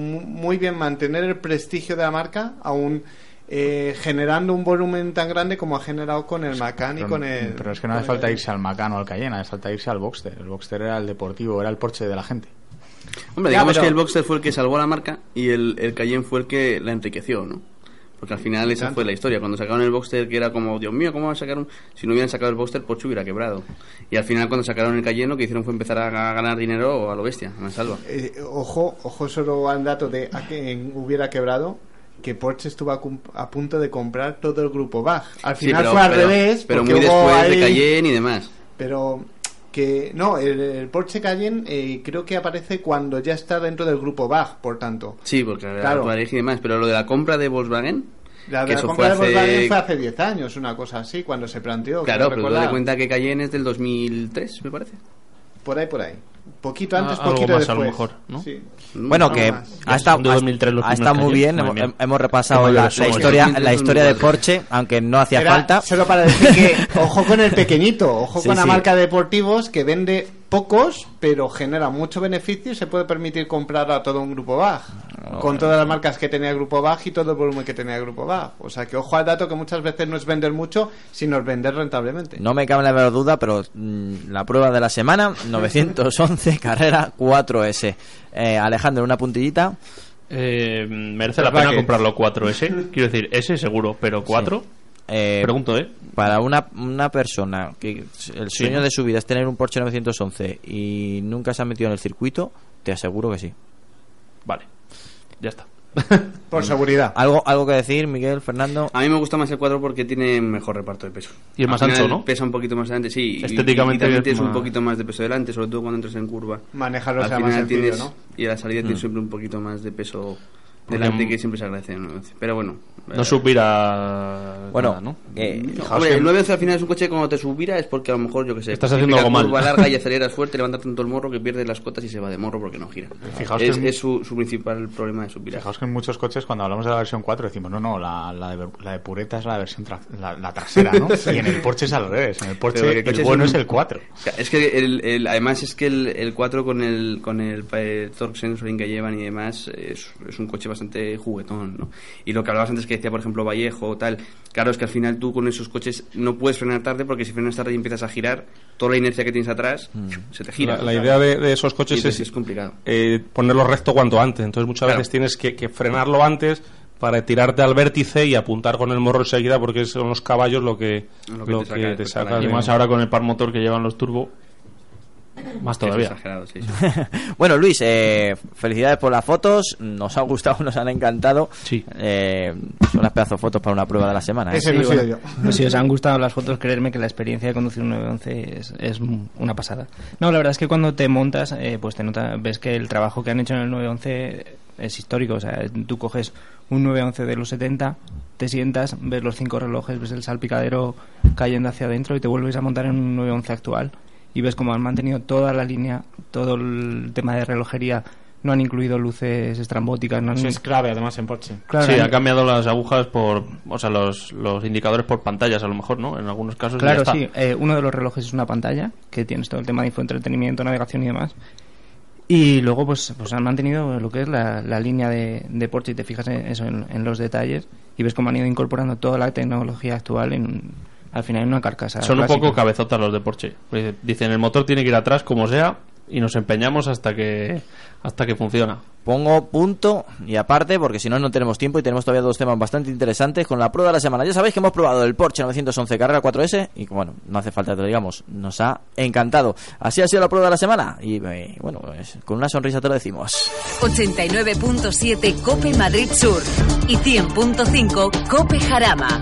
muy bien mantener el prestigio de la marca, aún eh, generando un volumen tan grande como ha generado con el Macan pero, y con el... Pero es que no hace falta irse al Macan o al Cayenne, hace falta irse al Boxster. El Boxster era el deportivo, era el Porsche de la gente. Hombre, Ya, digamos pero... que el Boxster fue el que salvó a la marca y el, el Cayenne fue el que la enriqueció, ¿no? Porque al final esa fue la historia. Cuando sacaron el Boxster, que era como, Dios mío, ¿cómo va a sacar un...? Si no hubieran sacado el Boxster, Porsche hubiera quebrado. Y al final, cuando sacaron el Cayenne, lo que hicieron fue empezar a ganar dinero a lo bestia, a mansalva. Eh, ojo, ojo solo al dato de a que hubiera quebrado, que Porsche estuvo a, a punto de comprar todo el grupo Bach. Al final sí, pero, fue al pero, revés. Pero muy después ahí... de Cayenne y demás. Pero... que no, el, el Porsche Cayenne eh, creo que aparece cuando ya está dentro del grupo Bach, por tanto. Sí, porque claro. La y demás, pero lo de la compra de Volkswagen, la de que la eso compra fue de hace... Volkswagen fue hace diez años, una cosa así, cuando se planteó. Claro, pero te das cuenta que Cayenne es del dos mil tres, me parece. Por ahí, por ahí. Poquito antes, ah, poquito más, después. A lo mejor, ¿no? Sí. Bueno, que ha estado, ha estado muy bien. Hemos, hemos repasado la, la historia, la historia de Porsche, aunque no hacía Era falta. Solo para decir que ojo con el pequeñito, ojo sí, con la sí. marca de deportivos que vende pocos, pero genera mucho beneficio y se puede permitir comprar a todo un grupo Bach. No, con todas las marcas que tenía el grupo Bach y todo el volumen que tenía el grupo Bach. O sea que ojo al dato, que muchas veces no es vender mucho, sino es vender rentablemente. No me cabe la menor duda, pero mmm, la prueba de la semana, novecientos once carrera cuatro ese. Eh, Alejandro, una puntillita. Eh, merece la pena comprarlo cuatro ese. Quiero decir, ese seguro, pero cuatro. Sí. Eh, Pregunto, ¿eh? Para una, una persona que el sueño sí. de su vida es tener un Porsche novecientos once y nunca se ha metido en el circuito, te aseguro que sí. Vale, ya está. Por seguridad. ¿Algo, ¿Algo que decir, Miguel, Fernando? A mí me gusta más el cuatro porque tiene mejor reparto de peso. Y es más ancho, ¿no? Pesa un poquito más adelante, sí. Estéticamente y, y también tienes más... un poquito más de peso delante, sobre todo cuando entras en curva. Manejarlo al sea final más sencillo, tienes, ¿no? Y a la salida mm. tienes siempre un poquito más de peso delante que siempre se agradece el nueve once. Pero bueno. No subirá. Bueno, nada, ¿no? Eh, no, hombre, el nueve once al final es un coche que cuando te subirá es porque a lo mejor, yo que sé, estás haciendo algo mal. Curva larga y aceleras fuerte, levanta tanto el morro que pierdes las cotas y se va de morro porque no gira. Fijaos es, que es su, su principal problema de subir. Fijaos que en muchos coches cuando hablamos de la versión cuatro decimos, no, no, la, la, de, la de pureta es la versión tra la, la trasera, ¿no? Sí. Y en el Porsche es al revés. En el Porsche el, el bueno es, un, es el cuatro. O sea, es que el, el, además es que el, el cuatro con el con el, el torque sensoring que llevan y demás es, es un coche bastante juguetón, ¿no? Y lo que hablabas antes que decía, por ejemplo, Vallejo o tal, claro, es que al final tú con esos coches no puedes frenar tarde porque si frenas tarde y empiezas a girar, toda la inercia que tienes atrás mm. se te gira. La, la idea de, de esos coches es, es complicado. Eh, ponerlo recto cuanto antes, entonces muchas claro. veces tienes que, que frenarlo antes para tirarte al vértice y apuntar con el morro enseguida porque son los caballos lo que, lo que lo te, que saca, te saca. Y de... más ahora con el par motor que llevan los turbo. Más todavía. Sí, sí. Bueno, Luis, eh, felicidades por las fotos. Nos han gustado, nos han encantado. Sí. Eh, son las pedazos fotos para una prueba de la semana. ¿eh? Ese no sí, bueno, yo. Pues si os han gustado las fotos, creerme que la experiencia de conducir un nueve once es, es una pasada. No, la verdad es que cuando te montas, eh, pues te nota, ves que el trabajo que han hecho en el nueve once es histórico. O sea, tú coges un nueve once de los setenta, te sientas, ves los cinco relojes, ves el salpicadero cayendo hacia adentro y te vuelves a montar en un nueve once actual. Y ves cómo han mantenido toda la línea, todo el tema de relojería, no han incluido luces estrambóticas. No han... Eso es clave, además, en Porsche. Claro, sí, han... ha cambiado las agujas por, o sea, los, los indicadores por pantallas, a lo mejor, ¿no? En algunos casos. Claro, ya está. sí. Eh, uno de los relojes es una pantalla, que tienes todo el tema de infoentretenimiento, navegación y demás. Y luego, pues, pues han mantenido lo que es la, la línea de, de Porsche, y te fijas en eso, en, en los detalles, y ves cómo han ido incorporando toda la tecnología actual en... al final en una carcasa son clásica. Un poco cabezotas los de Porsche. Dicen el motor tiene que ir atrás como sea y nos empeñamos hasta que hasta que funciona. Pongo punto y aparte porque si no no tenemos tiempo y tenemos todavía dos temas bastante interesantes con la prueba de la semana. Ya sabéis que hemos probado el Porsche novecientos once Carrera cuatro ese y bueno, no hace falta que lo digamos, nos ha encantado. Así ha sido la prueba de la semana y eh, bueno, pues, con una sonrisa te lo decimos. ochenta y nueve punto siete Cope Madrid Sur y cien punto cinco Cope Jarama.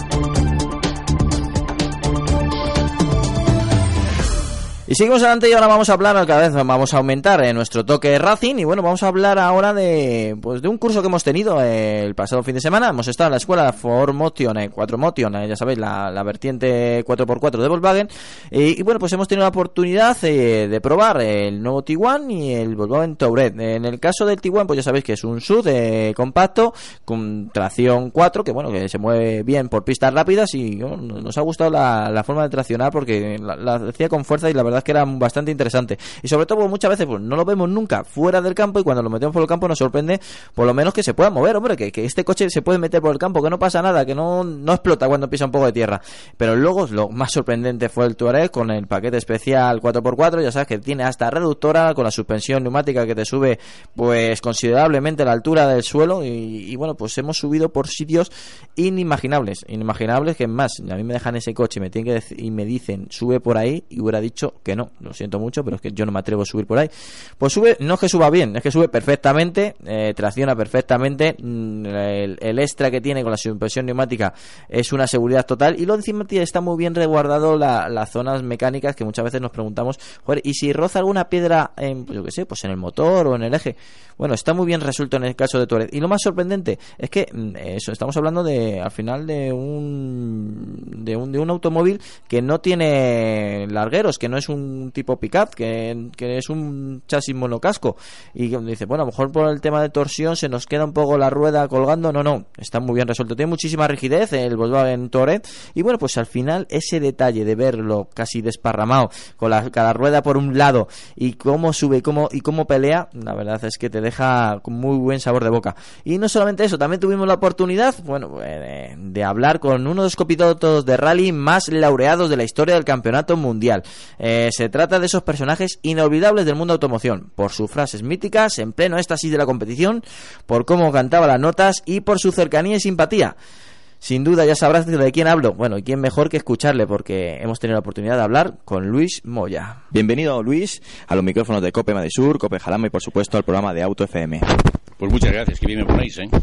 Y seguimos adelante y ahora vamos a hablar, cada vez vamos a aumentar eh, nuestro toque Racing y bueno, vamos a hablar ahora de pues de un curso que hemos tenido eh, el pasado fin de semana. Hemos estado en la escuela cuatro Motion, eh, cuatro Motion, eh, ya sabéis, la, la vertiente cuatro por cuatro de Volkswagen y, y bueno, pues hemos tenido la oportunidad eh, de probar el nuevo Tiguan y el Volkswagen Touareg. En el caso del Tiguan, pues ya sabéis que es un S U V eh, compacto con tracción cuatro, que bueno, que se mueve bien por pistas rápidas y bueno, nos ha gustado la, la forma de traccionar porque la, la hacía con fuerza y la verdad es que era bastante interesante y sobre todo muchas veces pues, no lo vemos nunca fuera del campo y cuando lo metemos por el campo nos sorprende por lo menos que se pueda mover, hombre, que, que este coche se puede meter por el campo, que no pasa nada, que no, no explota cuando pisa un poco de tierra. Pero luego lo más sorprendente fue el Touareg con el paquete especial cuatro por cuatro, ya sabes que tiene hasta reductora con la suspensión neumática que te sube pues considerablemente la altura del suelo y, y bueno, pues hemos subido por sitios inimaginables, inimaginables que es más, a mí me dejan ese coche y me, tienen que dec- y me dicen sube por ahí y hubiera dicho que no, lo siento mucho, pero es que yo no me atrevo a subir por ahí. Pues sube, no es que suba bien, es que sube perfectamente, eh, tracciona perfectamente, mm, el, el extra que tiene con la suspensión neumática es una seguridad total y lo encima tiene, está muy bien resguardado la, las zonas mecánicas que muchas veces nos preguntamos, joder, ¿y si roza alguna piedra en, pues yo qué sé, pues en el motor o en el eje? Bueno, está muy bien resuelto en el caso de Touareg. Y lo más sorprendente es que eso, estamos hablando de al final de un de un de un automóvil que no tiene largueros, que no es un tipo pick-up, que, que es un chasis monocasco. Y que dice, bueno, a lo mejor por el tema de torsión se nos queda un poco la rueda colgando. No, no, está muy bien resuelto. Tiene muchísima rigidez el Volkswagen Touareg. Y bueno, pues al final ese detalle de verlo casi desparramado, con la, cada rueda por un lado, y cómo sube cómo, y cómo pelea, la verdad es que te deja con muy buen sabor de boca. Y no solamente eso, también tuvimos la oportunidad, bueno, de, de hablar con uno de los copilotos de rally más laureados de la historia del campeonato mundial. Eh, se trata de esos personajes inolvidables del mundo de automoción, por sus frases míticas en pleno éxtasis de la competición, por cómo cantaba las notas y por su cercanía y simpatía. Sin duda ya sabrás de quién hablo. Bueno, y quién mejor que escucharle, porque hemos tenido la oportunidad de hablar con Luis Moya. Bienvenido, Luis, a los micrófonos de Cope Madrid Sur, Cope Jarama y por supuesto al programa de Auto F M. Pues muchas gracias, que bien me ponéis, ¿eh?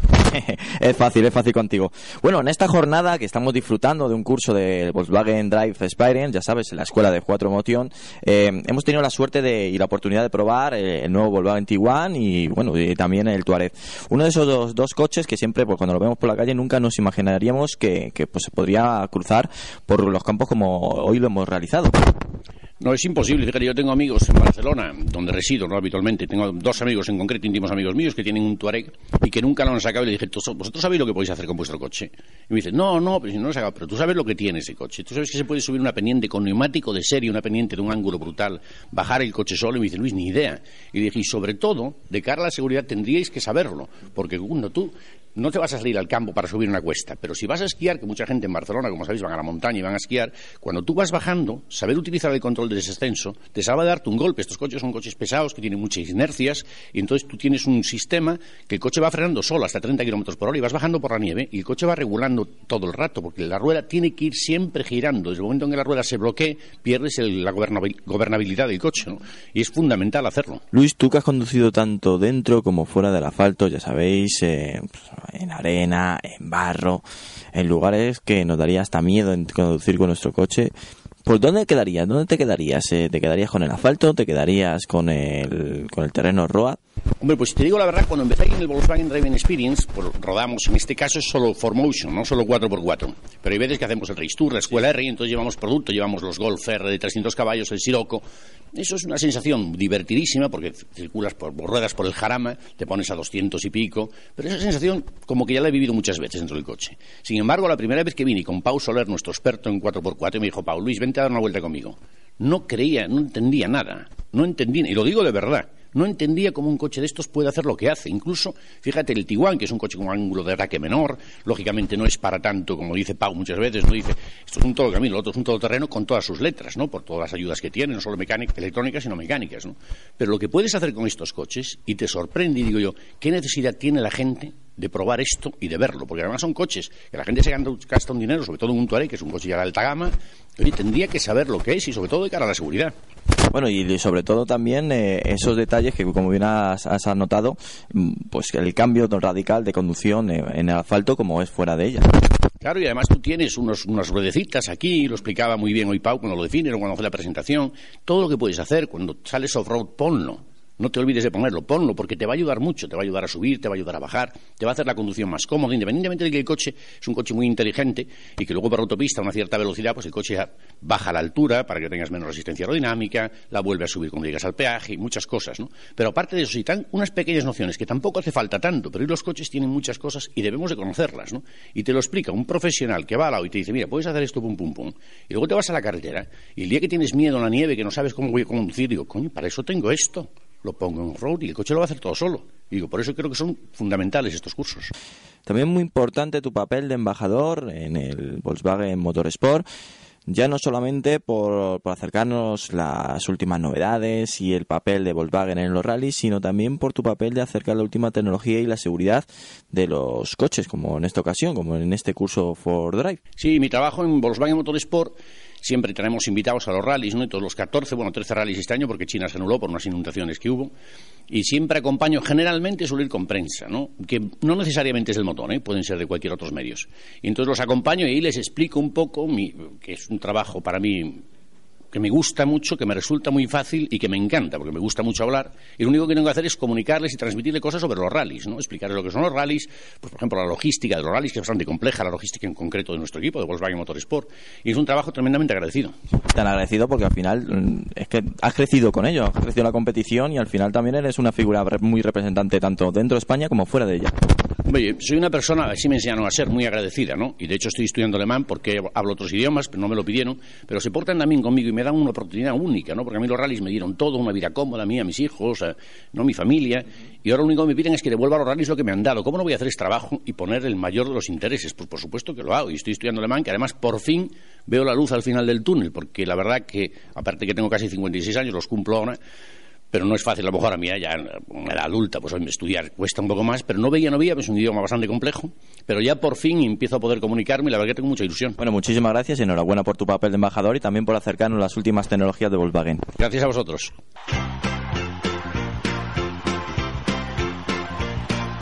Es fácil, es fácil contigo. Bueno, en esta jornada que estamos disfrutando de un curso de Volkswagen Drive Experience, ya sabes, en la escuela de cuatro Motion, eh, hemos tenido la suerte de, y la oportunidad de probar eh, el nuevo Volkswagen Tiguan y, bueno, y también el Touareg. Uno de esos dos, dos coches que siempre, pues cuando lo vemos por la calle, nunca nos imaginaríamos que, que pues, se podría cruzar por los campos como hoy lo hemos realizado. No, es imposible. Fíjate, yo tengo amigos en Barcelona, donde resido, no habitualmente. Tengo dos amigos en concreto, íntimos amigos míos, que tienen un Touareg y que nunca lo han sacado. Y le dije, ¿vosotros sabéis lo que podéis hacer con vuestro coche? Y me dicen, no, no, pero si no lo he sacado. Pero tú sabes lo que tiene ese coche. Tú sabes que se puede subir una pendiente con neumático de serie, una pendiente de un ángulo brutal, bajar el coche solo. Y me dice, Luis, ni idea. Y le dije, y sobre todo, de cara a la seguridad, tendríais que saberlo. Porque cuando tú no te vas a salir al campo para subir una cuesta, pero si vas a esquiar, que mucha gente en Barcelona, como sabéis, van a la montaña y van a esquiar, cuando tú vas bajando, saber utilizar el control de descenso te salva de darte un golpe. Estos coches son coches pesados que tienen muchas inercias y entonces tú tienes un sistema que el coche va frenando solo hasta treinta kilómetros por hora y vas bajando por la nieve y el coche va regulando todo el rato porque la rueda tiene que ir siempre girando. Desde el momento en que la rueda se bloquee, pierdes el, la gobernabil, gobernabilidad del coche, ¿no? Y es fundamental hacerlo. Luis, tú que has conducido tanto dentro como fuera del asfalto, ya sabéis, eh, en arena, en barro, en lugares que nos daría hasta miedo en conducir con nuestro coche. ¿Por dónde quedarías? ¿Dónde te quedarías? Eh, ¿Te quedarías con el asfalto? ¿Te quedarías con el, con el terreno road? Hombre, pues si te digo la verdad, cuando empecé en el Volkswagen Driving Experience, pues rodamos, en este caso es solo four motion, no solo cuatro por cuatro. Pero hay veces que hacemos el Race Tour, la Escuela R, y entonces llevamos producto, llevamos los Golf R de trescientos caballos, el Sirocco. Eso es una sensación divertidísima porque circulas por, por ruedas por el Jarama, te pones a doscientos y pico, pero esa sensación como que ya la he vivido muchas veces dentro del coche. Sin embargo, la primera vez que vine con Pau Soler, nuestro experto en cuatro por cuatro, me dijo, Pau, Luis, vente a dar una vuelta conmigo. No creía, no entendía nada, no entendía, y lo digo de verdad. No entendía cómo un coche de estos puede hacer lo que hace. Incluso, fíjate, el Tiguan, que es un coche con un ángulo de ataque menor, lógicamente no es para tanto, como dice Pau muchas veces, no dice, esto es un todo camino, lo otro es un todoterreno con todas sus letras, ¿no? Por todas las ayudas que tiene, no solo mecánicas, electrónicas, sino mecánicas, ¿no? Pero lo que puedes hacer con estos coches, y te sorprende, y digo yo, ¿qué necesidad tiene la gente de probar esto y de verlo? Porque además son coches que la gente se gasta un dinero, sobre todo en un Touareg, que es un coche ya de alta gama, y tendría que saber lo que es, y sobre todo de cara a la seguridad. Bueno, y sobre todo también eh, esos detalles que, como bien has, has anotado, pues el cambio radical de conducción en el asfalto como es fuera de ella. Claro, y además tú tienes unos, unas ruedecitas aquí, lo explicaba muy bien hoy Pau cuando lo define o cuando hace la presentación. Todo lo que puedes hacer cuando sales off-road, ponlo. No te olvides de ponerlo, ponlo, porque te va a ayudar mucho, te va a ayudar a subir, te va a ayudar a bajar, te va a hacer la conducción más cómoda, independientemente de que el coche es un coche muy inteligente y que luego por autopista a una cierta velocidad, pues el coche baja la altura para que tengas menos resistencia aerodinámica, la vuelve a subir cuando llegas al peaje y muchas cosas, ¿no? Pero aparte de eso, sí, tan unas pequeñas nociones que tampoco hace falta tanto, pero hoy los coches tienen muchas cosas y debemos de conocerlas, ¿no? Y te lo explica un profesional que va al lado y te dice, mira, puedes hacer esto, pum, pum, pum, y luego te vas a la carretera y el día que tienes miedo en la nieve, que no sabes cómo voy a conducir, digo, coño, para eso tengo esto. Lo pongo en off-road y el coche lo va a hacer todo solo. Y digo, por eso creo que son fundamentales estos cursos. También muy importante tu papel de embajador en el Volkswagen Motorsport, ya no solamente por, por acercarnos las últimas novedades y el papel de Volkswagen en los rallies, sino también por tu papel de acercar la última tecnología y la seguridad de los coches, como en esta ocasión, como en este curso for Drive. Sí, mi trabajo en Volkswagen Motorsport, siempre tenemos invitados a los rallies, ¿no? Y todos los catorce, bueno, trece rallies este año, porque China se anuló por unas inundaciones que hubo. Y siempre acompaño, generalmente suelo ir con prensa, ¿no? Que no necesariamente es del motor, ¿eh? Pueden ser de cualquier otros medios. Y entonces los acompaño y ahí les explico un poco, mi, que es un trabajo para mí que me gusta mucho, que me resulta muy fácil y que me encanta, porque me gusta mucho hablar, y lo único que tengo que hacer es comunicarles y transmitirles cosas sobre los rallies, ¿no? Explicarles lo que son los rallies, pues por ejemplo la logística de los rallies, que es bastante compleja, la logística en concreto de nuestro equipo, de Volkswagen Motorsport, y es un trabajo tremendamente agradecido. Tan agradecido porque al final es que has crecido con ello, has crecido en la competición y al final también eres una figura muy representante tanto dentro de España como fuera de ella. Oye, soy una persona, así me enseñaron a ser, muy agradecida, ¿no? Y de hecho estoy estudiando alemán porque hablo otros idiomas, pero no me lo pidieron, pero se portan también conmigo y me dan una oportunidad única, ¿no? Porque a mí los rallies me dieron todo, una vida cómoda, a mí, a mis hijos, a, no mi familia, y ahora lo único que me piden es que devuelva a los rallies lo que me han dado. ¿Cómo no voy a hacer ese trabajo y poner el mayor de los intereses? Pues por supuesto que lo hago, y estoy estudiando alemán, que además por fin veo la luz al final del túnel, porque la verdad que, aparte que tengo casi cincuenta y seis años, los cumplo ahora, pero no es fácil, a lo mejor a mí ya en una edad adulta, pues hoy estudiar cuesta un poco más, pero no veía, no veía, pues es un idioma bastante complejo, pero ya por fin empiezo a poder comunicarme y la verdad que tengo mucha ilusión. Bueno, muchísimas gracias y enhorabuena por tu papel de embajador y también por acercarnos las últimas tecnologías de Volkswagen. Gracias a vosotros.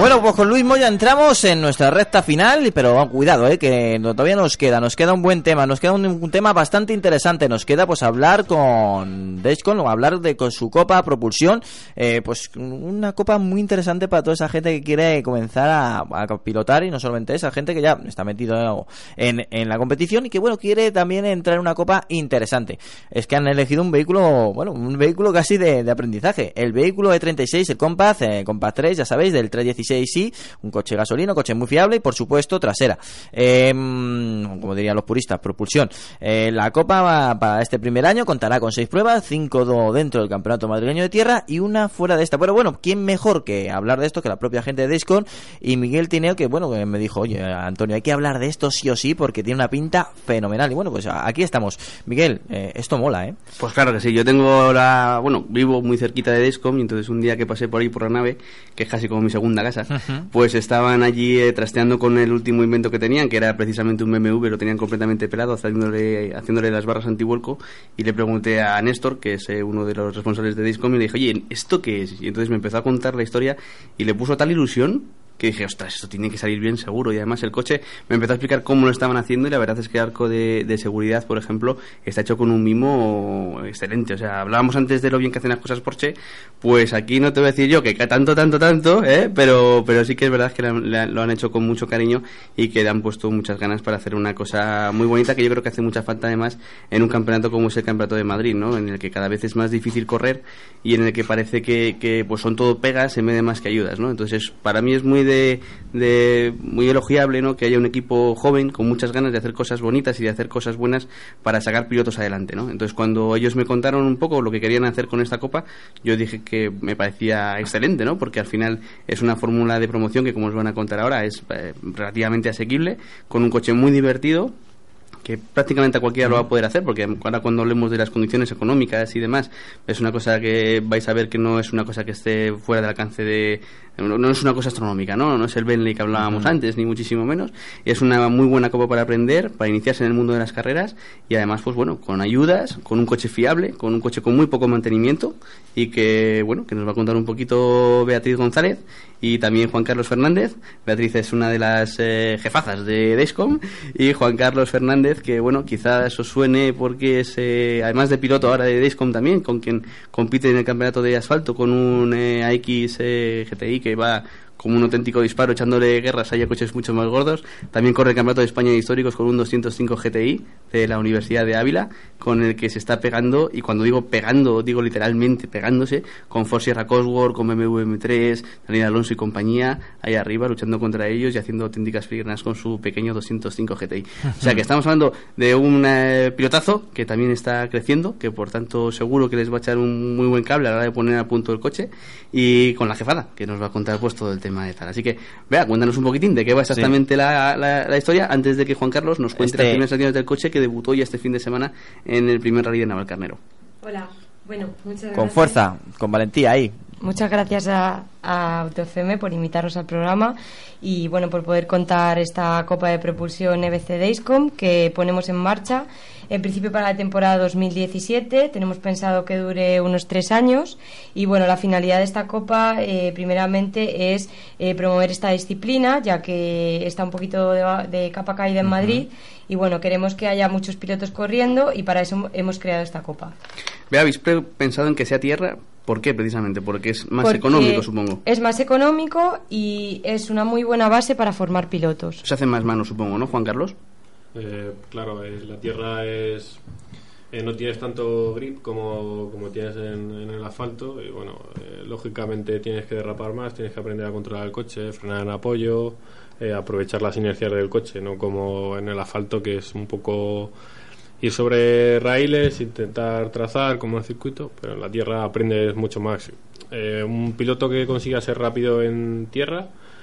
Bueno, pues con Luis Moya entramos en nuestra recta final, pero oh, cuidado, eh, que no, todavía nos queda, nos queda un buen tema, nos queda un, un tema bastante interesante, nos queda pues hablar con Dexcon, o hablar de con su copa propulsión, eh, pues una copa muy interesante para toda esa gente que quiere comenzar a, a pilotar, y no solamente esa gente que ya está metido en, en la competición y que bueno quiere también entrar en una copa interesante. Es que han elegido un vehículo, bueno, un vehículo casi de, de aprendizaje, el vehículo E treinta y seis, el Compass, eh, Compass tres, ya sabéis, del tres dieciséis i, un coche gasolino, coche muy fiable y por supuesto trasera, eh, como dirían los puristas, propulsión. Eh, la copa va, para este primer año contará con seis pruebas, cinco do dentro del campeonato madrileño de tierra y una fuera de esta. Pero bueno, ¿quién mejor que hablar de esto que la propia gente de Dexcon y Miguel Tineo, que bueno, me dijo, oye Antonio, hay que hablar de esto sí o sí porque tiene una pinta fenomenal? Y bueno, pues aquí estamos. Miguel, eh, esto mola, ¿eh? Pues claro que sí, yo tengo la... bueno, vivo muy cerquita de Dexcon y entonces un día que pasé por ahí por la nave, que es casi como mi segunda casa, uh-huh. pues estaban allí eh, trasteando con el último invento que tenían, que era precisamente un B M W, lo tenían completamente pelado, haciéndole, haciéndole las barras antivuelco, y le pregunté a Néstor, que es eh, uno de los responsables de Dexcon, y le dije, oye, ¿esto qué es? Y entonces me empezó a contar la historia y le puso tal ilusión que dije, ostras, esto tiene que salir bien seguro. Y además el coche me empezó a explicar cómo lo estaban haciendo, y la verdad es que el arco de, de seguridad, por ejemplo, está hecho con un mimo excelente. O sea, hablábamos antes de lo bien que hacen las cosas Porsche, pues aquí no te voy a decir yo que tanto, tanto, tanto, ¿eh? pero pero sí que es verdad que la, la, lo han hecho con mucho cariño y que le han puesto muchas ganas para hacer una cosa muy bonita, que yo creo que hace mucha falta además en un campeonato como es el Campeonato de Madrid, ¿no? En el que cada vez es más difícil correr y en el que parece que, que pues son todo pegas en vez de más que ayudas, ¿no? Entonces, para mí es muy De, de muy elogiable, ¿no? Que haya un equipo joven con muchas ganas de hacer cosas bonitas y de hacer cosas buenas para sacar pilotos adelante, ¿no? Entonces, cuando ellos me contaron un poco lo que querían hacer con esta copa, yo dije que me parecía excelente, ¿no? Porque al final es una fórmula de promoción que, como os van a contar ahora, es eh, relativamente asequible, con un coche muy divertido, que prácticamente a cualquiera lo va a poder hacer, porque ahora cuando hablemos de las condiciones económicas y demás, es una cosa que vais a ver que no es una cosa que esté fuera del alcance de... no, no es una cosa astronómica, ¿no? No es el Bentley que hablábamos uh-huh. antes, ni muchísimo menos. Es una muy buena copa para aprender, para iniciarse en el mundo de las carreras, y además, pues bueno, con ayudas, con un coche fiable, con un coche con muy poco mantenimiento, y que, bueno, que nos va a contar un poquito Beatriz González y también Juan Carlos Fernández. Beatriz es una de las eh, jefazas de Dexcon, y Juan Carlos Fernández, que bueno, quizás os suene porque es, eh, además de piloto ahora de Dexcon también, con quien compite en el campeonato de asfalto con un eh, A X eh, G T I que va como un auténtico disparo, echándole guerras a coches mucho más gordos. También corre el Campeonato de España de Históricos con un doscientos cinco G T I de la Universidad de Ávila, con el que se está pegando, y cuando digo pegando, digo literalmente pegándose, con Ford Sierra Cosworth, con B M W M tres, Daniel Alonso y compañía, ahí arriba, luchando contra ellos y haciendo auténticas piernas con su pequeño doscientos cinco G T I. O sea que estamos hablando de un eh, pilotazo que también está creciendo, que por tanto seguro que les va a echar un muy buen cable a la hora de poner a punto el coche, y con la jefada, que nos va a contar pues todo el tema de tal. Así que, vea, cuéntanos un poquitín de qué va exactamente sí. la, la, la historia, antes de que Juan Carlos nos cuente este... las primeras acciones del coche, que debutó ya este fin de semana en el primer rally de Navalcarnero. Hola, bueno, muchas gracias. Con fuerza, con valentía ahí. Muchas gracias a, a Auto F M por invitarnos al programa y bueno, por poder contar esta copa de propulsión E B C Dexcon que ponemos en marcha en principio para la temporada dos mil diecisiete. Tenemos pensado que dure unos tres años y bueno, la finalidad de esta copa eh, primeramente es eh, promover esta disciplina, ya que está un poquito de, de capa caída en uh-huh. Madrid, y bueno, queremos que haya muchos pilotos corriendo y para eso hemos creado esta copa. Vea, ¿habéis pensado en que sea tierra? ¿Por qué precisamente? Porque es más Porque económico, supongo. Es más económico y es una muy buena base para formar pilotos. Se hacen más manos, supongo, ¿no, Juan Carlos? Eh, claro, eh, la tierra es... Eh, no tienes tanto grip como, como tienes en, en el asfalto y bueno, eh, lógicamente tienes que derrapar más, tienes que aprender a controlar el coche, frenar en apoyo, eh, aprovechar las inercias del coche, no como en el asfalto, que es un poco... ir sobre raíles, intentar trazar como el circuito, pero en la tierra aprendes mucho más. Eh, un piloto que consiga ser rápido en tierra,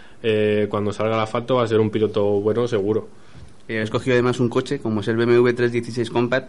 eh, cuando salga al asfalto va a ser un piloto bueno seguro. He escogido además un coche como es el B M W tres dieciséis Compact,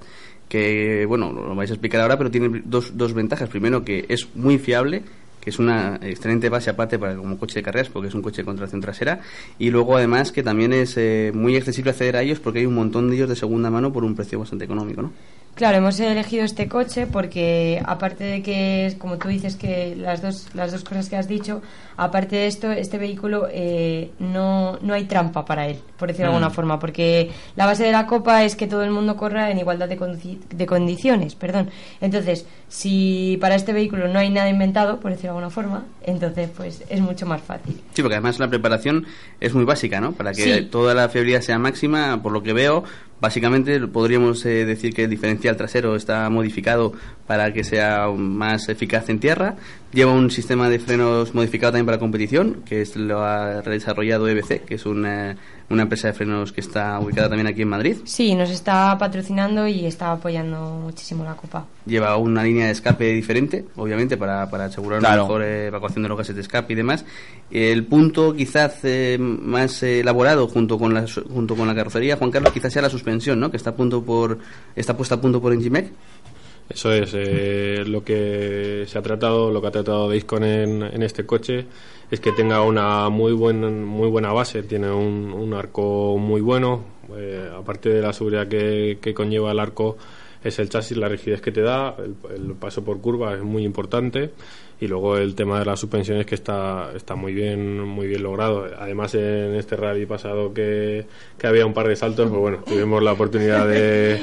que bueno, lo vais a explicar ahora, pero tiene dos, dos ventajas. Primero, que es muy fiable, que es una excelente base aparte para como coche de carreras, porque es un coche con tracción trasera, y luego además que también es eh, muy accesible acceder a ellos, porque hay un montón de ellos de segunda mano por un precio bastante económico, ¿no? Claro, hemos elegido este coche porque, aparte de que, como tú dices, que las dos las dos cosas que has dicho, aparte de esto, este vehículo eh, no, no hay trampa para él, por decirlo de Mm. alguna forma, porque la base de la Copa es que todo el mundo corra en igualdad de, condici- de condiciones, perdón. Entonces, si para este vehículo no hay nada inventado, por decirlo de alguna forma, entonces pues es mucho más fácil. Sí, porque además la preparación es muy básica, ¿no? Para que Sí. toda la fiabilidad sea máxima, por lo que veo, básicamente podríamos eh, decir que el diferencial trasero está modificado para que sea más eficaz en tierra. Lleva un sistema de frenos modificado también para competición, que es, lo ha desarrollado E B C, que es una, una empresa de frenos que está ubicada también aquí en Madrid. Sí, nos está patrocinando y está apoyando muchísimo la Copa. Lleva una línea de escape diferente, obviamente, para, para asegurar Claro. una mejor eh, evacuación de los gases de escape y demás. El punto quizás eh, más eh, elaborado junto con la su- junto con la carrocería, Juan Carlos, quizás sea la suspensión, ¿no? Que está a punto por está puesta a punto por Engimec. Eso es eh, lo que se ha tratado, lo que ha tratado Deiscon en, en este coche es que tenga una muy buen, muy buena base, tiene un, un arco muy bueno, eh, aparte de la seguridad que, que conlleva el arco, es el chasis, la rigidez que te da, el, el paso por curva es muy importante y luego el tema de las suspensiones que está está muy bien muy bien logrado. Además, en este rally pasado que, que había un par de saltos, pues bueno, tuvimos la oportunidad de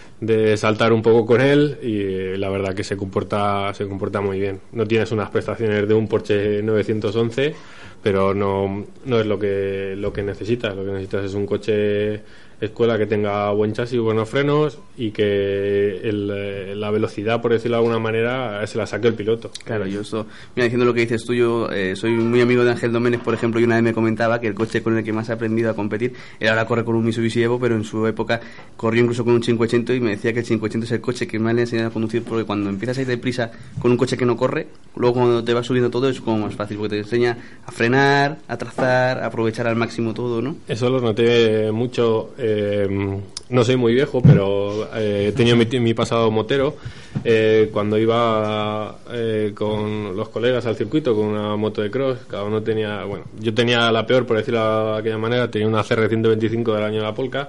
de saltar un poco con él y la verdad que se comporta se comporta muy bien. No tienes unas prestaciones de un Porsche novecientos once, pero no no es lo que lo que necesitas. Lo que necesitas es un coche escuela que tenga buen chasis, buenos frenos y que el, la velocidad, por decirlo de alguna manera, se la saque el piloto. Claro, yo esto, mira, diciendo lo que dices tú, yo eh, soy muy amigo de Ángel Doménez, por ejemplo, y una vez me comentaba que el coche con el que más ha aprendido a competir, él ahora corre con un Mitsubishi Evo, pero en su época corrió incluso con un quinientos ochenta y me decía que el quinientos ochenta es el coche que más le ha enseñado a conducir, porque cuando empiezas a ir deprisa con un coche que no corre, luego cuando te va subiendo todo es como más fácil, porque te enseña a frenar, a trazar, a aprovechar al máximo todo, ¿no? Eso lo noté mucho. Eh, no soy muy viejo, pero eh, he tenido mi, mi pasado motero. Eh, cuando iba eh, con los colegas al circuito con una moto de cross, cada uno tenía, bueno, yo tenía la peor, por decirlo de aquella manera, tenía una C R ciento veinticinco del año de la Polka.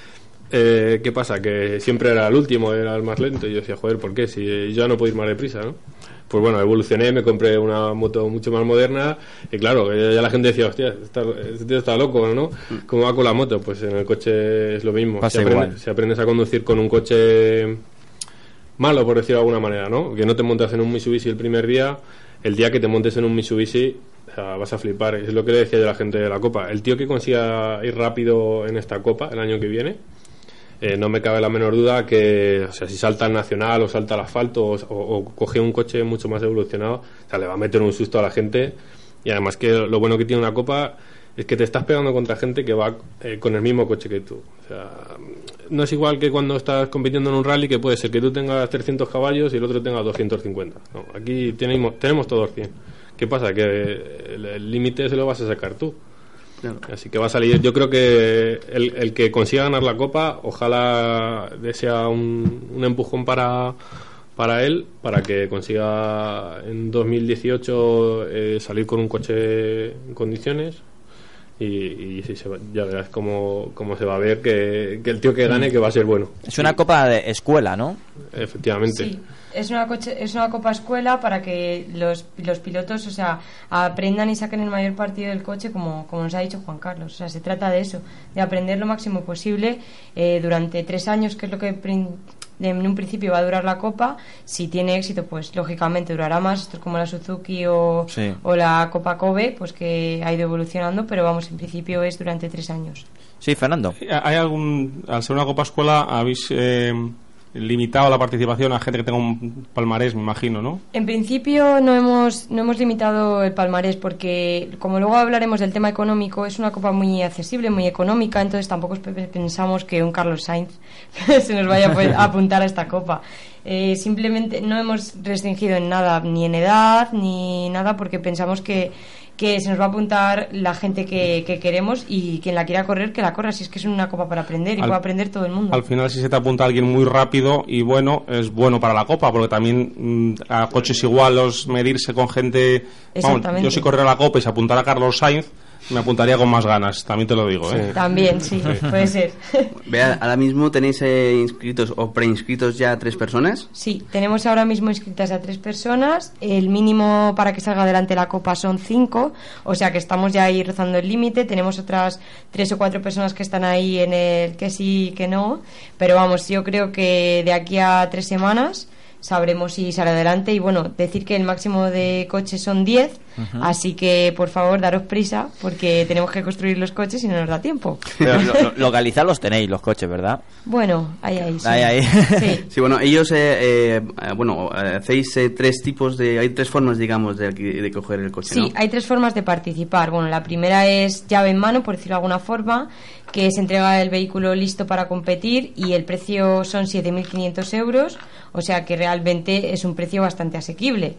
Eh, ¿Qué pasa? Que siempre era el último, era el más lento, y yo decía, joder, ¿por qué? Si yo ya no puedo ir más deprisa, ¿no? Pues bueno, evolucioné, me compré una moto mucho más moderna y claro, ya la gente decía, hostia, está, este tío está loco, ¿no? ¿Cómo va con la moto? Pues en el coche es lo mismo. Pasa si, aprende- igual. si aprendes a conducir con un coche malo, por decirlo de alguna manera, ¿no? Que no te montas en un Mitsubishi el primer día, el día que te montes en un Mitsubishi, o sea, vas a flipar. Es lo que le decía yo a la gente de la Copa. El tío que consiga ir rápido en esta Copa el año que viene, Eh, no me cabe la menor duda que, o sea, si salta al nacional o salta al asfalto o, o- o coge un coche mucho más evolucionado, o sea, le va a meter un susto a la gente. Y además que lo bueno que tiene una Copa es que te estás pegando contra gente que va eh, con el mismo coche que tú. O sea, no es igual que cuando estás compitiendo en un rally, que puede ser que tú tengas trescientos caballos y el otro tenga doscientos cincuenta. No, aquí tenemos, tenemos todos cien. ¿Qué pasa? Que el el límite se lo vas a sacar tú. Así que va a salir. Yo creo que el, el que consiga ganar la Copa, ojalá sea un, un empujón para para él, para que consiga en dos mil dieciocho eh, salir con un coche en condiciones. Y, y sí, se va- ya verás cómo, cómo se va a ver que, que el tío que gane que va a ser bueno. Es una copa de escuela, ¿no? Efectivamente. Sí, es una, coche, es una copa escuela para que los, los pilotos, o sea, aprendan y saquen el mayor partido del coche, como, como nos ha dicho Juan Carlos. O sea, se trata de eso, de aprender lo máximo posible eh, durante tres años, que es lo que prin- en un principio va a durar la copa. Si tiene éxito, pues lógicamente durará más. Esto es como la Suzuki o, Sí. o la Copa Kobe, pues que ha ido evolucionando, pero vamos, en principio es durante tres años. Sí, Fernando. ¿Hay algún, al ser una Copa Escuela, habéis eh, limitado la participación a gente que tenga un palmarés, me imagino, ¿no? En principio no hemos, no hemos limitado el palmarés porque, como luego hablaremos del tema económico, es una copa muy accesible, muy económica, entonces tampoco pe- pensamos que un Carlos Sainz se nos vaya a pu- a apuntar a esta copa. Eh, simplemente no hemos restringido en nada, ni en edad, ni nada, porque pensamos que, que se nos va a apuntar la gente que, que queremos, y quien la quiera correr, que la corra, si es que es una copa para aprender y Al- puede aprender todo el mundo. Al final, si se te apunta alguien muy rápido y bueno, es bueno para la copa, porque también mm, a coches igualos, medirse con gente. Vamos, Exactamente. yo si corriera la copa y se apuntara Carlos Sainz, me apuntaría con más ganas, también te lo digo. ¿eh? También, sí, puede ser. Vea, ahora mismo tenéis eh, inscritos o preinscritos ya tres personas. Sí, tenemos ahora mismo inscritas a tres personas. El mínimo para que salga adelante la copa son cinco, o sea que estamos ya ahí rozando el límite. Tenemos otras tres o cuatro personas que están ahí en el que sí, que no. Pero vamos, yo creo que de aquí a tres semanas sabremos si sale adelante. Y bueno, decir que el máximo de coches son diez. Ujú. Así que por favor daros prisa, porque tenemos que construir los coches y no nos da tiempo. Pero lo- lo- localizar los tenéis, los coches, ¿verdad? Bueno, ahí, ahí. Sí. Ahí, ahí. Sí. Sí, bueno, ellos, eh, eh, bueno, eh, hacéis eh, tres tipos de, hay tres formas, digamos, de, de coger el coche, ¿no? Sí, hay tres formas de participar. Bueno, la primera es llave en mano, por decirlo de alguna forma, que se entrega el vehículo listo para competir y el precio son siete mil quinientos euros, o sea que realmente es un precio bastante asequible.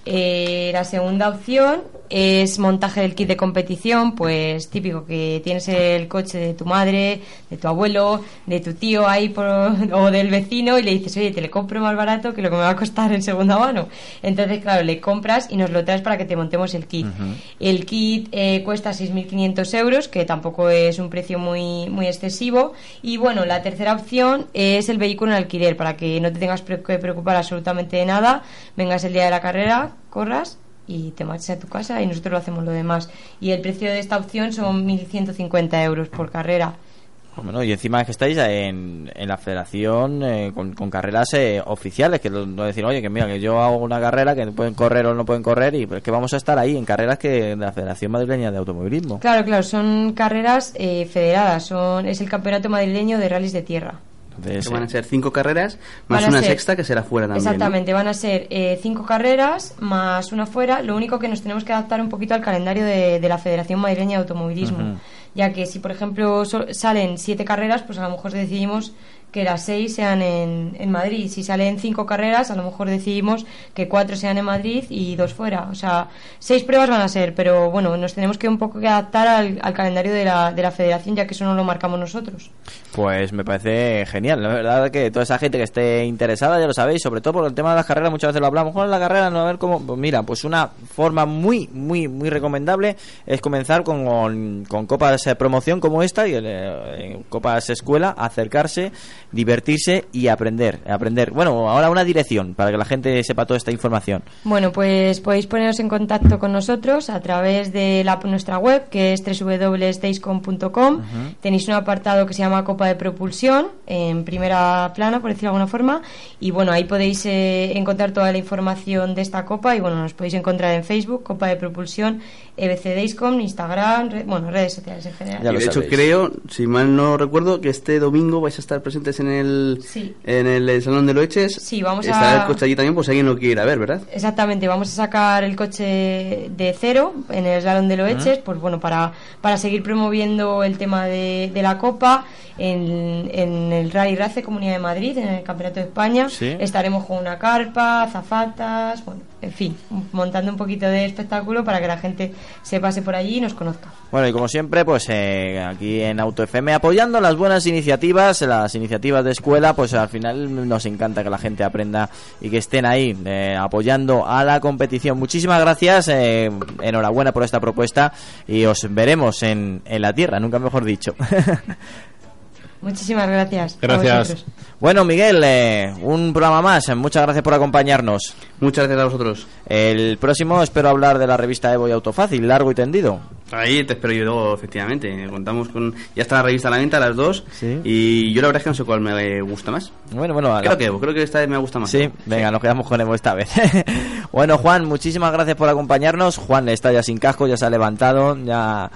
Eh, la segunda opción es montaje del kit de competición, pues típico que tienes el coche de tu madre, de tu abuelo, de tu tío ahí por, o del vecino, y le dices, oye, te le compro más barato que lo que me va a costar en segunda mano. Entonces, claro, le compras y nos lo traes para que te montemos el kit. El kit eh, cuesta seis mil quinientos euros, que tampoco es un precio muy, muy excesivo. Y bueno, la tercera opción es el vehículo en alquiler, para que no te tengas pre- que preocupar absolutamente de nada. Vengas el día de la carrera, corras y te marches a tu casa y nosotros lo hacemos lo demás. Y el precio de esta opción son mil ciento cincuenta euros por carrera. Bueno, y encima es que estáis en, en la federación eh, con, con carreras eh, oficiales, que lo- no decir, oye, que mira, que yo hago una carrera, que pueden correr o no pueden correr, y pues, que vamos a estar ahí en carreras que de la Federación Madrileña de Automovilismo. Claro, claro, son carreras eh, federadas, son es el campeonato madrileño de rallies de tierra. Que van a ser cinco carreras más Van a una ser- sexta que será fuera también, ¿no? Exactamente, van a ser eh, cinco carreras más una fuera. Lo único que nos tenemos que adaptar un poquito al calendario de, de la Federación Madrileña de Automovilismo. Ujú. Ya que si, por ejemplo, so- salen siete carreras, pues a lo mejor decidimos que las seis sean en, en Madrid. Si salen cinco carreras, a lo mejor decidimos que cuatro sean en Madrid y dos fuera. O sea, seis pruebas van a ser, pero bueno, nos tenemos que un poco que adaptar al, al calendario de la, de la Federación, ya que eso no lo marcamos nosotros. Pues me parece genial, la verdad que toda esa gente que esté interesada, ya lo sabéis, sobre todo por el tema de las carreras, muchas veces lo hablamos con la carrera, no a ver cómo, pues mira, pues una forma muy, muy, muy recomendable es comenzar con, con, con copas de promoción como esta y eh, en copas escuela, acercarse, divertirse y aprender, aprender. Bueno, ahora una dirección para que la gente sepa toda esta información. Bueno, pues podéis poneros en contacto con nosotros a través de la, nuestra web, que es doble u doble u doble u punto deiscom punto com. Tenéis un apartado que se llama Copa de Propulsión, en primera plana, por decirlo de alguna forma, y bueno, ahí podéis eh, encontrar toda la información de esta copa, y bueno, nos podéis encontrar en Facebook, Copa de Propulsión, E B C Deiscom, Instagram, re- bueno, redes sociales en general. Y de hecho creo, si mal no recuerdo, que este domingo vais a estar presentes en el Sí. en el, eh, Salón de Loeches. Sí, vamos Estará a- el coche allí también, pues si alguien lo quiere ir a ver, ¿verdad? Exactamente, vamos a sacar el coche de cero en el Salón de Loeches, pues bueno, para, para seguir promoviendo el tema de, de la Copa en, en el Rally Race Comunidad de Madrid, en el Campeonato de España. Sí. Estaremos con una carpa, azafatas, bueno, en fin, montando un poquito de espectáculo para que la gente se pase por allí y nos conozca. Bueno, y como siempre, pues eh, aquí en Auto F M apoyando las buenas iniciativas, las iniciativas de escuela, pues al final nos encanta que la gente aprenda y que estén ahí eh, apoyando a la competición. Muchísimas gracias, eh, enhorabuena por esta propuesta y os veremos en, en la tierra, nunca mejor dicho. Muchísimas gracias. a Gracias. vosotros. Bueno, Miguel, eh, un programa más. Muchas gracias por acompañarnos. Muchas gracias a vosotros. El próximo espero hablar de la revista Evo y Autofácil, largo y tendido. Ahí te espero yo luego, efectivamente. Contamos con... Ya está la revista a la venta, las dos. Y yo la verdad es que no sé cuál me gusta más. Bueno, bueno. a Creo la- que Evo, creo que esta vez me gusta más. Sí, venga, nos quedamos con Evo esta vez. Bueno, Juan, muchísimas gracias por acompañarnos. Juan está ya sin casco, ya se ha levantado, ya...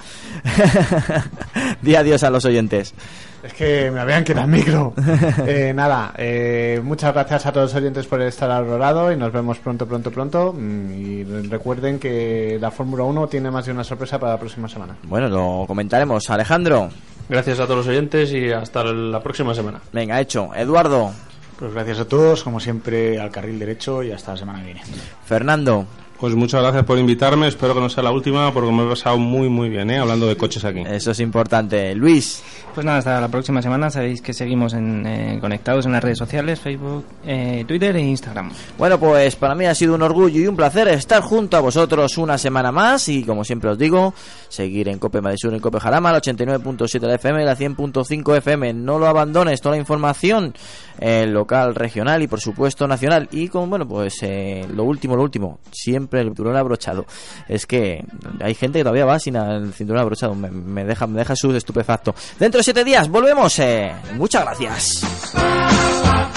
Di adiós a los oyentes. Es que me habían quitado el micro. Eh, nada, eh, muchas gracias a todos los oyentes por estar al lado y nos vemos pronto, pronto, pronto. Mm, Y recuerden que la Fórmula uno tiene más de una sorpresa para la próxima semana. Bueno, lo comentaremos. Alejandro. Gracias a todos los oyentes y hasta la próxima semana. Venga, hecho. Eduardo. Pues gracias a todos, como siempre, al carril derecho y hasta la semana que viene. Fernando. Pues muchas gracias por invitarme, espero que no sea la última porque me he pasado muy muy bien, ¿eh? Hablando de coches aquí. Eso es importante. Luis. Pues nada, hasta la próxima semana. Sabéis que seguimos en, eh, conectados en las redes sociales, Facebook, eh, Twitter e Instagram. Bueno, pues para mí ha sido un orgullo y un placer estar junto a vosotros una semana más y como siempre os digo, seguir en Cope Madrid Sur, en Cope Jarama, la ochenta y nueve punto siete de la F M, la cien punto cinco F M. No lo abandones, toda la información eh, local, regional y por supuesto nacional. Y con, bueno, pues eh, lo último, lo último, siempre el cinturón abrochado. Es que hay gente que todavía va sin el cinturón abrochado, me, me deja me deja su estupefacto. Dentro de siete días volvemos. Eh. Muchas gracias.